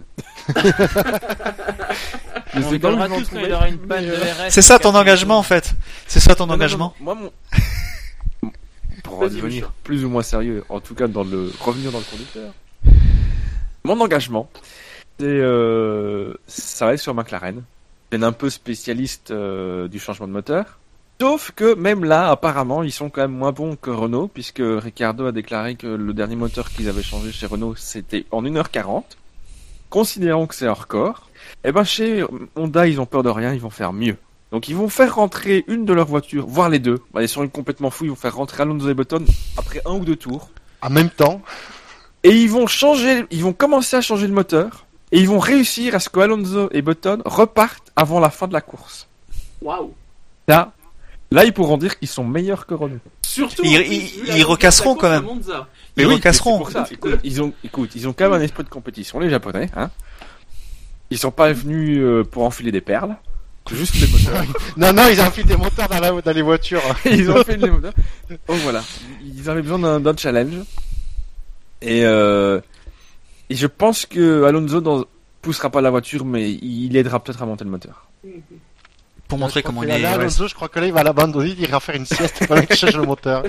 Je on sais pas où rigolera je vais en tous quand trouver, il aura une panne mais, de euh, R S. C'est ça ton engagement en fait. C'est ça ton non, non, non, engagement. non. Moi, mon... Pour Vas-y, devenir Richard. plus ou moins sérieux, en tout cas dans le revenir dans le conducteur. Mon engagement, c'est euh... ça va être sur McLaren. Je suis un peu spécialiste euh, du changement de moteur. Sauf que même là, apparemment, ils sont quand même moins bons que Renault, puisque Ricciardo a déclaré que le dernier moteur qu'ils avaient changé chez Renault, c'était en une heure quarante. Considérons que c'est un record. Et ben chez Honda, ils ont peur de rien, ils vont faire mieux. Donc ils vont faire rentrer une de leurs voitures, voire les deux. Bah, ils sont complètement fous, ils vont faire rentrer Alonso et Button après un ou deux tours. En même temps, Et ils vont changer, ils vont commencer à changer le moteur. Et ils vont réussir à ce que Alonso et Button repartent avant la fin de la course. Waouh. Là, là ils pourront dire qu'ils sont meilleurs que Renault. Surtout. Ils- en plus, ils- vu la ils recasseront course à quand même. Monza. Ils oui, recasseront. c'est pour ça. Écoute, ils ont, écoute, ils ont quand même un esprit de compétition, les Japonais, hein. Ils sont pas venus euh, pour enfiler des perles. Juste les moteurs. non, non, ils ont enfilé des moteurs dans, la, dans les voitures. Ils ont fait les moteurs. Donc voilà. Ils avaient besoin d'un, d'un challenge. Et, euh, et je pense que Alonso dans, poussera pas la voiture, mais il aidera peut-être à monter le moteur. Pour montrer Je crois comment que il là, est. là, Alonso, je crois que là, il va l'abandonner, il ira faire une sieste pendant qu'il change le moteur.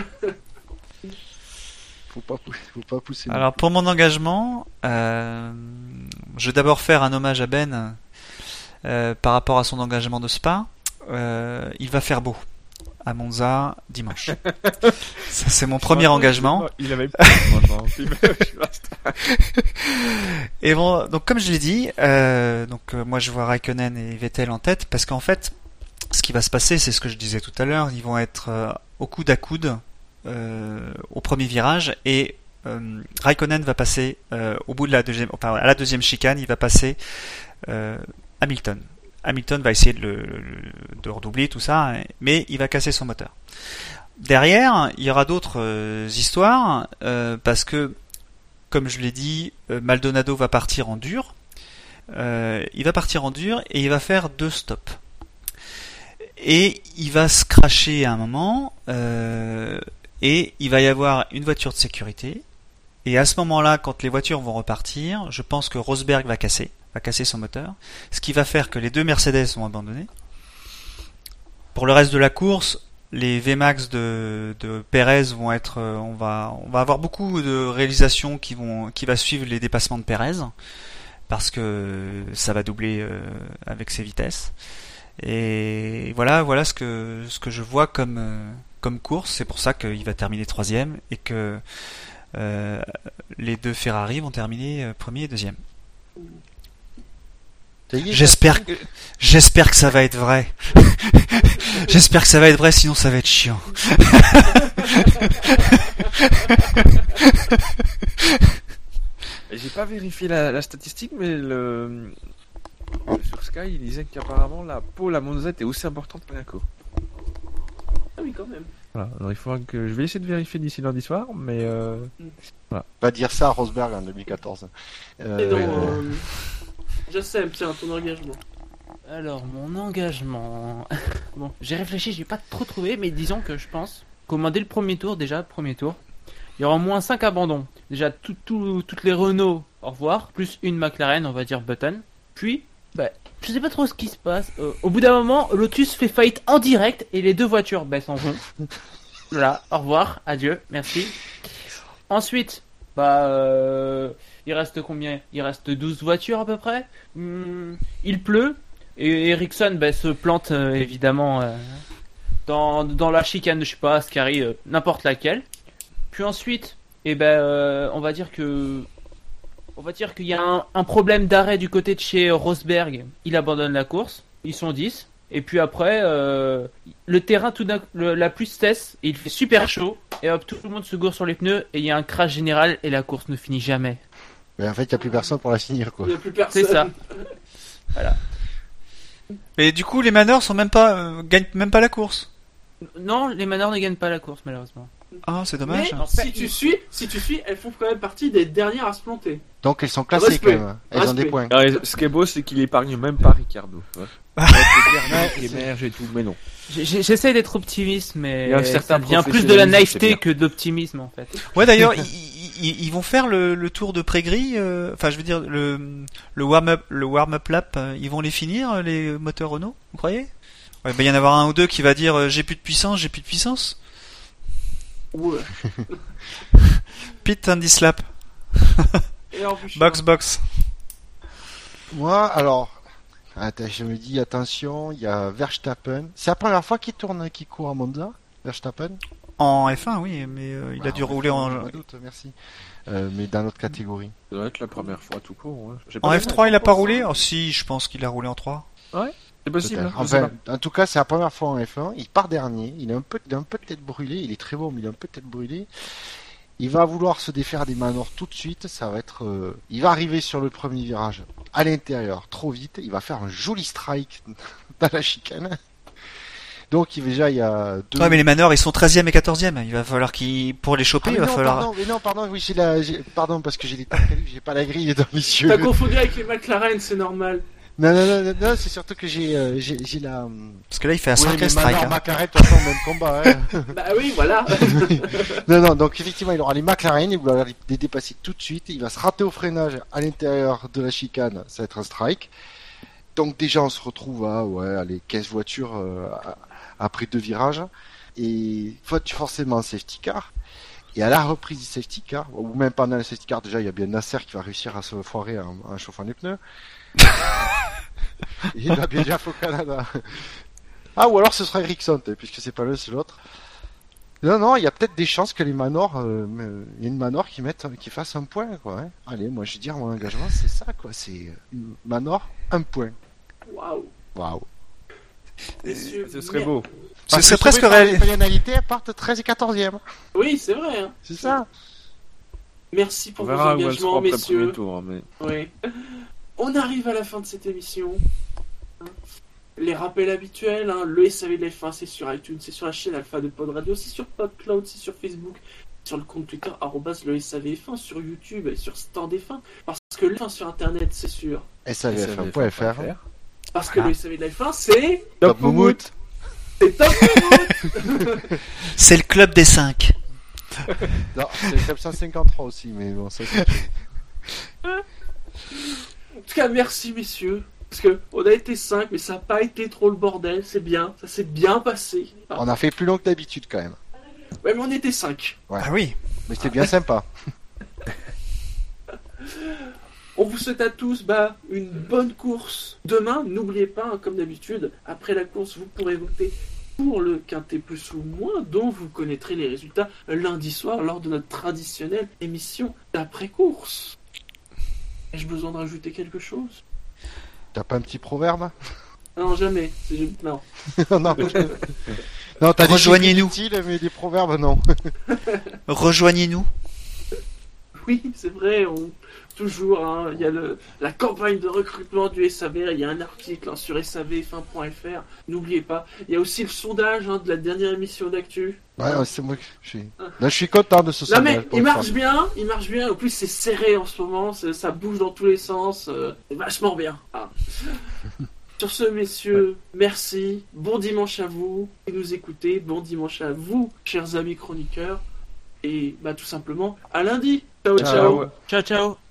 Faut pas, pou- faut pas pousser. non Alors plus. pour mon engagement, euh, je vais d'abord faire un hommage à Ben euh, par rapport à son engagement de Spa. Euh, il va faire beau. à Monza dimanche. Ça, c'est mon premier engagement. Il avait plus, franchement. Et bon, donc comme je l'ai dit, euh, donc euh, moi je vois Raikkonen et Vettel en tête parce qu'en fait, ce qui va se passer, c'est ce que je disais tout à l'heure, ils vont être euh, au coude à coude euh, au premier virage et euh, Raikkonen va passer euh, au bout de la deuxième, enfin à la deuxième chicane, il va passer euh, Hamilton. Hamilton va essayer de, le, de redoubler tout ça, mais il va casser son moteur. Derrière, il y aura d'autres euh, histoires, euh, parce que, comme je l'ai dit, euh, Maldonado va partir en dur. Euh, il va partir en dur et il va faire deux stops. Et il va se cracher à un moment, euh, et il va y avoir une voiture de sécurité. Et à ce moment-là, quand les voitures vont repartir, je pense que Rosberg va casser. va casser son moteur, ce qui va faire que les deux Mercedes vont abandonner. Pour le reste de la course, les V MAX de, de Pérez vont être, on va, on va avoir beaucoup de réalisations qui vont, qui va suivre les dépassements de Pérez, parce que ça va doubler euh, avec ses vitesses. Et voilà, voilà ce que, ce que je vois comme, euh, comme course. C'est pour ça qu'il va terminer troisième et que euh, les deux Ferrari vont terminer euh, premier et deuxième. J'espère que, j'espère que ça va être vrai. J'espère que ça va être vrai, sinon ça va être chiant. J'ai pas vérifié la, la statistique, mais le... sur Sky, il disait qu'apparemment la pole à Monza était aussi importante que Monaco. Ah oui, quand même. Voilà. Alors il faudra que je vais essayer de vérifier d'ici lundi soir, mais euh... Mm. voilà. Va dire ça à Rosberg en deux mille quatorze. Euh, Et donc, euh, euh, je sais, tiens, ton engagement. Alors, mon engagement. Bon, j'ai réfléchi, j'ai pas trop trouvé, mais disons que je pense qu'au moins dès le premier tour, déjà, premier tour, il y aura au moins cinq abandons. Déjà, tout, tout, toutes les Renault, au revoir, plus une McLaren, on va dire Button. Puis, bah, je sais pas trop ce qui se passe. Euh, au bout d'un moment, Lotus fait faillite en direct et les deux voitures baissent en rond. Voilà, au revoir, adieu, merci. Ensuite, bah, euh, il reste combien? Il reste douze voitures à peu près. Hum, il pleut. Et Ericsson bah, se plante euh, évidemment euh, dans, dans la chicane de je sais pas, Ascari, euh, n'importe laquelle. Puis ensuite, eh ben, euh, on va dire que on va dire qu'il y a un, un problème d'arrêt du côté de chez Rosberg. Il abandonne la course. Ils sont dix. Et puis après, euh, le terrain tout d'un le, la pluie cesse et il fait super chaud. Et hop, tout le monde se gourre sur les pneus et il y a un crash général et la course ne finit jamais. Mais en fait, il n'y a plus personne pour la finir, quoi. Il n'y a plus personne. C'est ça. Voilà. Et du coup, les Manors sont même pas, euh, gagnent même pas la course. Non, les Manors ne gagnent pas la course malheureusement. Ah, c'est dommage. Mais En fait, si tu il- suis, si tu suis, elles font quand même partie des dernières à se planter. Donc elles sont classées Respect. quand même. Elles ont Respect. des points. Alors, ce qui est beau, c'est qu'il épargne même pas Ricardo. Ouais. Le dernier qui émerge et tout, mais non. J'ai- j'ai- J'essaie d'être optimiste, mais Il y a un certain ça devient plus de la professionnalisme, c'est naïveté bien. que de l'optimisme en fait. Ouais, d'ailleurs, ils, ils, ils vont faire le, le tour de pré-gris. euh, Enfin, je veux dire le le warm-up, le warm-up lap. euh, Ils vont les finir euh, les moteurs Renault. Vous croyez? Ouais, bah, il y en avoir un ou deux qui va dire euh, j'ai plus de puissance, j'ai plus de puissance. Ouais. Pit and dislap. Et alors, Bouchard. Box box. Moi, alors, attends, je me dis attention, il y a Verstappen. C'est la première fois qu'il tourne, qu'il court à Monza, Verstappen. En F un, oui, mais euh, il a Ah, dû ouais, rouler je en me doute, merci. Euh, mais dans notre catégorie. Ça doit être la première fois tout court. Hein. J'ai en pas F trois. Il a pas roulé. Oh si, je pense qu'il a roulé en trois. C'est possible. Peut-être. hein, je sais Enfin, pas. en tout cas, c'est la première fois en F un. Il part dernier. Il a un peu, il a un peu de tête brûlée. Il est très bon, mais il a un peu de tête brûlée. Il va vouloir se défaire des Manors tout de suite. Ça va être. euh, Il va arriver sur le premier virage à l'intérieur trop vite. Il va faire un joli strike dans la chicane. Donc il- déjà il y a deux. Ouais, mais les Manors, ils sont treizième et quatorzième. Il va falloir qu'ils, pour les choper, Ah, mais il va non, falloir. pardon, mais non, pardon, oui, j'ai la, j'ai- pardon, parce que j'ai les temps calés, j'ai pas la grille dans mes yeux. T'as confondu avec les McLaren, c'est normal. Non, non, non, non, non, c'est surtout que j'ai, euh, j'ai, j'ai la. Parce que là, il fait un Oui, circle mais strike. Manor, hein. McLaren, de toute façon, même combat, hein. Bah oui, voilà. Non, non, donc effectivement, il aura les McLaren, il va les dépasser tout de suite, il va se rater au freinage à l'intérieur de la chicane, ça va être un strike. Donc déjà, on se retrouve à, ouais, allez, quinze voitures euh, à- après deux virages, et faut forcément un safety car. Et à la reprise du safety car, ou même pendant le safety car, déjà, il y a bien Nasser qui va réussir à se foirer en, en chauffant les pneus. Il va bien déjà au Canada. Ah, ou alors ce sera Ericsson, puisque c'est pas l'un, c'est l'autre. Non, non, il y a peut-être des chances que les Manor, euh, il y a une Manor qui mette, qui fasse un point, quoi. Hein. Allez, moi je vais dire mon engagement, c'est ça, quoi. C'est une Manor, un point. Waouh. Waouh. Messieurs, Ce serait mer- beau. Ce Parce serait que presque sauver par réel. la pénalité, elles partent treize et quatorzième. Oui, c'est vrai. Hein. C'est ça. Merci On pour vos verra où elle sera engagements, après le premier messieurs. tour. hein, Mais... Oui. On arrive à la fin de cette émission. Les rappels habituels, hein, le S A V de la F un, c'est sur iTunes, c'est sur la chaîne Alpha de Pod Radio, c'est sur PodCloud, c'est sur Facebook, sur le compte Twitter, arrobas le S A V F un, sur YouTube et sur Stand F un. Parce que le F un sur Internet, c'est sûr. S A V F un point F R. Parce que le S A V de la F un, c'est... Top Moumout. C'est Top Moumout. C'est le club des cinq. Non, c'est sept cent cinquante-trois aussi, mais bon, ça c'est... En tout cas, merci messieurs. Parce que on a été cinq, mais ça n'a pas été trop le bordel, c'est bien, ça s'est bien passé. On a fait plus long que d'habitude quand même. Ouais, mais on était cinq. Ouais. Ah oui. Mais c'était bien sympa. On vous souhaite à tous bah, une bonne course demain. N'oubliez pas, hein, comme d'habitude, après la course, vous pourrez voter pour le quintet plus ou moins, dont vous connaîtrez les résultats lundi soir lors de notre traditionnelle émission d'après-course. Ai-je besoin de rajouter quelque chose? T'as pas un petit proverbe? Non, jamais. C'est- Non. Non, non. Non, t'as des Rejoignez-nous. trucs utiles, mais des proverbes, non. Rejoignez-nous. Oui, c'est vrai, on... toujours, hein, il y a le... la campagne de recrutement du S A V, il y a un article hein, sur S A V F un point F R, n'oubliez pas. Il y a aussi le sondage hein, de la dernière émission d'Actu. Ouais, ouais, c'est moi que je suis. Là, je suis content de ce Là, sondage. mais pour il une marche fois. bien, il marche bien, en plus c'est serré en ce moment, c'est- ça bouge dans tous les sens, euh, c'est vachement bien. Ah. Sur ce, messieurs, merci, bon dimanche à vous qui nous écoutez, bon dimanche à vous, chers amis chroniqueurs, et bah tout simplement, à lundi. Ciao, ciao. Ciao. Ciao, ciao.